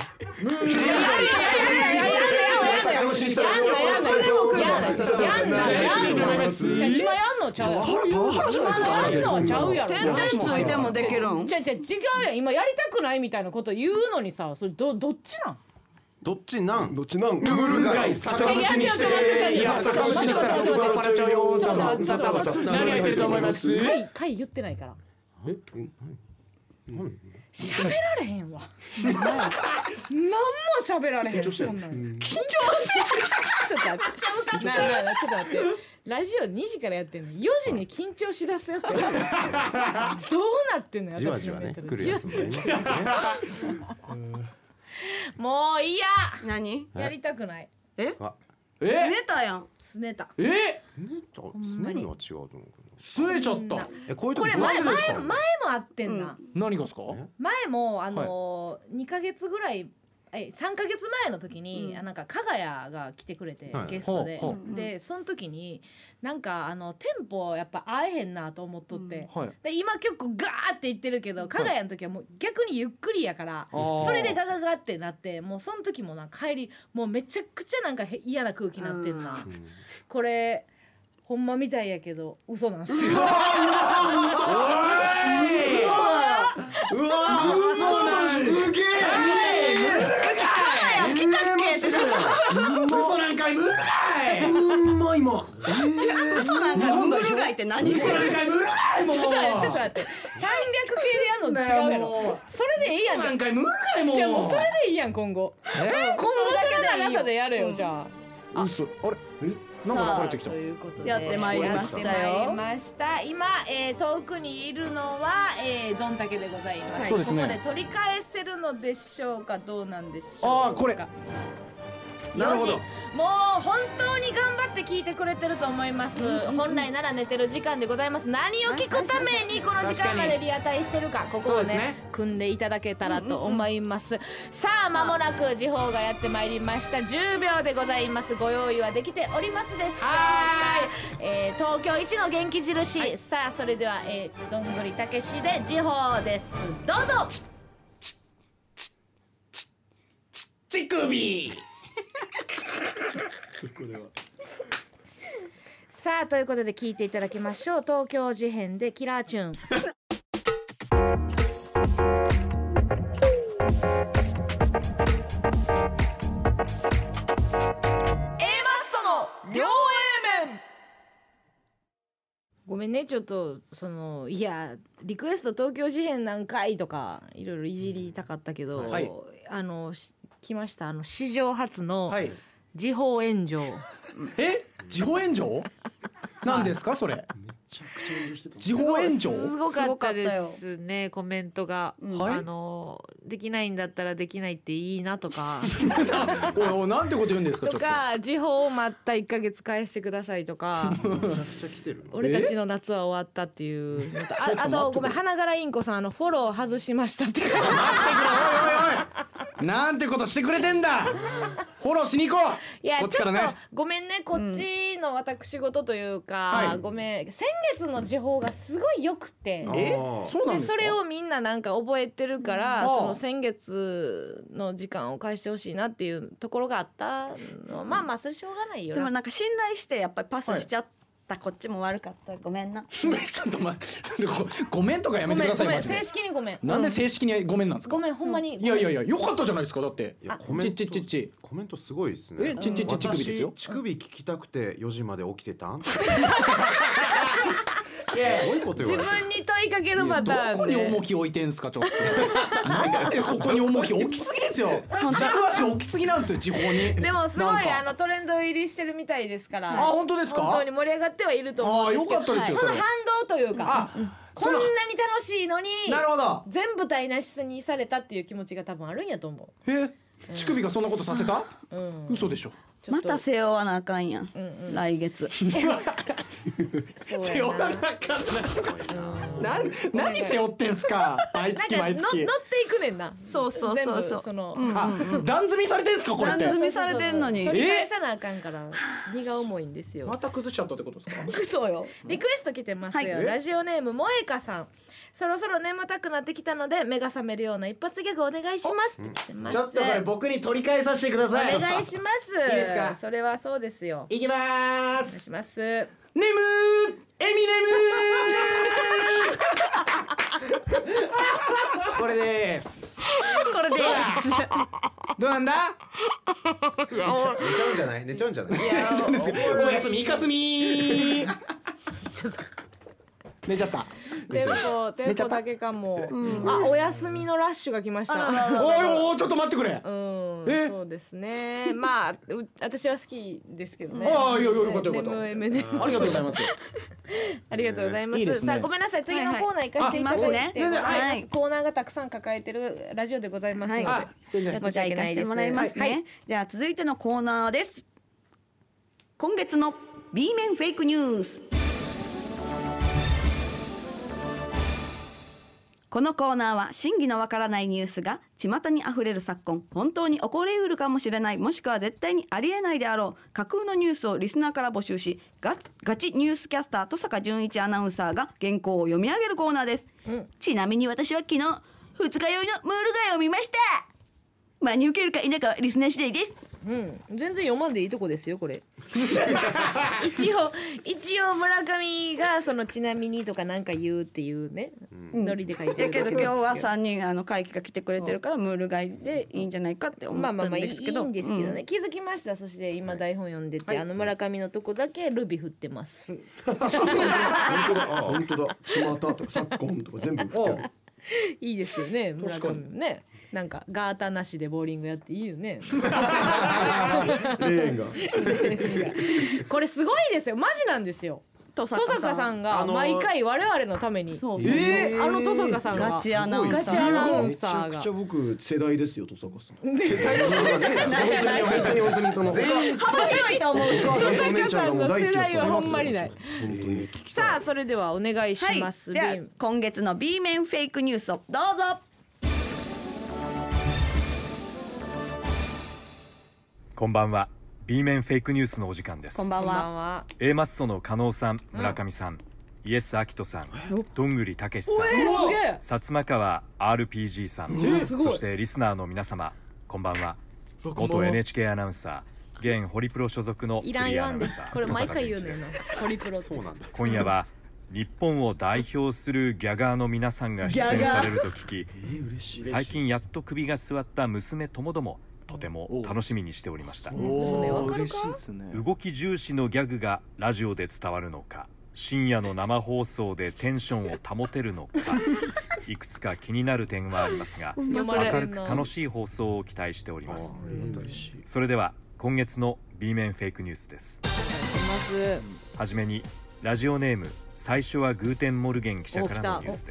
酒蒸しにしたらやんなやんなやんなやんなやんなじゃあ今やんのちゃうやん。今やんのちゃうやろ。 点々ついてもできるん。 じゃじゃ違うやん今やりたくないみたいなこと言うのにさそれどどっちなん？ どっちなんどっちなん？ ムール貝酒蒸しにしていや酒蒸しにしたら僕は笑っちゃうよ。 ちょっと待ってサタバサ何入ってると思います？ 貝貝言ってないから喋られへんわ何も喋られへんそんなの緊張してちょっと待ってなあなあなあちょっと待ってラジオにじからやってんのよじに緊張しだすやつやどうなってんのよじわじわね来るやつもありますよね。 もういいや何？ やりたくないえ？ あえ寝たやん。 すねたえすねたすねるのは違うと思うけど。 すねちゃった。 えこういうこれ前時どうやってるんですか？ 前前もあってんな何がですか？ 前もあのーにかげつぐらいえさんかげつまえの時に、あなんか加賀谷が来てくれて、 はいゲストで、 ほうほでその時になんかあのテンポやっぱ合えへんなと思っとって、 はい。 で今結構ガーって言ってるけど加賀谷の時はもう逆にゆっくりやから、 あーそれでガガガってなってもうその時もな帰りもうめちゃくちゃなんかへ嫌な空気になってんな、 うんこれほんまみたいやけど嘘なんすようわ嘘なんすげえ。嘘なんかいムール貝。 うんまいもん。 嘘なんかムール貝って何？ 嘘なんかいムール貝も。 ちょっと待ってちょっと待ってさんびゃく系でやんの違うやろそれでいいやん嘘なんかいムール貝も。 じゃあもうそれでいいやん今後今後その長さでやれよじゃあ嘘あれえなんか流れてきたと。いうことでやってまいりましたよやってまいりました今、えー、遠くにいるのは、えー、ドンタケでございます、 そうですねここで取り返せるのでしょうかどうなんでしょうかあーこれなるほどよしもう本当に頑張って聞いてくれてると思います、本来なら寝てる時間でございます。何を聞くためにこの時間までリアタイしてるかここをねそうですね組んでいただけたらと思います、さあ間もなく時報がやってまいりました。じゅうびょうでございます。ご用意はできておりますでしょうか。えー、東京一の元気印、はい、さあそれでは、えー、どんぐりたけしで時報です。どうぞ。 乳首さあということで聞いていただきましょう。東京事変でキラーチューン。 ごめんねちょっとそのいやリクエスト東京事変なんかいとかいろいろいじりたかったけど、 はい、 あの来ましたあの史上初のはい時報炎上、 え時報炎上なんですかそれ。時報炎上すごかったですねコメントが、 はいあのできないんだったらできないっていいなとかおいおいなんてこと言うんですかちょとっと。 か時報を待ったいっかげつ返してくださいとかめちゃくちゃ来てるの。 俺たちの夏は終わったっていうのとああとごめん花柄インコさんあのフォロー外しましたっておいおいおいなんてことしてくれてんだ。フォローしに行こう。 いやこっちからねちょっとごめんねこっちの私事というか、 はいごめん先月の時報がすごい良くて、 えあーそうなんですか。 でそれをみんななんか覚えてるから、 うんその先月の時間を返してほしいなっていうところがあったのはまあまあそれしょうがないよな。 でもなんか信頼してやっぱりパスしちゃったこっちも悪かったごめんな。 ちょっと待ってごごめんとかやめごめんてくださいマジでごめん正。式にごめんなんで正式にごめんなんですか。 ごめんほんまにいやいやいやよかったじゃないですかだって。 いやコメントちっちっちっちコメントすごいですね。 えちっちっち乳首ですよ私乳首聞きたくてよじまで起きてたん。すいやごいこと言自われる。 分に問いかけるパターンでどこに重き置いてんすかちょっと。なんでここに重き置きすぎですよ。軸足置きすぎなんですよ地方に。 でもすごなんかいあのトレンド入りしてるみたいですからあ本当ですか。 本当に盛り上がってはいると思うんですけどあーよかったですよそれその反動というかあこんなに楽しいのになるほど。 全部台無しにされたっていう気持ちが多分あるんやと思え乳首がそんなことさせた。 う、うん、 嘘でしょ。 また背負わなあかんやん、 うんうん来月。 そう背負わなあかんないですか。なん何背負ってんすか毎なんかの乗っ月毎月。 ていくねんなそうそうそうそう全部その、 あ段積みされてんすかこれって。 段積みされてんのに取り返さなあかんから荷が重いんですよまた崩しちゃったってことですか。 そうよ。 リクエスト来てますよ、 はいラジオネーム萌香さん。そろそろ眠たくなってきたので目が覚めるような一発ギャグお願いしますって来てます。 ちょっとこれ僕に取り返させてください。 お願いしますいいですかそれはそうですよ。 いきまーお願いしす。 ます。 ネムーエミネムーこれです。 これでいいです。 どうなんだ寝ちゃうんじゃない寝ちゃうんじゃないおやすみイカスミ寝ちゃったテンポテンポだけかも、あ、お休みのラッシュが来ました。 おいおいちょっと待ってくれうん、 えそうですね。まあう私は好きですけどね。 ああいやいやよかったよかった眠い目でありがとうございますありがとうございます。 いいですねさあごめんなさい、次のコーナー行かせていただいて、 はいはいあ全然はいはいコーナーがたくさん抱えてるラジオでございますので、 はいあ全然じゃあ行かせてもらいますね、 はいじゃあ続いてのコーナーです。今月の B 面フェイクニュース。このコーナーは真偽のわからないニュースが巷にあふれる昨今、本当に起こりうるかもしれない、もしくは絶対にありえないであろう架空のニュースをリスナーから募集し、ガガチニュースキャスター登坂淳一アナウンサーが原稿を読み上げるコーナーです、うん、ちなみに私は昨日二日酔いのムール貝を見ました。真に受けるか否かはリスナー次第です。 うん、全然読まんでいいとこですよこれ一応一応村上がそのちなみにとかなんか言うっていうね、うん、ノリで書いてるだけど今日はさんにんあの会議が来てくれてるからムール貝でいいんじゃないかって思ったんまあまあまあいいですけど、 いいんですけどね、 うん気づきました。そして今台本読んでて、はい、あの村上のとこだけルビ振ってます、うん、 本当だ本当だちまたとか昨今とか全部振ってるいいですよね村上もね。なんかガーターなしでボーリングやっていいよねレーンがこれすごいですよ、マジなんですよ。登坂さんが毎回我々のために、 そうえー、あの登坂さんがガチアナウンサーガチアナウンサーがめちゃくちゃ僕世代ですよ登坂さん世代ですよ本当に本当に本当にその全員幅広いと思うし登坂登坂さんの世代はほんまにない。 本当にさあそれではお願いします、 はい、では今月の B 面フェイクニュースをどうぞ。 こんばんは。 B 面フェイクニュースのお時間です。 こんばんは。 A マッソの加納さん、村上さん、うん、イエス・アキトさん、どんぐりたけしさん、薩摩川 アールピージー さん、そしてリスナーの皆様こんばんは。元 エヌエイチケー アナウンサー、現ホリプロ所属のフリーアナウンサー、 これ毎回言うのよなホリプロ。そうなんです。 今夜は日本を代表するギャガーの皆さんが出演されると聞き、最近やっと首が座った娘ともどもとても楽しみにしておりました。 娘わかるか？ 動き重視のギャグがラジオで伝わるのか、深夜の生放送でテンションを保てるのかいくつか気になる点はありますが、明るく楽しい放送を期待しております。それでは今月の B 面フェイクニュースです。はじめにラジオネーム最初はグーテンモルゲン記者からのニュースです。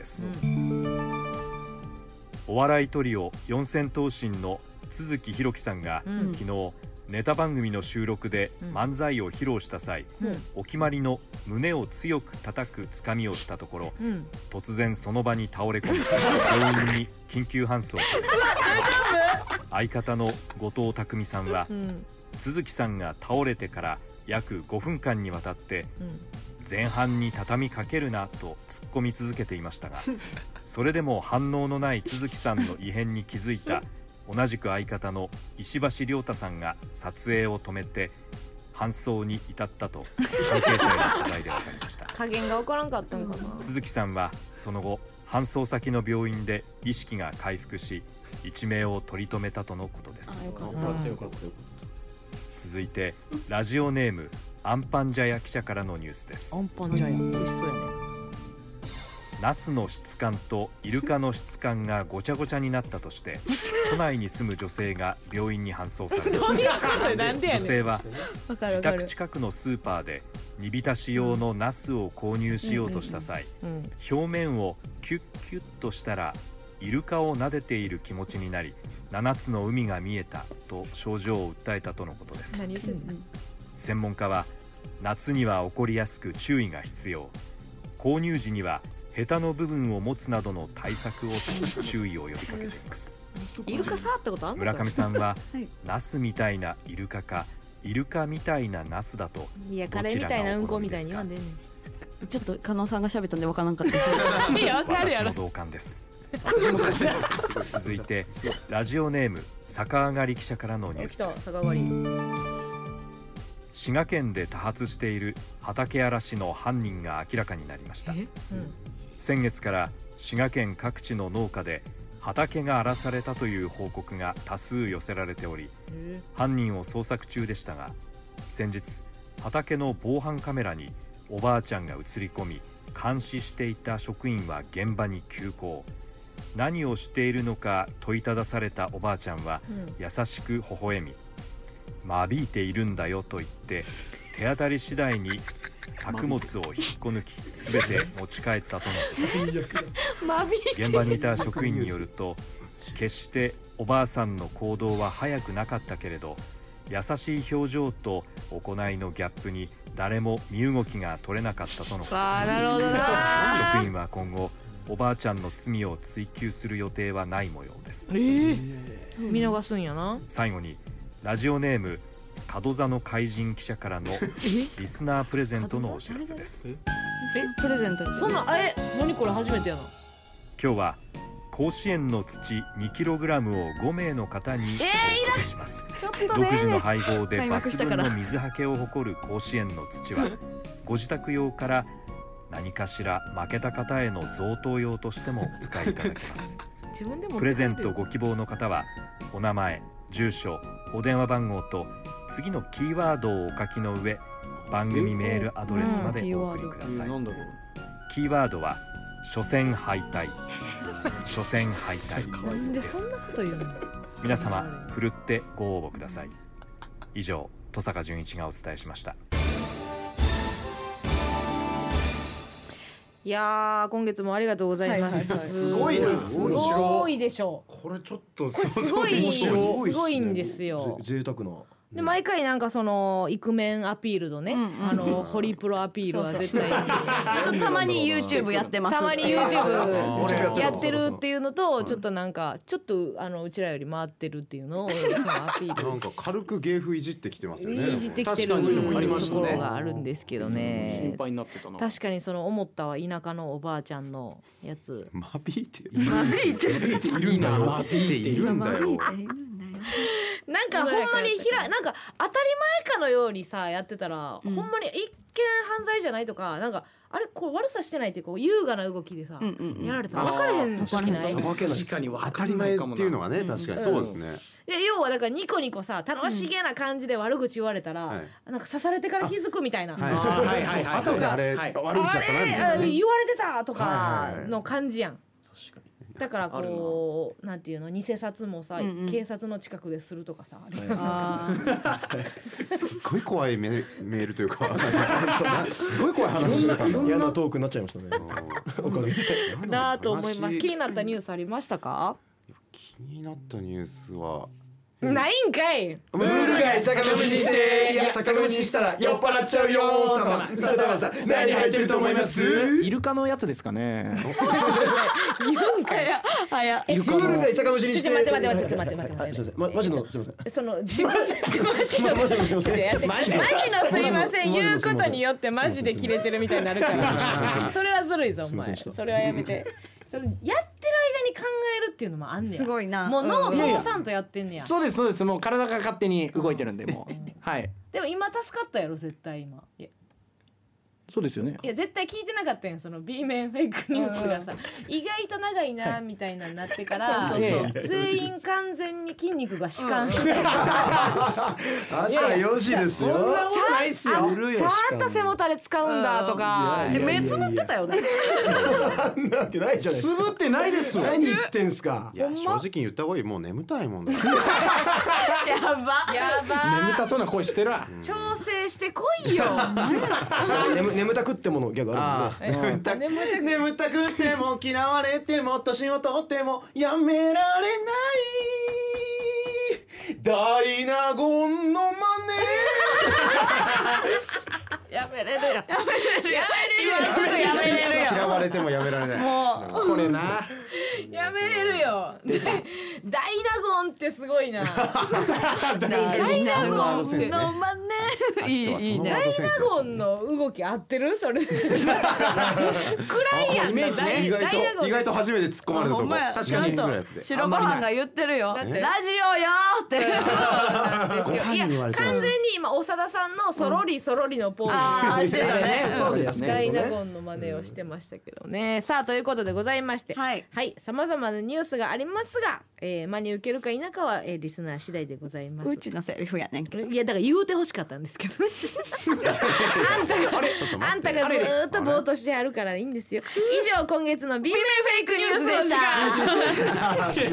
お笑いトリオ四千頭身の都築弘樹さんが、うん、昨日ネタ番組の収録で漫才を披露した際、うん、お決まりの胸を強く叩くつかみをしたところ、うん、突然その場に倒れ込み病院に緊急搬送されました相方の後藤匠さんは、うん、都築さんが倒れてから約ごふんかんにわたって、うん、前半に畳みかけるなと突っ込み続けていましたがそれでも反応のない都築さんの異変に気づいた同じく相方の石橋亮太さんが撮影を止めて搬送に至ったと関係者への取材で分かりました加減が分からんかったんかな。 都築さんはその後搬送先の病院で意識が回復し一命を取り留めたとのことです。 よかったよかったよかった。 続いてラジオネームアンパンジャヤ記者からのニュースです。 アンパンジャヤ美味しそうやね。 ナスの質感とイルカの質感がごちゃごちゃになったとして都内に住む女性が病院に搬送されました女性は自宅近くのスーパーで煮浸し用のナスを購入しようとした際、表面をキュッキュッとしたらイルカを撫でている気持ちになりななつの海が見えたと症状を訴えたとのことです。 何言ってんの？ 専門家は夏には起こりやすく注意が必要、購入時にはヘタの部分を持つなどの対策をと注意を呼びかけていますイルカ触ったことあるのか？ 村上さんは、はい、ナスみたいなイルカかイルカみたいなナスだと、 いやカレーみたいなうんこみたいに言わんでんねん。 ちょっと加納さんが喋ったんで分からんかったですいや分かるやろ。 私の同感です続いてラジオネーム逆上がり記者からのニュースです。 逆上がり。 滋賀県で多発している畑荒らしの犯人が明らかになりました。先月から滋賀県各地の農家で畑が荒らされたという報告が多数寄せられており、犯人を捜索中でしたが、先日畑の防犯カメラにおばあちゃんが映り込み、監視していた職員は現場に急行。何をしているのか問いただされたおばあちゃんは優しく微笑み、間引いているんだよと言って手当たり次第に作物を引っこ抜き全て持ち帰ったとのことです。現場にいた職員によると、決しておばあさんの行動は早くなかったけれど、優しい表情と行いのギャップに誰も身動きが取れなかったとのことです。 あー、なるほどな。 職員は今後おばあちゃんの罪を追及する予定はない模様です。 えー、見逃すんやな。 最後にラジオネーム角座の怪人記者からのリスナープレゼントのお知らせです。 えプレゼントにそんな、え何これ初めてやな。 今日は甲子園の土 にキログラム をごめいの方にお送りします。 ちょっとね、 独自の配合で開幕したから抜群の水はけを誇る甲子園の土はご自宅用から何かしら負けた方への贈答用としてもお使いいただけます。 自分でもプレゼントご希望の方はお名前、住所、お電話番号と次のキーワードをお書きの上、番組メールアドレスまでお送りください。 なんだろう。 キーワードは初戦敗退初戦敗退でですそんなこと言うの。 皆様ふるってご応募ください。以上、登坂淳一がお伝えしました。 いやー、今月もありがとうございます。 はいはいはいすごいな。 すごいでしょ。 これちょっとこれすごいすごいんですよ。 ぜ贅沢な。 で毎回なんかそのイクメンアピールとね、 うんうんあのホリプロアピールは絶対にたまに YouTube やってますたまに俺も YouTube やってるるっていうのと、ちょっとなんかちょっとあのうちらより回ってるっていうのをそのアピールなんか軽く芸風いじってきてますよね。 いじってきてる確かにありまとしたねころがあるんですけどね心。配になってたな。 確かにその思ったは田舎のおばあちゃんのやつ。 間引いてい間引いてるるんだよ。間引いているんだよ。 なんかほんまにひらなんか当たり前かのようにさやってたら、 うんほんまに一見犯罪じゃないとか、なんかあれこう悪さしてないってこう優雅な動きでさ、 うんうんうんやられたら分からへん時ない。 さばけない。 確かに分当かりたり前っ前かもな。 ていうのがね、確かにそうですね。 で要はだからニコニコさ楽しげな感じで悪口言われたら、 はいなんか刺されてから気づくみたいな、 はいあーはいはいはい。 後であれはい悪口だったなみたいなあれね。 言われてたとはいかはいはいの感じやん。 確かに。 だからこうなんていうの、偽札もさ、 うんうん警察の近くでするとかさ、あれはいあーすっごい怖いメメールというか、すごい怖い話してたんだ。 嫌なトークになっちゃいましたね。おかげで。 なあと思います。気になったニューースありましたか？ 気になったニュースはないんかい。 ムール貝酒蒸しにしていや酒蒸しにしたら酔っ払っちゃうよー様。さてはさ何入ってると思います？ イルカのやつですかね。 言うんかい。早い。 ムール貝酒蒸しにして。 ちょっと待って待って待って待って待って待ってはいすいません。まマジのすいません。 その自分自分マジのマジのすいませんやってマジのすいません言うことによってマジで切れてるみたいになるからそれはずるいぞお前。 すいませんでしたそれはやめて。それやってる間に考えるっていうのもあんねや。 すごいな。 もう脳うん通さんとやってんねや。 そうですそうです。もう体が勝手に動いてるんでもう。はい。 でも今助かったやろ絶対今。いやそうですよね。 いや絶対聞いてなかったやんその B 面フェイクニュースがさ意外と長いなみたいなになってからそうそうそう全員完全に筋肉が弛緩してた朝よじですよ。 そんなことないっすよ。 ちゃんと背もたれ使うんだとかいやいやいや目つぶってたよね。 そんなわけないじゃないですか。 つぶってないですよ。 何言ってんすか。 いや正直に言った方がいい。もう眠たいもんだから。 やば。 やば眠たそうな声してるわ。 調整してこいよ眠眠たくってものギャグあるもんね。 眠たく眠たく眠たくても嫌われても年を取ってもやめられないダイナゴンの真似やめれるよ。 やめれるよ今すぐやめれるよ嫌われてもやめられない。 もこれな。 うやめれるよでダイナゴンってすごいな。 ダイナゴン先生のまね。いいいいね。 ダイナゴンの動き合ってるそれ。暗いやん。 イメージね意外と意外と初めて突っ込まれたとこほんまや確かにちゃんとぐらいやつで白ご飯が言ってるよ。ラジオよーって。 ご飯に言われちゃう完全に今長田さんのそろりそろりのポーズ、 あーしてたね。 そうですねダイナゴンの真似をしてましたけどね。さあということでございまして、 はいはい、さまざまなニュースがありますが、えー、真に受けるか否かは、えー、リスナー次第でございます。 うちのセリフやねんけど。 いやだから言うてほしかったんですけどあんたがあんたがずーっとぼーっとしてあるからいいんですよ。以上今月の B 面フェイクニュースでした。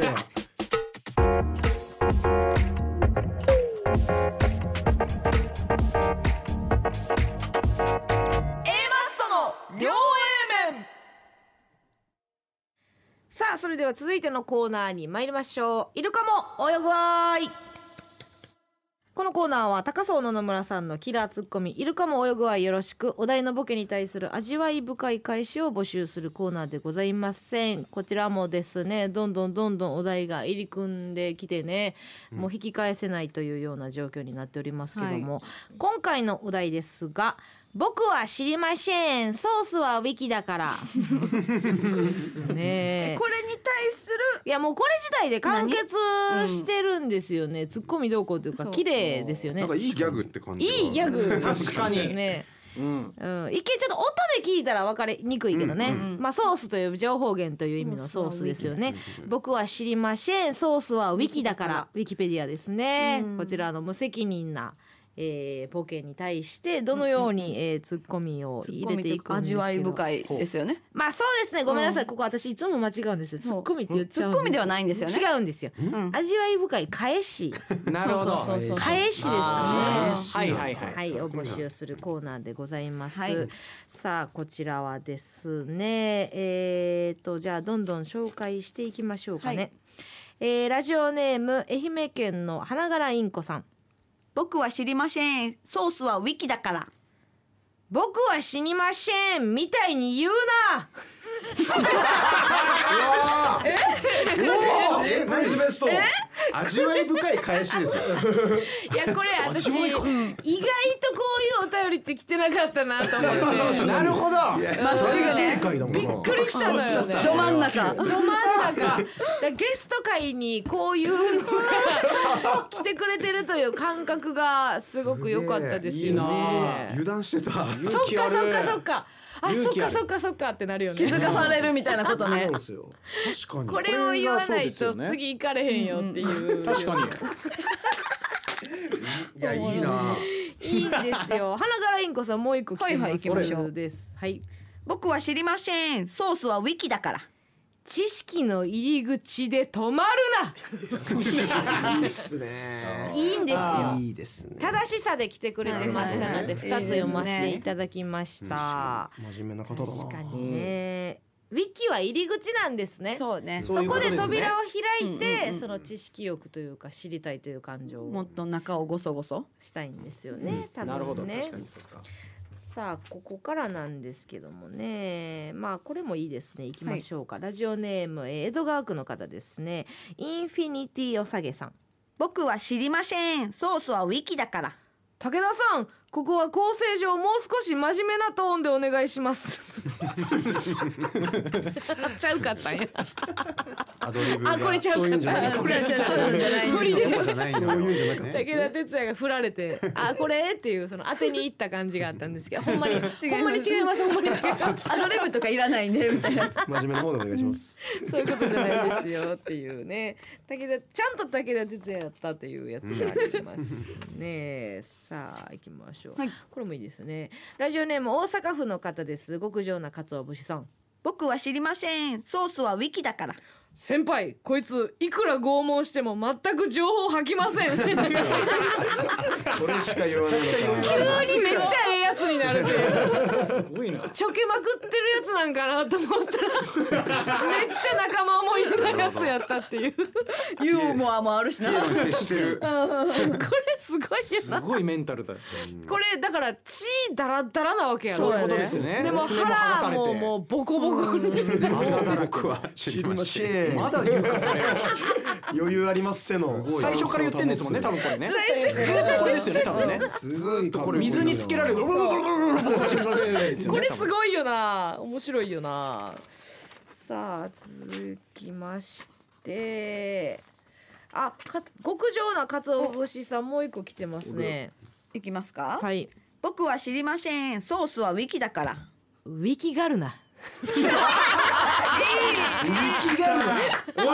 さあそれでは続いてのコーナーに参りましょう。イルカも泳ぐわーい。このコーナーは高荘野々村さんのキラーツッコミイルカも泳ぐわいよろしく、お題のボケに対する味わい深い返しを募集するコーナーでございません。こちらもですねどんどんどんどんお題が入り組んできてね、もう引き返せないというような状況になっておりますけども、今回のお題ですが、僕は知りません、ソースはウィキだからですね。 これに対するいやもうこれ自体で完結してるんですよね。ツッコミどうこうというか綺麗ですよね。 なんかいいギャグって感じ。 いいギャグ確かにね。 うんうん、一見ちょっと音で聞いたら分かりにくいけどね、まあソースという情報源という意味のソースですよね。僕は知りません、ソースはウィキだから、ウィキペディアですね。こちらの無責任なえー、ボケに対してどのように、えー、ツッコミを入れていくんですけど、 味わい深いですよね。 まあそうですね、ごめんなさい、ここ私いつも間違うんですよ。ツッコミって言っちゃうんです。 ツッコミではないんですよね。 違うんですよ、味わい深い返しなるほど。 そうそうそう返しですね。 はいはいはいはい、を募集するコーナーでございます、 はい、 さあこちらはですねえーとじゃあどんどん紹介していきましょうかね、はい、えー、ラジオネーム愛媛県の花柄インコさん。 僕は知りません、ソースはウィキだから。 僕は知りませんみたいに言うなええナイスベスト。味わい深い返しですよ。 いやこれ私意外とこういうお便りって来てなかったなと思ってなるほど。 まっすぐね。 びっくりしたのよね。 ど真ん中。 ど真ん中。だゲスト会にこういうのが来てくれてるという感覚がすごく良かったですよね。 油断してた。 そっかそっかそっか。あ、そっかそっかそっかってなるよね。 気づかされるみたいなことね。 確かに。 これを言わないと次行かれへんよっていう。 確かに。 いやいいな。 いいんですよ。花柄インコさんもう一個来てます。 はいはい、行きましょう。 です。はい。 僕は知りません、ソースはウィキだから。 知識の入り口で止まるな。 いいですね。 いいんですよ。 いいですね。 正しさで来てくれてましたので、二つ読ませていただきました。 真面目な方だな。 確かにね。ウィキは入り口なんですね。 そうね。 そこで扉を開いて、その知識欲というか知りたいという感情をもっと中をごそごそしたいんですよね。多分ね。 なるほど。確かにそうか。 さあここからなんですけどもね、まあこれもいいですね。いきましょうか、はい、ラジオネーム江戸川区の方ですね。インフィニティおさげさん。 僕は知りません、ソースはウィキだから。 武田さん、ここは構成上もう少し真面目なトーンでお願いしますちゃうかったんやアドリブがあ、これちゃうかった。 これちゃうちゃうちゃうじゃないんですよ。 じゃないんだ。 そういうんじゃなかった。 武田鉄矢が振られて、あ、これっていうその当てに行った感じがあったんですけど、ほんまにほんまに違います。ほんまに違います。 アドリブとかいらないねみたいな。 真面目な方でお願いします。 そういうことじゃないですよっていうね。武田ちゃんと武田鉄矢やったっていうやつがありますね。さあ行きましょう、はい、これもいいですね。ラジオネーム大阪府の方です。極上な鰹節さん。 僕は知りません、ソースはウィキだから。 先輩、こいついくら拷問しても全く情報吐きませんそれしか言わない急にめっちゃええやつになるってすごいな。 ちょけまくってるやつなんかなと思ったらめっちゃ仲間思いなやつやったっていうユーモアもあるしな。これしてる。 これすごいよな。 すごいメンタルだ。 これだから血ダラダラなわけやろ。 そういうことですよね。 でも腹ももうボコボコに朝だらけは知りません。 ねまだ言うかそれ余裕ありますせの最初から言ってんですもんね多分これね最初ずっとこれですよね多分ねずっとこれ水につけられるこれすごいよな、面白いよな。さあ続きましてあか極上な鰹節さんもう一個来てますね。 いきますか。 はい。 僕は知りません。ソースはウィキだから。 ウィキガルナ。 ウィキガルナ。 味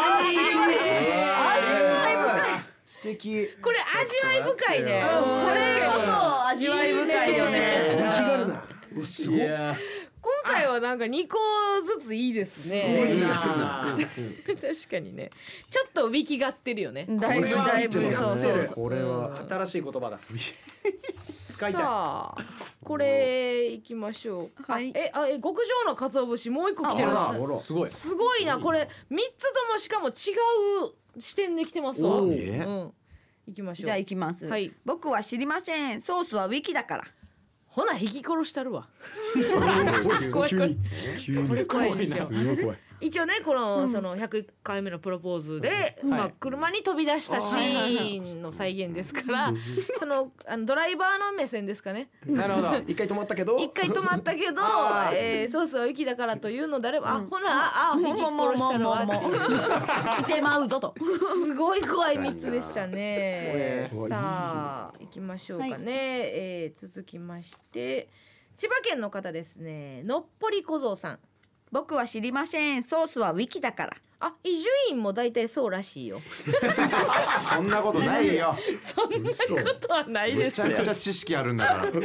わい深い。 素敵。 これ味わい深いね。 これこそ味わい深いよね。 ウィキガルナ。うわすごい。 今回はなんかにこずついいですね。確かにね。ちょっとウィキがってるよね。 だいぶだいぶそうそうそう。 これは新しい言葉だ使いたい。 さあこれいきましょうか。 はいえあえ極上の鰹節もう一個来てるな。 すごいすごいなこれみっつともしかも違う視点で来てますわ。うん。いきましょう。 じゃあ行きます。 はい。 僕は知りません。ソースはウィキだから。 ほな引き殺したるわ。 急に急にこれ怖いですよ。 すごい怖い。 一応ねこのそのひゃくいっかいめのプロポーズで、まあ車に飛び出したシーンの再現ですからそのあのドライバーの目線ですかね。 なるほど一回止まったけど一回止まったけど、えー、ソースは雪だからというのであれば、あほなあ引き殺したのは手まうぞと。 すごい怖いみっつでしたね。さあ行きましょうかね。はい、えー、続きまして千葉県の方ですね。のっぽり小僧さん。 僕は知りません。ソースはウィキだから。 あ、伊集院も大体そうらしいよ。 そんなことないよ。 そんなことはないですよ。 めちゃくちゃ知識あるんだから。 あれ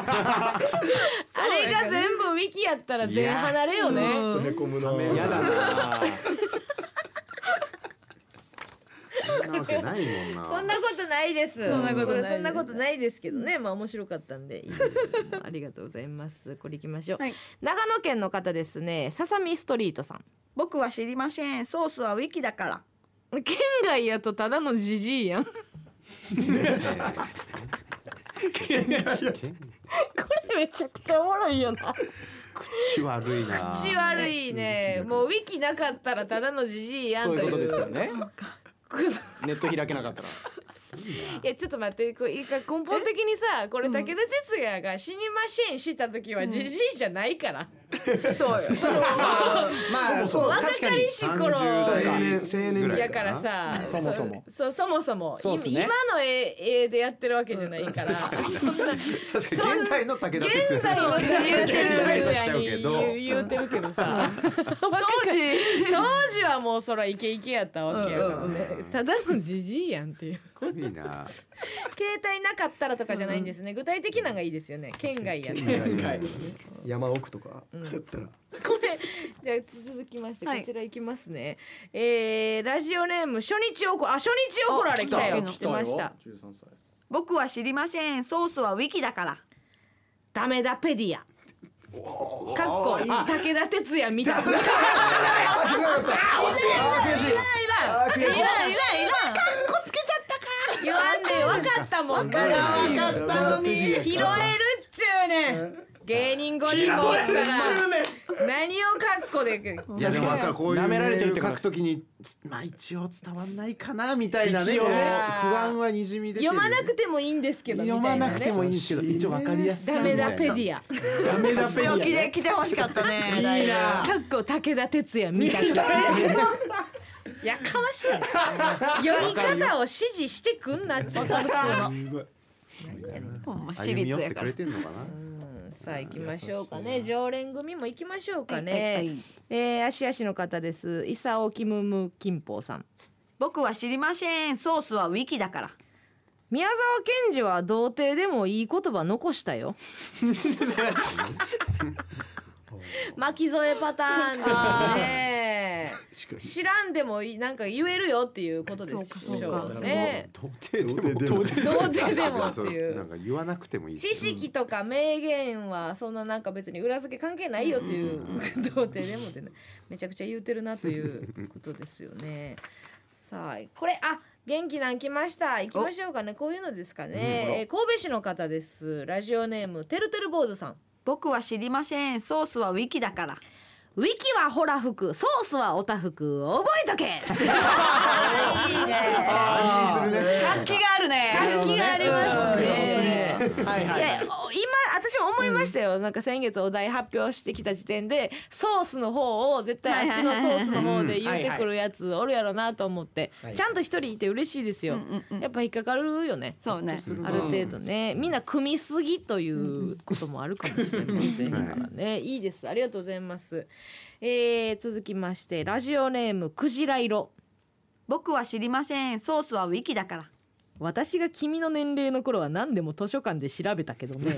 が全部ウィキやったら全離れよね。 へこむな。 やだな。 そんなわけないもんな。 そんなことないです。 そんなことないですそんなことないですけどね。まあ面白かったんでいいですけども。ありがとうございます。これ行きましょう。 はい、 長野県の方ですね。ささみストリートさん。 僕は知りません。ソースはウィキだから。 県外やとただのジジイやん。これめちゃくちゃおもろいよな。 口悪いな。 口悪いね。もうウィキなかったらただのジジイやんという。 そういうことですよね。ネット開けなかったら。 いやちょっと待ってこう根本的にさこれ武田鉄矢が死にませんした時はジジイじゃないから、そうよそのまあそう若かりし頃青年青年やからさそもそもそそもそもそうっすね今の絵絵でやってるわけじゃないからそんな確かに現代の武田鉄矢現在の武田鉄矢に言うと言う言うてるけどさ当時当時はもうそらイケイケやったわけやからねただのジジイやんっていういいな。 携帯なかったらとかじゃないんですね。具体的なのがいいですよね。県外やって。 山奥とかやったら。 これじゃあ続きましてこちらいきますね。はい、えー、ラジオネーム初日おこあ初日怒られ来たよ。来てました。 僕は知りません。ソースはウィキだから。 ダメだペディア。かっこ武田鉄矢みたいな。いらんいらんいらんいらんいらんいらんいらん。言わんで分かったもん。分かったのに拾えるっちゅうねん。芸人ごにんもおったら何をカッコで。 いやでも分かるこういう舐められてるって書くときにまあ一応伝わんないかなみたいなね不安はにじみ出てる。 読まなくてもいいんですけどみたいなね。 読まなくてもいいんですけど一応分かりやすい。 ダメだペディア。 ダメだペディア。 来て来てほしかったね。 いいな。 かっこ武田鉄矢みたいな。やかましい。読み方を指示してくんなっちゅうの。 ほんま私立やから。 さあ行きましょうかね。常連組も行きましょうかね。えー、足足の方です。伊佐キムム金峰さん。 僕は知りません。ソースはウィキだから。 宮沢賢治は童貞でもいい言葉残したよ。巻き添えパターンですね。知らんでもなんか言えるよっていうことですよね。 童貞でも童貞でもっていうなんか言わなくてもいい。 知識とか名言はそんななんか別に裏付け関係ないよっていう童貞でもってめちゃくちゃ言うてるなということですよね。さあこれあ元気なん来ました。行きましょうかね。こういうのですかね。えー、神戸市の方です。ラジオネームてるてる坊主さん。 僕は知りません。ソースはウィキだから。 ウィキはホラ服、ソースはオタ服、覚えとけ。 いいね。 安心するね。 活気があるね。 活気がありますね。 はいはいいや、今私も思いましたよ、なんか先月お題発表してきた時点でソースの方を絶対あっちのソースの方で言ってくるやつおるやろなと思って、ちゃんと一人いて嬉しいですよ。やっぱ引っかかるよね。 そうね。 ある程度ね、みんな組みすぎということもあるかもしれませんからね。いいです、ありがとうございます。えー、続きましてラジオネームクジラ色。 僕は知りません。ソースはウィキだから。 私が君の年齢の頃は何でも図書館で調べたけどね。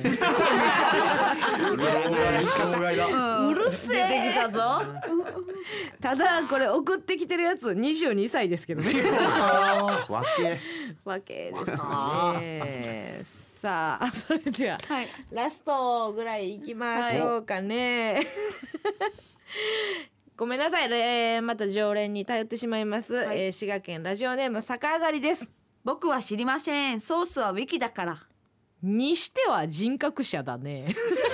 うるせえ。出てきたぞ。ただこれ送ってきてるやつにじゅうにさいですけどね。 わけ。 わけですね。さあ、それでは、 はい、 ラストぐらいいきましょうかね。はい、ごめんなさい、えー、また常連に頼ってしまいます、はい、えー、滋賀県ラジオネーム逆上がりです。 僕は知りません。ソースはウィキだから。 にしては人格者だね。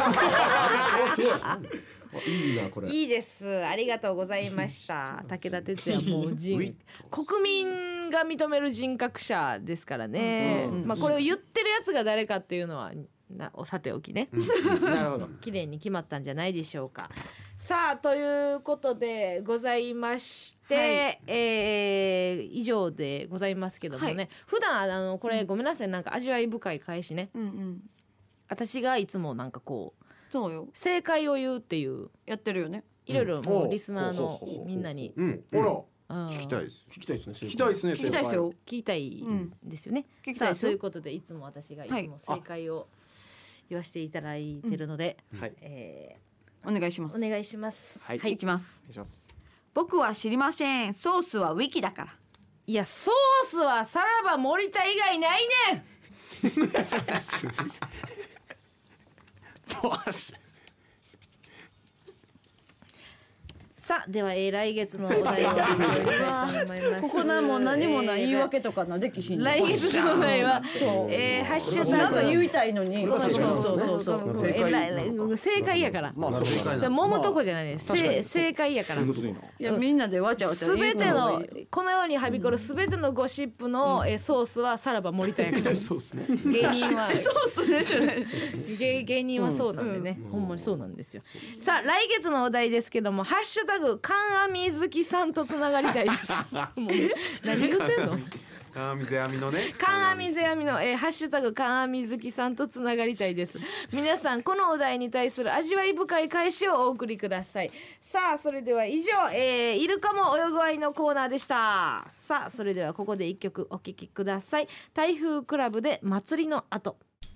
いいなこれ。 いいです。ありがとうございました。武田鉄矢もう人国民が認める人格者ですからね。うんうん、まあこれを言ってるやつが誰かっていうのはなおさておきね。なるほど。綺麗に決まったんじゃないでしょうか。さあということでございまして、はい、えー、以上でございますけどもね。はい、普段あのこれごめんなさい、なんか味わい深い返しね。うんうん、私がいつもなんかこう。 そうよ。 正解を言うっていうやってるよね。 いろいろもうリスナーのみんなに、 うん、ほら聞きたいです。 聞きたいですね。 聞きたいですね。 聞きたいですよ。 聞きたいですよね。さあということでいつも私がいつも正解を言わせていただいてるので、えー、お願いします。 お願いします。 はい、はい、いきます。 お願いします。 僕は知りません。ソースはウィキだから。 いや、ソースはさらば森田以外ないねん。さあでは、えー、来月のお題をここなもう何もない言い訳とかのできひん。 来月のお題は、えー、ハッシュタグなんか言いたいのに。 そうそうそうそう。正解やから。まあ正解。揉むとこじゃないです。正解やから。いやみんなでわちゃわちゃ。 すべてのこのようにはびこるすべてのゴシップのソースはさらば森田やから。 そうですね。 芸人はソースねじゃない。 芸芸人はそうなんでね。ほんまにそうなんですよ。さあ来月のお題ですけども、ハッシュタグカンアミ好きさんとつながりたいです。もう何言ってんの？ カンアミゼアミのね。 カンアミゼアミの、えー、ハッシュタグカンアミ好きさんとつながりたいです。皆さんこのお題に対する味わい深い返しをお送りください。さあそれでは以上、えー、イルカも泳ぐ愛のコーナーでした。さあそれではここで一曲お聴きください。台風クラブで祭りの後。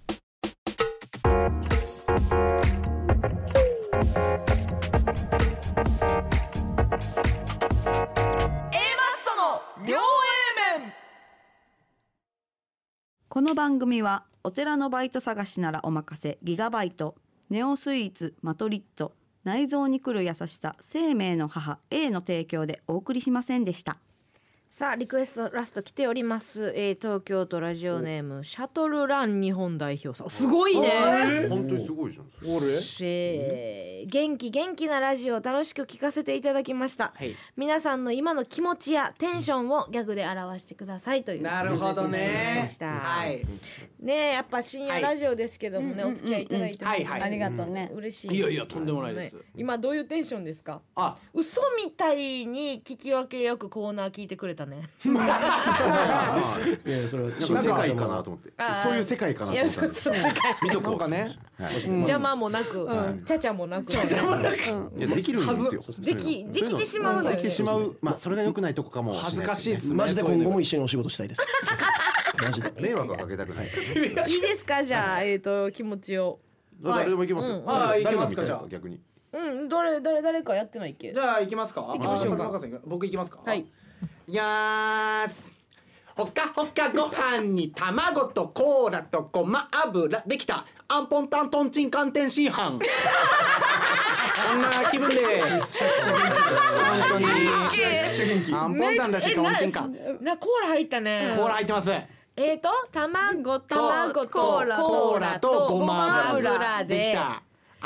この番組はお寺のバイト探しならお任せギガバイト、ネオスイーツマトリッツォ、内臓に来る優しさ生命の母 A の提供でお送りしませんでした。 さあリクエストラスト来ております、えー、東京都ラジオネームシャトルラン日本代表さん、すごいね。 本当にすごいじゃん。 俺、 えー、元気元気なラジオを楽しく聞かせていただきました、はい、皆さんの今の気持ちやテンションをギャグで表してくださいという。 なるほどね。 はい、ねえやっぱ深夜ラジオですけどもね、はい、お付き合いいただいて、 はいはい、ありがとうね。 嬉しい。 いやいやとんでもないです、 ね、今どういうテンションですか？ あ、 嘘みたいに聞き分けよくコーナー聞いてくれたね。 いやそれは世界かなと思って、そういう世界かなと思ったんです見とこうかね、 邪魔もなくちゃちゃもなく、いやできるんですよ。 できできてしまうのよ。 できてしまう。まあそれが良くないとこかも。 恥ずかしいですね。 マジで今後も一緒にお仕事したいです。マジで迷惑はかけたくない。 いいですか、じゃあえっと気持ちを。 誰でもいけますよ。 ああ、いけますか。じゃあ逆に。 うん、誰誰誰かやってないっけ？ じゃあ行きますか。 行きましょうか。 僕行きますか。 はい。 いきまーす。ほかほかご飯に卵とコーラとごま油できたアンポンタントンチン寒天炊飯。こんな気分です。本当に。アンポンタンだしトンチンか。 なコーラ入ったね。 コーラ入ってます。 えーと卵と卵とコーラとごま油できた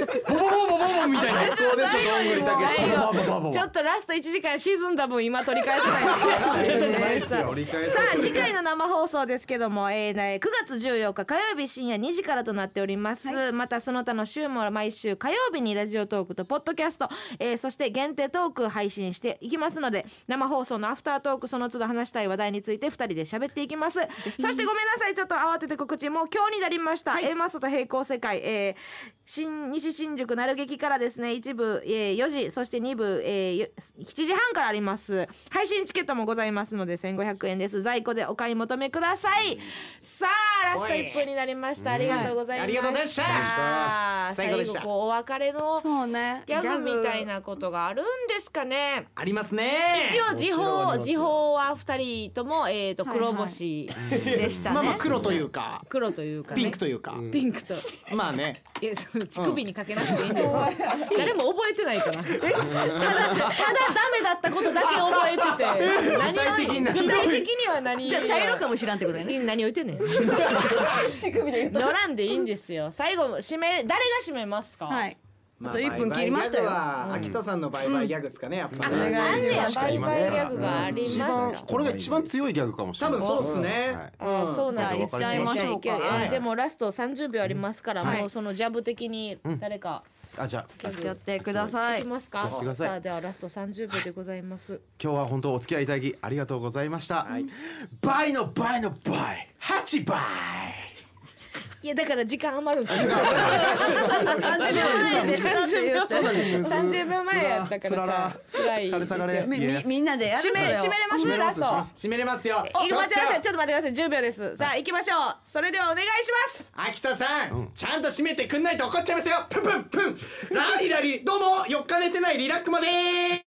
ボボボボボボモンみたいな。 そうでしょどんぐりたけし。 最後ちょっとラストいちじかん沈んだ分今取り返せないんですよ。 折り返せさあ次回の生放送ですけども、えー、くがつじゅうよっか火曜日深夜にじからとなっております、はい、またその他の週も毎週火曜日にラジオトークとポッドキャスト、えー、そして限定トーク配信していきますので、生放送のアフタートークその都度話したい話題についてふたりで喋っていきます。そしてごめんなさい、ちょっと慌てて告知、もう今日になりました、はい、A マストと平行世界、えー、新西新宿なる劇からですね、一部、えー、よじ、そしてに部、えー、しちじはんからあります。配信チケットもございますのでせんごひゃくえんです。在庫でお買い求めください。さあラストいっぷんになりました。ありがとうございました。 ありがとうございました。 最後こうお別れのそうねギャグみたいなことがあるんですかね。 ありますね。 一応時報時報はふたりともえっと黒星でしたね。 まあまあ黒というか黒というかピンクというかピンクとまあね。 いやその乳首にかけなくていいんです。誰も覚えてないから。ただただダメだったことだけ覚えてて。 具体的な具体的には何？ じゃあ茶色かもしらんってことだよね。 何を言ってんねん。乗らんでいいんですよ。最後締め誰が締めますか？ はい。あといっぷん切りましたよ。 秋人さんのバイバイギャグですかね、やっぱね。 お願いします。バイバイギャグがありますか。 これが一番強いギャグかもしれない。 多分そうですね。 あ、そうなん言っちゃいましょうか。 でもラストさんじゅうびょうありますから、もうそのジャブ的に誰かあ、じゃあやっちゃってください。 いきますか。さあではラストさんじゅうびょうでございます。 今日は本当お付き合いいただきありがとうございました。倍の倍の倍、はちばい。 いやだから時間余るんですよ。 さんじゅうびょうまえでしたって言って。 さんじゅうびょうまえやったからさ。辛い。 垂れ下がれ。 みみんなでやる。 締め締めれますラスト。 締めれますよ。 待ってください。ちょっと待ってください。じゅうびょうです。さあ行きましょう。それではお願いします。 秋人さん、ちゃんと締めてくんないと怒っちゃいますよ。プンプンプン。ラリラリどうもよっか寝てないリラックマでーす。